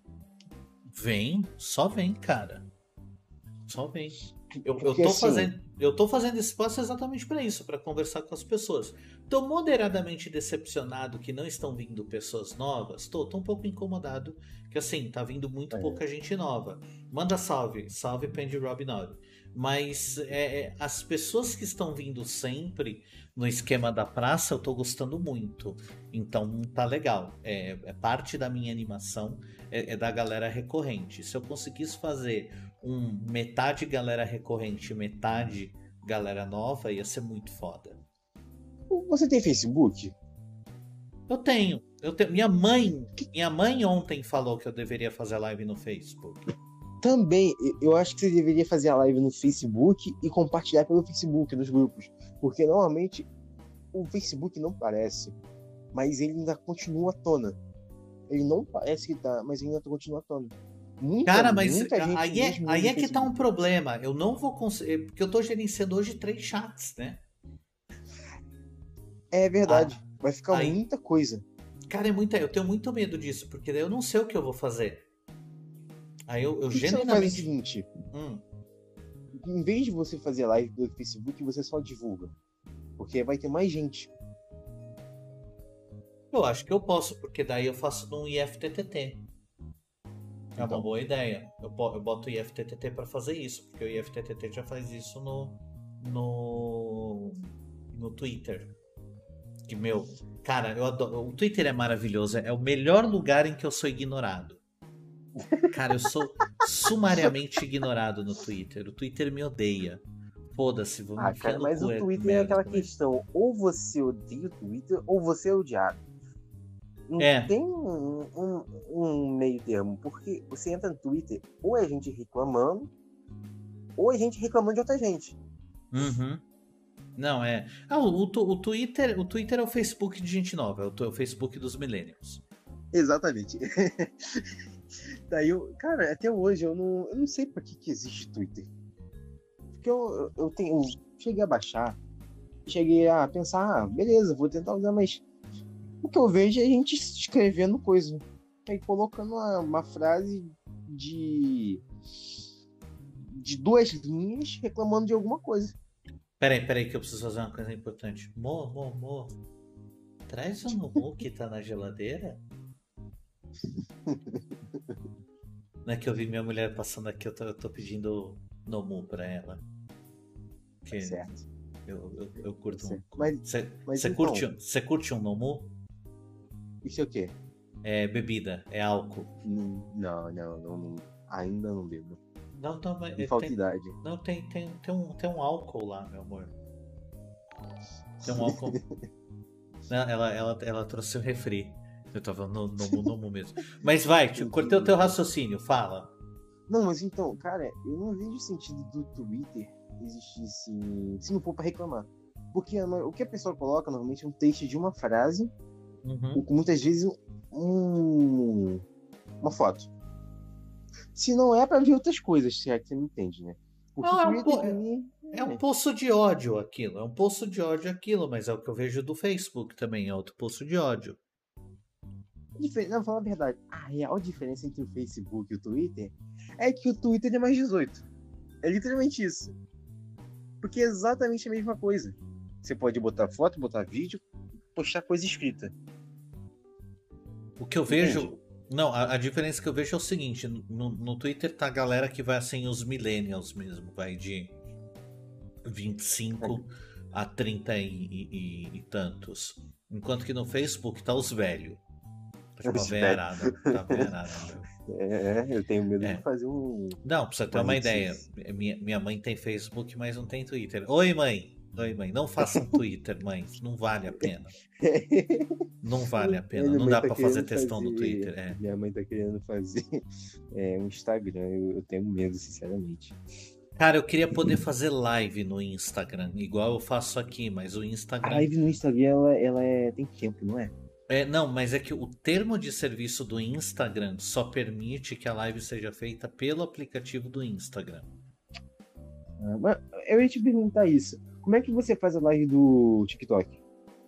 Só vem, cara. Só vem. Eu tô fazendo esse espaço exatamente para isso, para conversar com as pessoas. Tô moderadamente decepcionado que não estão vindo pessoas novas. Tô um pouco incomodado que assim, tá vindo muito pouca gente nova. Manda salve Pendy Rob 9. Mas as pessoas que estão vindo sempre no esquema da praça, eu tô gostando muito. Então tá legal. É parte da minha animação, é da galera recorrente. Se eu conseguisse fazer metade galera recorrente, metade galera nova, ia ser muito foda. Você tem Facebook? Eu tenho. Minha mãe ontem falou que eu deveria fazer live no Facebook. Também, eu acho que você deveria fazer a live no Facebook e compartilhar pelo Facebook, nos grupos. Porque normalmente o Facebook não parece, mas ele ainda continua à tona. Ele não parece que tá, mas ele ainda continua à tona. Cara, mas aí é que tá um problema. Eu não vou conseguir, porque eu tô gerenciando hoje 3 chats, né? É verdade. Vai ficar muita coisa. Cara, eu tenho muito medo disso, porque daí eu não sei o que eu vou fazer. Aí eu genuinamente... Você faz o seguinte. Em vez de você fazer live pelo Facebook, você só divulga. Porque vai ter mais gente. Eu acho que eu posso, porque daí eu faço num IFTTT. É uma boa ideia. Eu boto o IFTTT pra fazer isso, porque o IFTTT já faz isso no Twitter. Que, meu, cara, eu adoro. O Twitter é maravilhoso. É o melhor lugar em que eu sou ignorado. Cara, eu sou sumariamente ignorado no Twitter. O Twitter me odeia. Foda-se, vou me enfiar no mas cu, o Twitter é aquela questão. Ou você odeia o Twitter, ou você é odiado. Não tem um meio termo. Porque você entra no Twitter, ou é gente reclamando, ou é gente reclamando de outra gente. Não, é. O Twitter é o Facebook de gente nova. É o Facebook dos millennials. Exatamente. Daí cara, até hoje eu não sei pra que existe Twitter. Porque eu cheguei a baixar, cheguei a pensar, beleza, vou tentar usar, mas o que eu vejo é a gente escrevendo coisa. Aí colocando uma frase de 2 linhas reclamando de alguma coisa. Peraí, que eu preciso fazer uma coisa importante. Mo. Traz o Nomu que tá na geladeira. Não é que eu vi minha mulher passando aqui, eu tô pedindo Nomu pra ela. Que Certo. eu curto Certo. um. Mas Você então, curte um Nomu? isso é o quê? É bebida, é álcool. Não, ainda não bebo. Não, mas Me falta idade. não, tem um álcool lá, meu amor. Tem um álcool. Não, ela trouxe o refri. Eu tava no Nomu mesmo. Mas vai, cortei o teu raciocínio, fala. Não, mas então, cara, eu não vejo sentido do Twitter existir se não for pra reclamar. Porque o que a pessoa coloca normalmente é um texto de uma frase, ou com muitas vezes uma foto. Se não é pra ver outras coisas, se é que você me entende, né? Porque Não, Twitter pra mim é um poço de ódio aquilo. É um poço de ódio aquilo, mas é o que eu vejo do Facebook também, é outro poço de ódio. Não, vou falar a verdade. A real diferença entre o Facebook e o Twitter é que o Twitter é mais 18. É literalmente isso. Porque é exatamente a mesma coisa. Você pode botar foto, botar vídeo, postar coisa escrita. O que eu vejo. Não, a diferença que eu vejo é o seguinte: no Twitter tá a galera que vai assim, os millennials mesmo, vai de 25 a 30 e tantos. Enquanto que no Facebook tá os velhos. Tá veiarada. Eu tenho medo de fazer um. Não, pra você ter uma ideia, minha mãe tem Facebook, mas não tem Twitter. Oi, mãe, não faça um Twitter, mãe. Não vale a pena. Não vale a pena. Não dá pra fazer textão no Twitter. Minha mãe tá querendo fazer um Instagram. Eu tenho medo, sinceramente. Cara, eu queria poder fazer live no Instagram, igual eu faço aqui, mas o Instagram. A live no Instagram, ela tem tempo, não é? Não, mas é que o termo de serviço do Instagram só permite que a live seja feita pelo aplicativo do Instagram. Mas eu ia te perguntar isso. Como é que você faz a live do TikTok?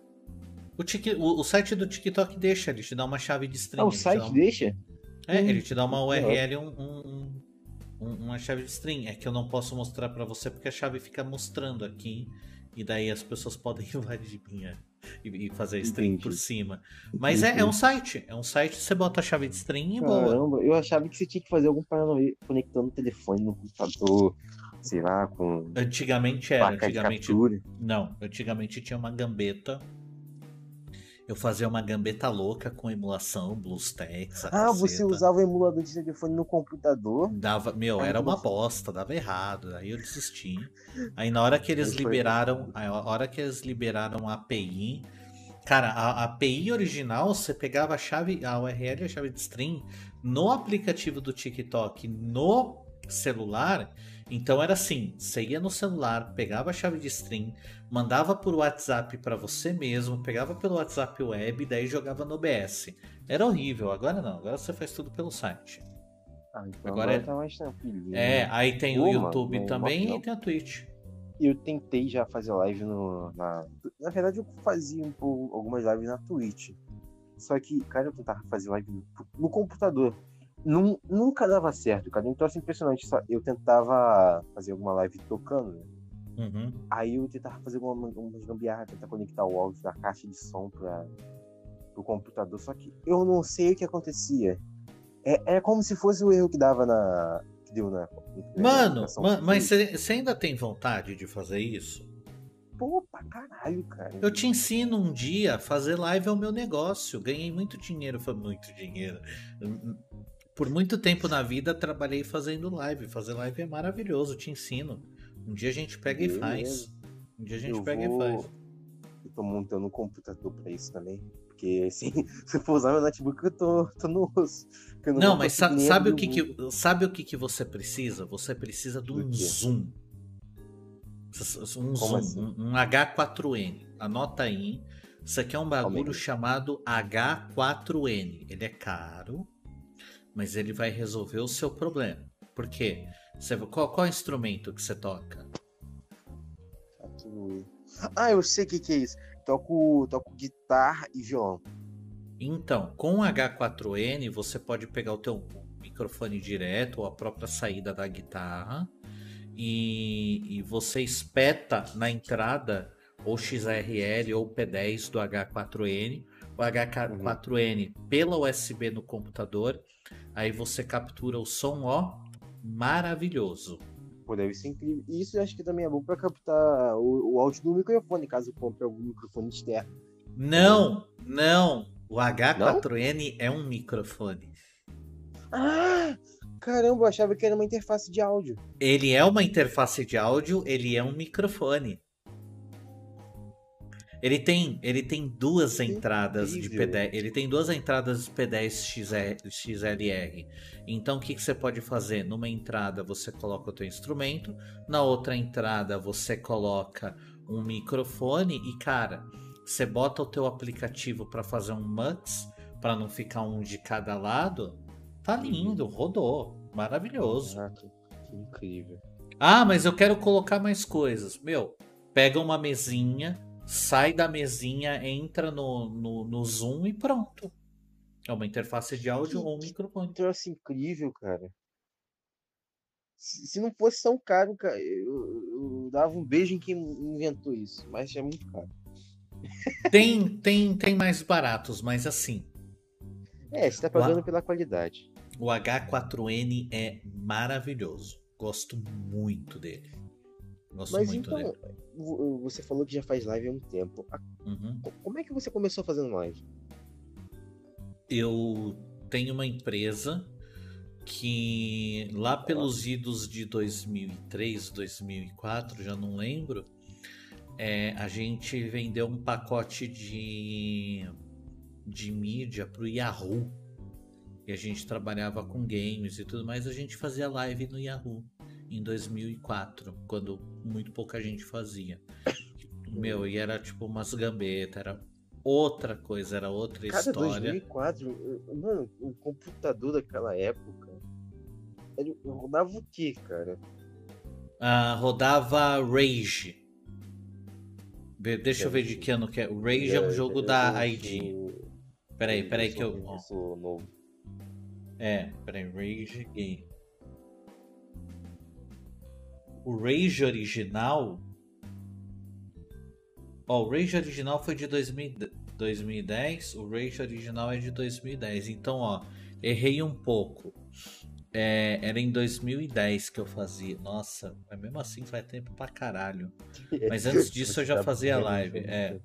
O site do TikTok deixa, ele te dá uma chave de string. O site deixa? Ele te dá uma URL, uma chave de string. É que eu não posso mostrar pra você porque a chave fica mostrando aqui. E daí as pessoas podem invadir minha e fazer string por cima. Mas é um site. É um site, você bota a chave de string e boa. Caramba, eu achava que você tinha que fazer algum paranoia conectando o telefone no computador, sei lá, com. Antigamente era. Não, antigamente tinha uma gambeta. Eu fazia uma gambeta louca com emulação, BlueStacks. Você usava o emulador de telefone no computador? Era uma bosta, dava errado. Aí eu desisti. Aí na hora que eles liberaram, a API, cara, a API original, você pegava a URL e a chave de string no aplicativo do TikTok, no celular. Então era assim, você ia no celular, pegava a chave de string, mandava por WhatsApp para você mesmo, pegava pelo WhatsApp web e daí jogava no OBS. Era horrível, agora não, agora você faz tudo pelo site. Então agora tá mais tranquilo. Aí tem o YouTube também e tem a Twitch. Eu tentei já fazer live na verdade eu fazia algumas lives na Twitch. Só que, cara, eu tentava fazer live no computador. Nunca dava certo, cara. Então, assim, impressionante. Eu tentava fazer alguma live tocando, né? Aí eu tentava fazer umas gambiarras, tentar conectar o áudio da caixa de som pro computador. Só que eu não sei o que acontecia. É como se fosse o erro que deu na. Mano, mas você ainda tem vontade de fazer isso? Pô, pra caralho, cara. Eu te ensino um dia, fazer live é o meu negócio. Ganhei muito dinheiro, foi muito dinheiro. Por muito tempo na vida trabalhei fazendo live. Fazer live é maravilhoso, te ensino. Um dia a gente pega e faz. Eu tô montando um computador pra isso também. Porque assim, se eu for usar meu notebook, eu tô no osso. Não, mas sabe o que você precisa? Você precisa de um zoom. Um H4n. Anota aí. Isso aqui é um bagulho chamado H4n. Ele é caro. mas ele vai resolver o seu problema. Por quê? Qual instrumento que você toca? Ah, eu sei o que é isso. Toco guitarra e violão. Então, com o H4N, você pode pegar o teu microfone direto ou a própria saída da guitarra e você espeta na entrada ou XRL ou P10 do H4N, o H4N pela USB no computador, aí você captura o som, ó, maravilhoso. Pô, deve ser incrível. E isso eu acho que também é bom pra captar o áudio do microfone, caso compre algum microfone externo. Não. O H4N é um microfone. Ah! Caramba, eu achava que era uma interface de áudio. Ele é uma interface de áudio, ele é um microfone. Ele tem duas entradas de P10. Ele tem duas entradas de P10 XLR. Então o que você pode fazer? Numa entrada você coloca o teu instrumento, na outra entrada você coloca um microfone e, cara, você bota o teu aplicativo para fazer um mux, para não ficar um de cada lado. Tá lindo, rodou, maravilhoso. Ah, que incrível. Ah, mas eu quero colocar mais coisas. Meu, pega uma mesinha, sai da mesinha, entra no Zoom e pronto. É uma interface de áudio ou um microfone. Que troço incrível, cara. Se não fosse tão caro, cara, eu dava um beijo em quem inventou isso, mas é muito caro. Tem mais baratos, mas assim, Você tá pagando pela qualidade. o H4N é maravilhoso. Gosto muito dele. Mas então, você falou que já faz live há um tempo. Uhum. Como é que você começou fazendo live? Eu tenho uma empresa que lá pelos idos de 2003, 2004, já não lembro, a gente vendeu um pacote de mídia pro Yahoo. E a gente trabalhava com games e tudo mais, a gente fazia live no Yahoo em 2004, quando muito pouca gente fazia. Meu, e era tipo umas gambetas, era outra coisa, era outra história. 2004, mano, o computador daquela época, ele rodava o que, cara? Rodava Rage. Deixa eu ver de que ano que é. O Rage é um jogo da ID. Peraí que eu sou novo. Peraí, Rage Game. O Rage original. O Rage original foi de 2010. O Rage original é de 2010. Então, errei um pouco. Era em 2010 que eu fazia. Nossa, mas mesmo assim faz tempo pra caralho. Mas antes disso eu já fazia live.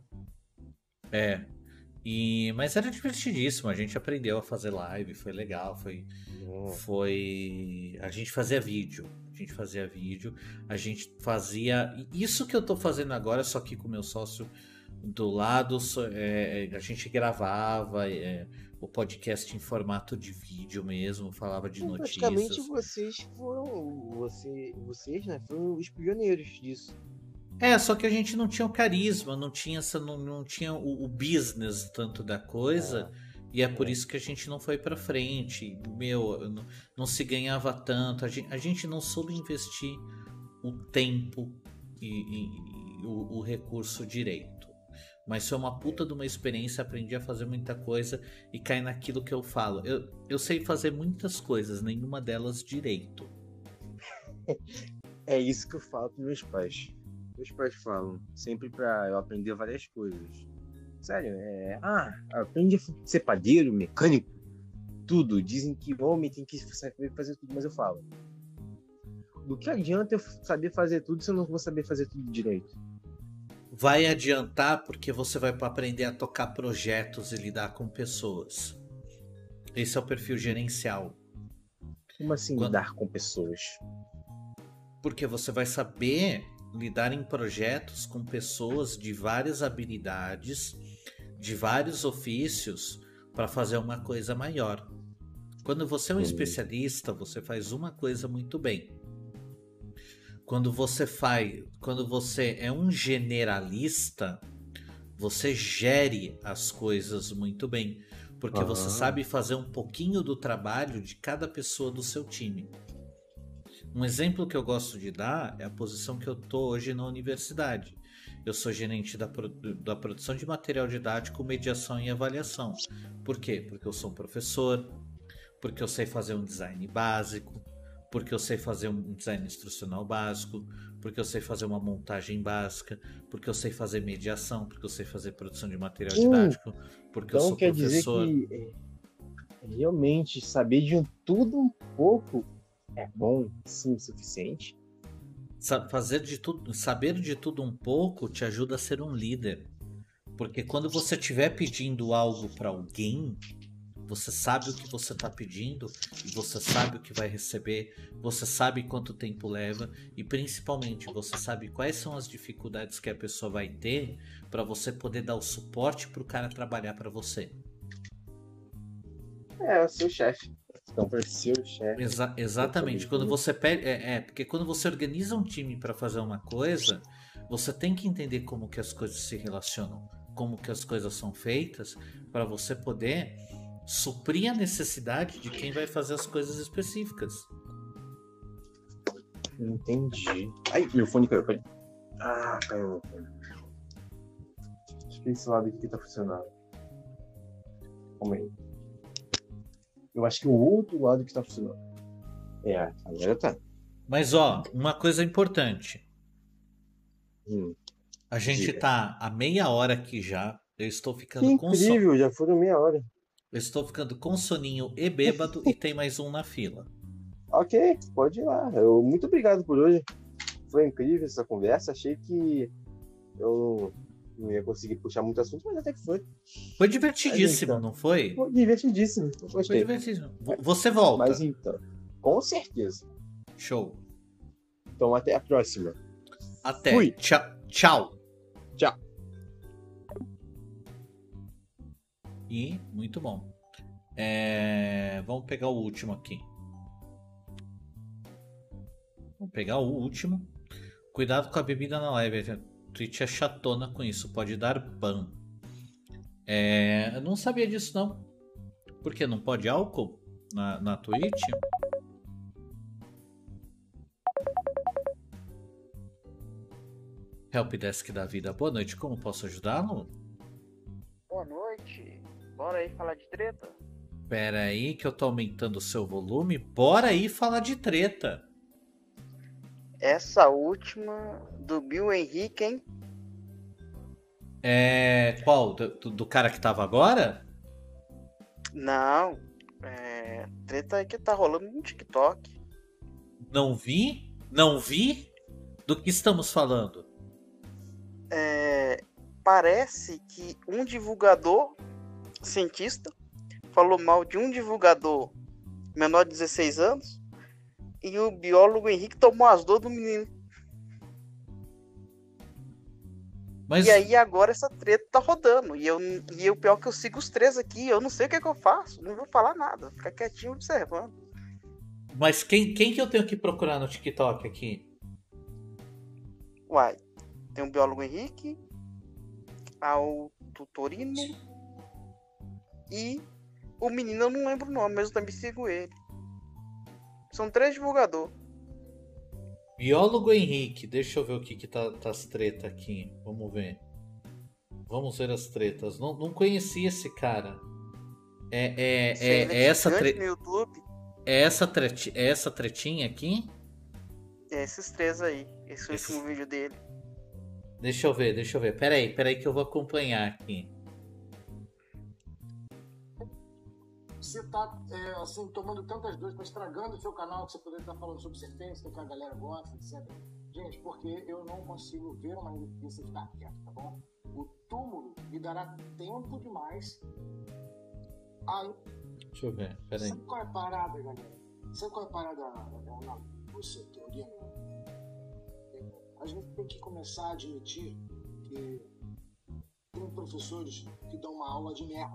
Mas era divertidíssimo. A gente aprendeu a fazer live, foi legal. A gente fazia vídeo. A gente fazia. Isso que eu tô fazendo agora, só que com o meu sócio do lado. A gente gravava o podcast em formato de vídeo mesmo, falava de notícias. Praticamente vocês né, foram os pioneiros disso. Só que a gente não tinha o carisma, não tinha o business tanto da coisa, e é por isso que a gente não foi pra frente. Meu, não se ganhava tanto, a gente não soube investir o tempo e o recurso direito. Mas foi uma puta de uma experiência, aprendi a fazer muita coisa e cai naquilo que eu falo. Eu sei fazer muitas coisas, nenhuma delas direito. É isso que eu falo pros meus pais. Meus pais falam sempre pra eu aprender várias coisas. Sério, aprende a ser padeiro, mecânico, tudo. Dizem que homem tem que saber fazer tudo, mas eu falo. Do que adianta eu saber fazer tudo se eu não vou saber fazer tudo direito? Vai adiantar porque você vai aprender a tocar projetos e lidar com pessoas. Esse é o perfil gerencial. Como assim lidar com pessoas? Porque você vai saber lidar em projetos com pessoas de várias habilidades, de vários ofícios, para fazer uma coisa maior. Quando você é um especialista, você faz uma coisa muito bem. Quando você é um generalista, você gere as coisas muito bem. Porque você sabe fazer um pouquinho do trabalho de cada pessoa do seu time. Um exemplo que eu gosto de dar é a posição que eu tô hoje na universidade. Eu sou gerente da produção de material didático, mediação e avaliação. Por quê? Porque eu sou um professor, porque eu sei fazer um design básico, porque eu sei fazer um design instrucional básico, porque eu sei fazer uma montagem básica, porque eu sei fazer mediação, porque eu sei fazer produção de material didático, porque eu Então sou quer dizer professor. que realmente saber de tudo um pouco é bom, sim, o suficiente? Saber de tudo um pouco te ajuda a ser um líder. Porque quando você estiver pedindo algo para alguém, você sabe o que você está pedindo e você sabe o que vai receber, você sabe quanto tempo leva e principalmente você sabe quais são as dificuldades que a pessoa vai ter para você poder dar o suporte para o cara trabalhar para você. É, o seu chefe. Então, para ser o chefe. Exatamente. Quando você pede, porque quando você organiza um time para fazer uma coisa, você tem que entender como que as coisas se relacionam, como que as coisas são feitas, para você poder suprir a necessidade de quem vai fazer as coisas específicas. Entendi. Ai, meu fone caiu, peraí. Ah, caiu meu fone. Acho que esse lado aqui tá funcionando. Calma aí. Eu acho que o outro lado que tá funcionando. É, agora tá. Mas ó, uma coisa importante. A gente Diga. tá a meia hora aqui já. Eu estou ficando Que com incrível, já foram meia hora. Eu estou ficando com soninho e bêbado e tem mais um na fila. Ok, pode ir lá. Muito obrigado por hoje. Foi incrível essa conversa. Achei que eu não ia conseguir puxar muito assunto, mas até que foi. Foi divertidíssimo, Mas então, não foi? Foi divertidíssimo. Foi Gostei. divertidíssimo. Você volta. Mas então, com certeza. Show. Então até a próxima. Até. Fui. Tchau. Tchau. E muito bom. Vamos pegar o último aqui. Vamos pegar o último. Cuidado com a bebida na live. A Twitch é chatona com isso. Pode dar ban. Eu não sabia disso não. Por que? Não pode álcool na Twitch? Helpdesk da vida. Boa noite. Como posso ajudá-lo? Boa noite. Bora aí falar de treta? Pera aí que eu tô aumentando o seu volume. Bora aí falar de treta. Essa última do Bill Henrique, hein? Qual? Do cara que tava agora? Não. Treta aí que tá rolando no TikTok. Não vi? Não vi? Do que estamos falando? Parece que um divulgador cientista falou mal de um divulgador menor de 16 anos e o biólogo Henrique tomou as dores do menino. Mas... E aí agora essa treta tá rodando. E o pior é que eu sigo os três aqui, eu não sei o que é que eu faço. Não vou falar nada, vou ficar quietinho observando. Mas quem que eu tenho que procurar no TikTok aqui? Uai, tem o biólogo Henrique, o Tutorino e o menino eu não lembro o nome, mas eu também sigo ele. São 3 divulgadores. Biólogo Henrique, deixa eu ver o que tá as tretas aqui. Vamos ver. Vamos ver as tretas. Não conheci esse cara. Essa treta no YouTube. É essa tretinha aqui? É esses 3 aí. Esse último vídeo dele. Deixa eu ver. Pera aí que eu vou acompanhar aqui. Você tá, assim, tomando tantas dores, tá estragando o seu canal, que você poderia estar falando sobre ciência, que a galera gosta, etc. Gente, porque eu não consigo ver uma notícia ficar quieto, tá bom? O túmulo me dará tempo demais. Aí, deixa eu ver, peraí. Sabe qual é a parada, galera? Sabe qual é a parada na nossa teoria? A gente tem que começar a admitir que tem professores que dão uma aula de merda.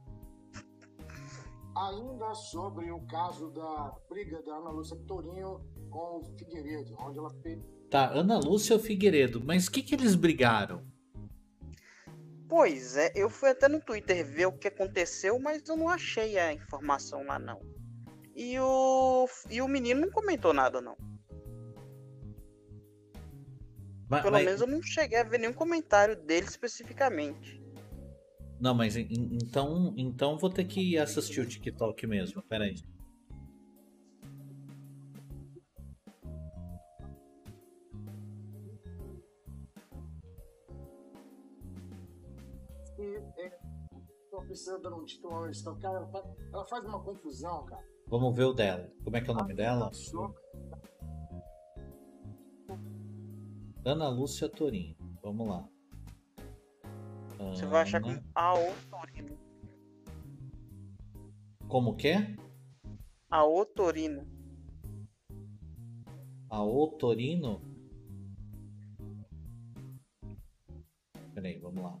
Ainda sobre o caso da briga da Ana Lúcia Torinho com o Figueiredo, onde ela fez... Tá, Ana Lúcia ou Figueiredo, mas o que eles brigaram? Pois é, eu fui até no Twitter ver o que aconteceu, mas eu não achei a informação lá, não. E o menino não comentou nada, não. Pelo menos eu não cheguei a ver nenhum comentário dele especificamente. Não, mas então vou ter que assistir o TikTok mesmo. Pera aí. Tô precisando de uma questão. Cara, ela faz uma confusão, cara. Vamos ver o dela. Como é que é o nome dela? Ana Lúcia Torinho. Vamos lá. Você vai achar como Aotorino. Como que é? Aotorino. Aotorino? Peraí, vamos lá.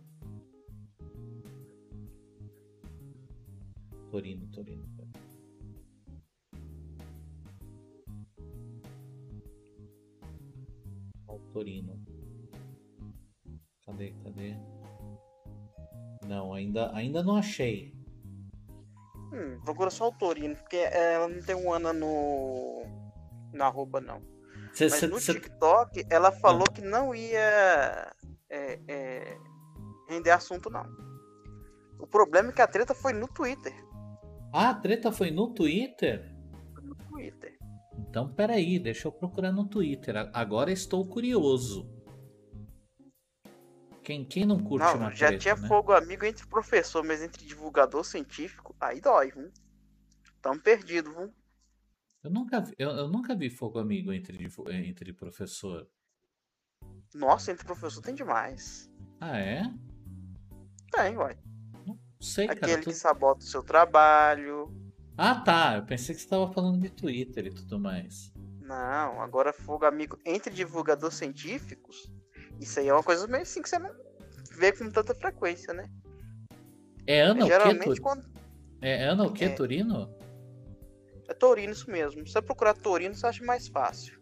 Torino. Torino. Cadê? Não, ainda não achei. Procura só o Torino, porque ela não tem um Ana no arroba, não. Mas no TikTok, ela falou que não ia render assunto, não. O problema é que a treta foi no Twitter. Ah, a treta foi no Twitter? No Twitter. Então, peraí, deixa eu procurar no Twitter. Agora estou curioso. Quem não curte uma já treta, tinha né? fogo amigo entre professor, mas entre divulgador científico, aí dói, viu? Tamo perdido, viu? Eu nunca vi fogo amigo entre professor. Nossa, entre professor tem demais. Ah, é? Tem, uai. Não sei, Aquele cara. que sabota o seu trabalho. Ah, tá. Eu pensei que você estava falando de Twitter e tudo mais. Não, agora fogo amigo entre divulgadores científicos, isso aí é uma coisa meio assim que você não vê com tanta frequência, né? É Ana geralmente o quê, quando... É Ana o quê, Torino? É Torino, isso mesmo. Se você procurar Torino, você acha mais fácil.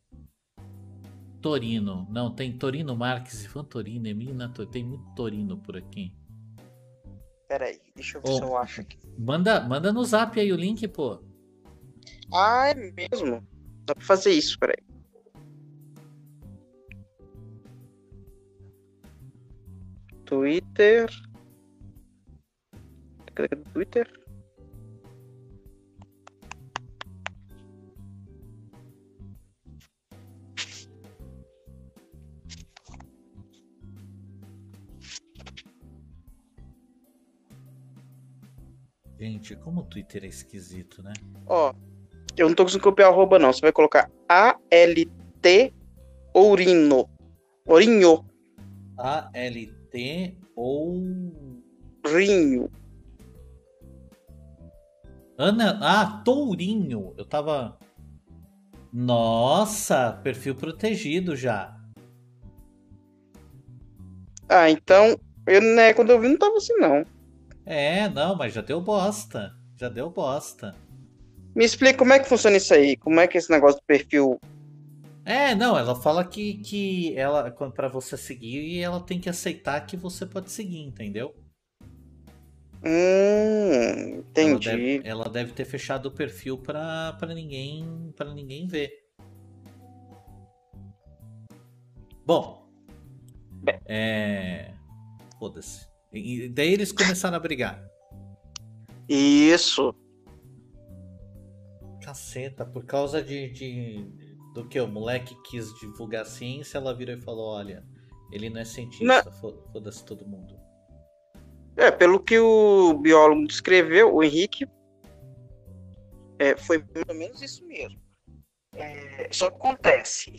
Torino. Não, tem Torino Marques, Ivan Torino, Emina Torino. Tem muito Torino por aqui. Pera aí, deixa eu ver se eu acho aqui. Manda no zap aí o link, pô. Ah, é mesmo? Dá pra fazer isso, peraí. Twitter. Cadê o Twitter? Gente, como o Twitter é esquisito, né? Ó, eu não tô conseguindo copiar arroba, não. Você vai colocar ALT Ourinho. Ourinho. ALT ou... Rinho. Ana... Ah, Tourinho. Eu tava... Nossa, perfil protegido já. Ah, então... né, quando eu vi não tava assim, não. É, não, mas já deu bosta. Já deu bosta. Me explica como é que funciona isso aí. Como é que é esse negócio do perfil... É, não, ela fala que ela, pra você seguir, ela tem que aceitar que você pode seguir, entendeu? Entendi. Ela deve ter fechado o perfil pra ninguém ver. Bom, foda-se. E daí eles começaram a brigar. Isso. Caceta, por causa do que? O moleque quis divulgar ciência, ela virou e falou, olha, ele não é cientista, foda-se todo mundo. Pelo que o biólogo descreveu, o Henrique, foi mais ou menos isso mesmo. Só que acontece,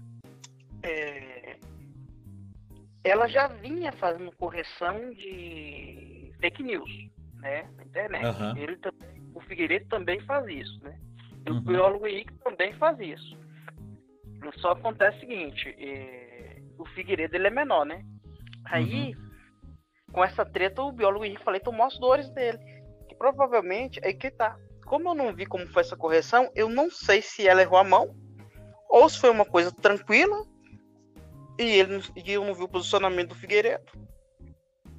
ela já vinha fazendo correção de fake news, né, na internet. Uhum. O Figueiredo também faz isso, né? E o biólogo Henrique também faz isso. Só acontece o seguinte, o Figueiredo ele é menor, né? Aí, com essa treta, o biólogo Henrique falei, tomou as dores dele. Que provavelmente, aí que tá. Como eu não vi como foi essa correção, eu não sei se ela errou a mão, ou se foi uma coisa tranquila, e eu não vi o posicionamento do Figueiredo.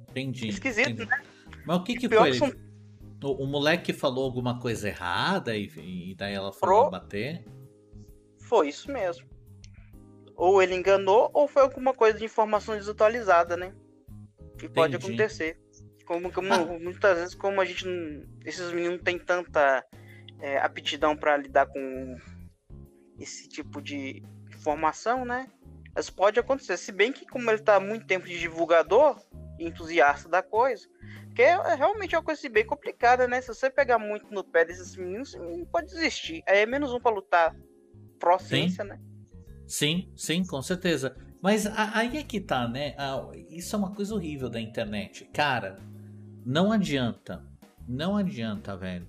Entendi. Esquisito, entendi. né? Mas o que E que pior foi? que são O moleque falou alguma coisa errada e daí ela foi lá pro. bater? Foi isso mesmo. Ou ele enganou, ou foi alguma coisa de informação desatualizada, né? Que pode Entendi. acontecer. Ah. Muitas vezes, como esses meninos não têm tanta aptidão para lidar com esse tipo de informação, né? Mas pode acontecer. Se bem que, como ele tá há muito tempo de divulgador, entusiasta da coisa, porque realmente é uma coisa bem complicada, né? Se você pegar muito no pé desses meninos, você não pode desistir. Aí é menos um para lutar pró-ciência, né? Sim, com certeza. Mas aí é que tá, né? Isso é uma coisa horrível da internet. Cara, não adianta. Não adianta, velho.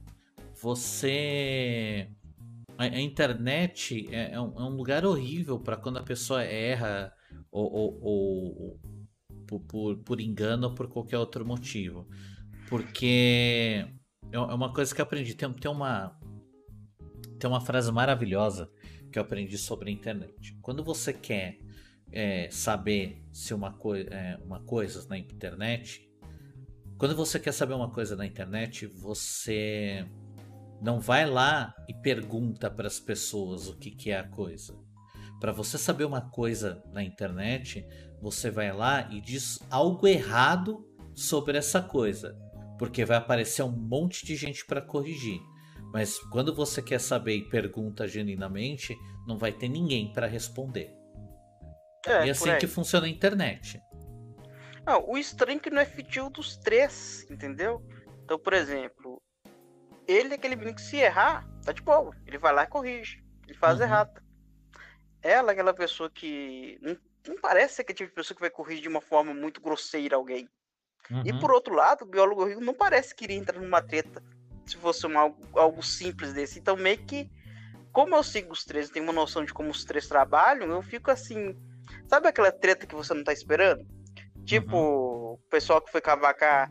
Você. A internet é um lugar horrível para quando a pessoa erra ou por engano ou por qualquer outro motivo. Porque é uma coisa que eu aprendi. Tem uma frase maravilhosa que eu aprendi sobre a internet. Quando você quer saber se uma coisa na internet, quando você quer saber uma coisa na internet, você não vai lá e pergunta para as pessoas o que é a coisa. Para você saber uma coisa na internet, você vai lá e diz algo errado sobre essa coisa, porque vai aparecer um monte de gente para corrigir. Mas quando você quer saber e pergunta genuinamente, não vai ter ninguém para responder. E é assim que funciona a internet. Não, o estranho é que não é feitio dos três, entendeu? Então, por exemplo, ele é aquele menino que se errar, tá de boa. Ele vai lá e corrige. Ele faz errado. Ela é aquela pessoa que não parece ser aquele tipo de pessoa que vai corrigir de uma forma muito grosseira alguém. E por outro lado, o biólogo Rio não parece que iria entrar numa treta se fosse algo simples desse. Então, meio que, como eu sigo os três e tenho uma noção de como os três trabalham, eu fico assim. Sabe aquela treta que você não tá esperando? Tipo, o pessoal que foi cavacar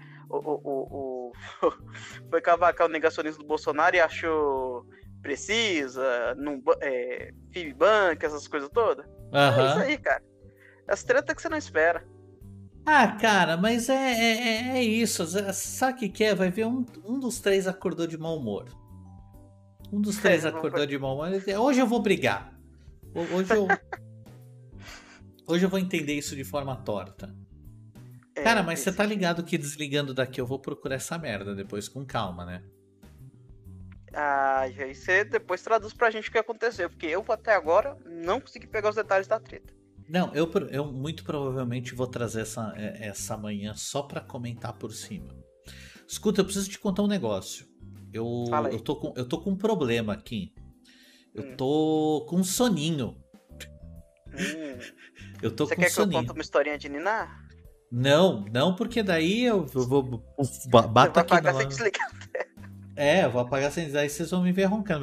foi cavacar o negacionismo do Bolsonaro e achou precisa, FIBank, essas coisas todas. É isso aí, cara. As tretas que você não espera. Ah, cara, mas é isso. Sabe o que é? Vai ver um dos três acordou de mau humor. Um dos três acordou de mau humor. Hoje eu vou brigar. Hoje eu vou entender isso de forma torta. Cara, mas você tá ligado que desligando daqui eu vou procurar essa merda depois com calma, né? Ah, e aí você depois traduz pra gente o que aconteceu, porque eu até agora não consegui pegar os detalhes da treta. Não, eu muito provavelmente vou trazer essa manhã só pra comentar por cima. Escuta, eu preciso te contar um negócio. Eu tô com um problema aqui. Eu tô com um soninho. Eu tô Você com quer soninho. que eu conte uma historinha de Niná? Não, porque daí eu vou bato aqui apagar sem desligar. Eu vou apagar sem desligar e vocês vão me ver roncando.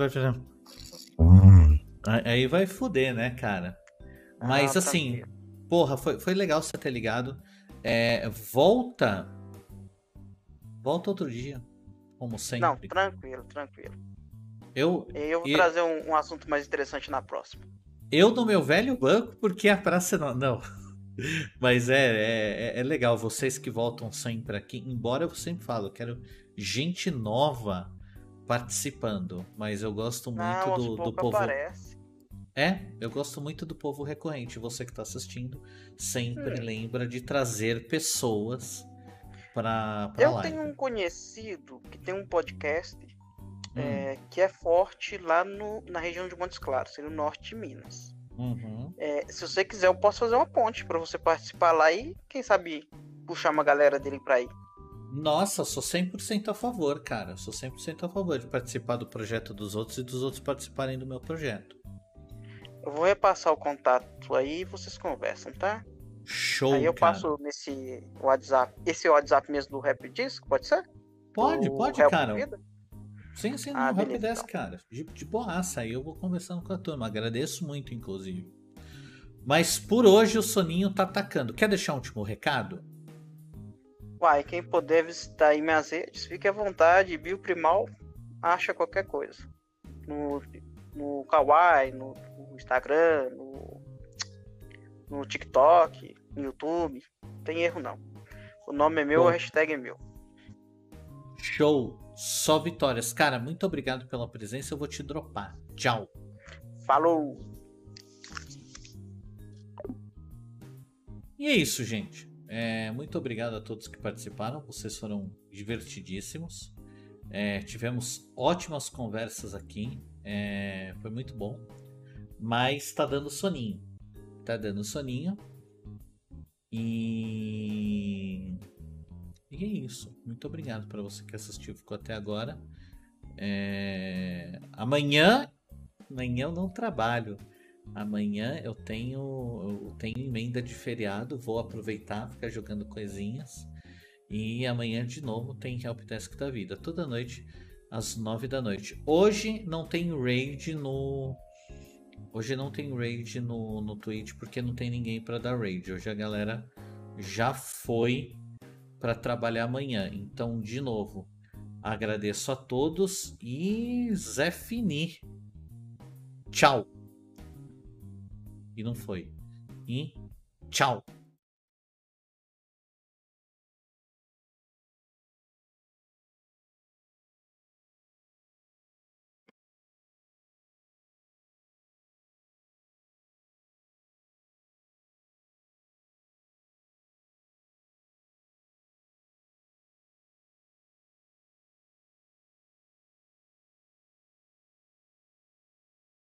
Aí vai fuder, né, cara? Mas assim, porra, foi legal você ter ligado. Volta outro dia, como sempre. Não, tranquilo. Eu vou trazer um assunto mais interessante na próxima. Eu no meu velho banco, porque a praça não. Mas é legal, vocês que voltam sempre aqui, embora eu sempre falo, eu quero gente nova participando, mas eu gosto muito do povo. Aparece. Eu gosto muito do povo recorrente. Você que está assistindo sempre lembra de trazer pessoas para live. Eu tenho um conhecido que tem um podcast que é forte lá na região de Montes Claros, no norte de Minas. Se você quiser, eu posso fazer uma ponte para você participar lá e, quem sabe, puxar uma galera dele para ir. Nossa, sou 100% a favor, cara. Sou 100% a favor de participar do projeto dos outros e dos outros participarem do meu projeto. Eu vou repassar o contato aí e vocês conversam, tá? Show, aí eu cara. passo nesse WhatsApp. Esse é o WhatsApp mesmo do Rap Disco, pode ser? Pode, cara. Sim, no Rap Desk, então. cara. De boaça, aí eu vou conversando com a turma. Agradeço muito, inclusive. Mas por hoje o soninho tá atacando. Quer deixar um último recado? Uai, quem puder visitar aí minhas redes, fique à vontade. Bio Primal, acha qualquer coisa. No Kawaii, no Instagram, no TikTok, no YouTube. Não tem erro não. O nome é meu, Bom. a hashtag é meu. Show. Só vitórias. Cara, muito obrigado pela presença. Eu vou te dropar. Tchau. Falou! E é isso, gente. Muito obrigado a todos que participaram. Vocês foram divertidíssimos. Tivemos ótimas conversas aqui. Foi muito bom. Mas tá dando soninho. E é isso. Muito obrigado para você que assistiu, ficou até agora. Amanhã eu não trabalho. Amanhã eu tenho emenda de feriado. Vou aproveitar, ficar jogando coisinhas. E amanhã de novo tem Helpdesk da Vida. Toda noite, às 9 da noite. Hoje não tem raid no Twitch, porque não tem ninguém para dar raid. Hoje a galera já foi para trabalhar amanhã. Então, de novo, agradeço a todos e Zé Fini. Tchau. E não foi. E tchau.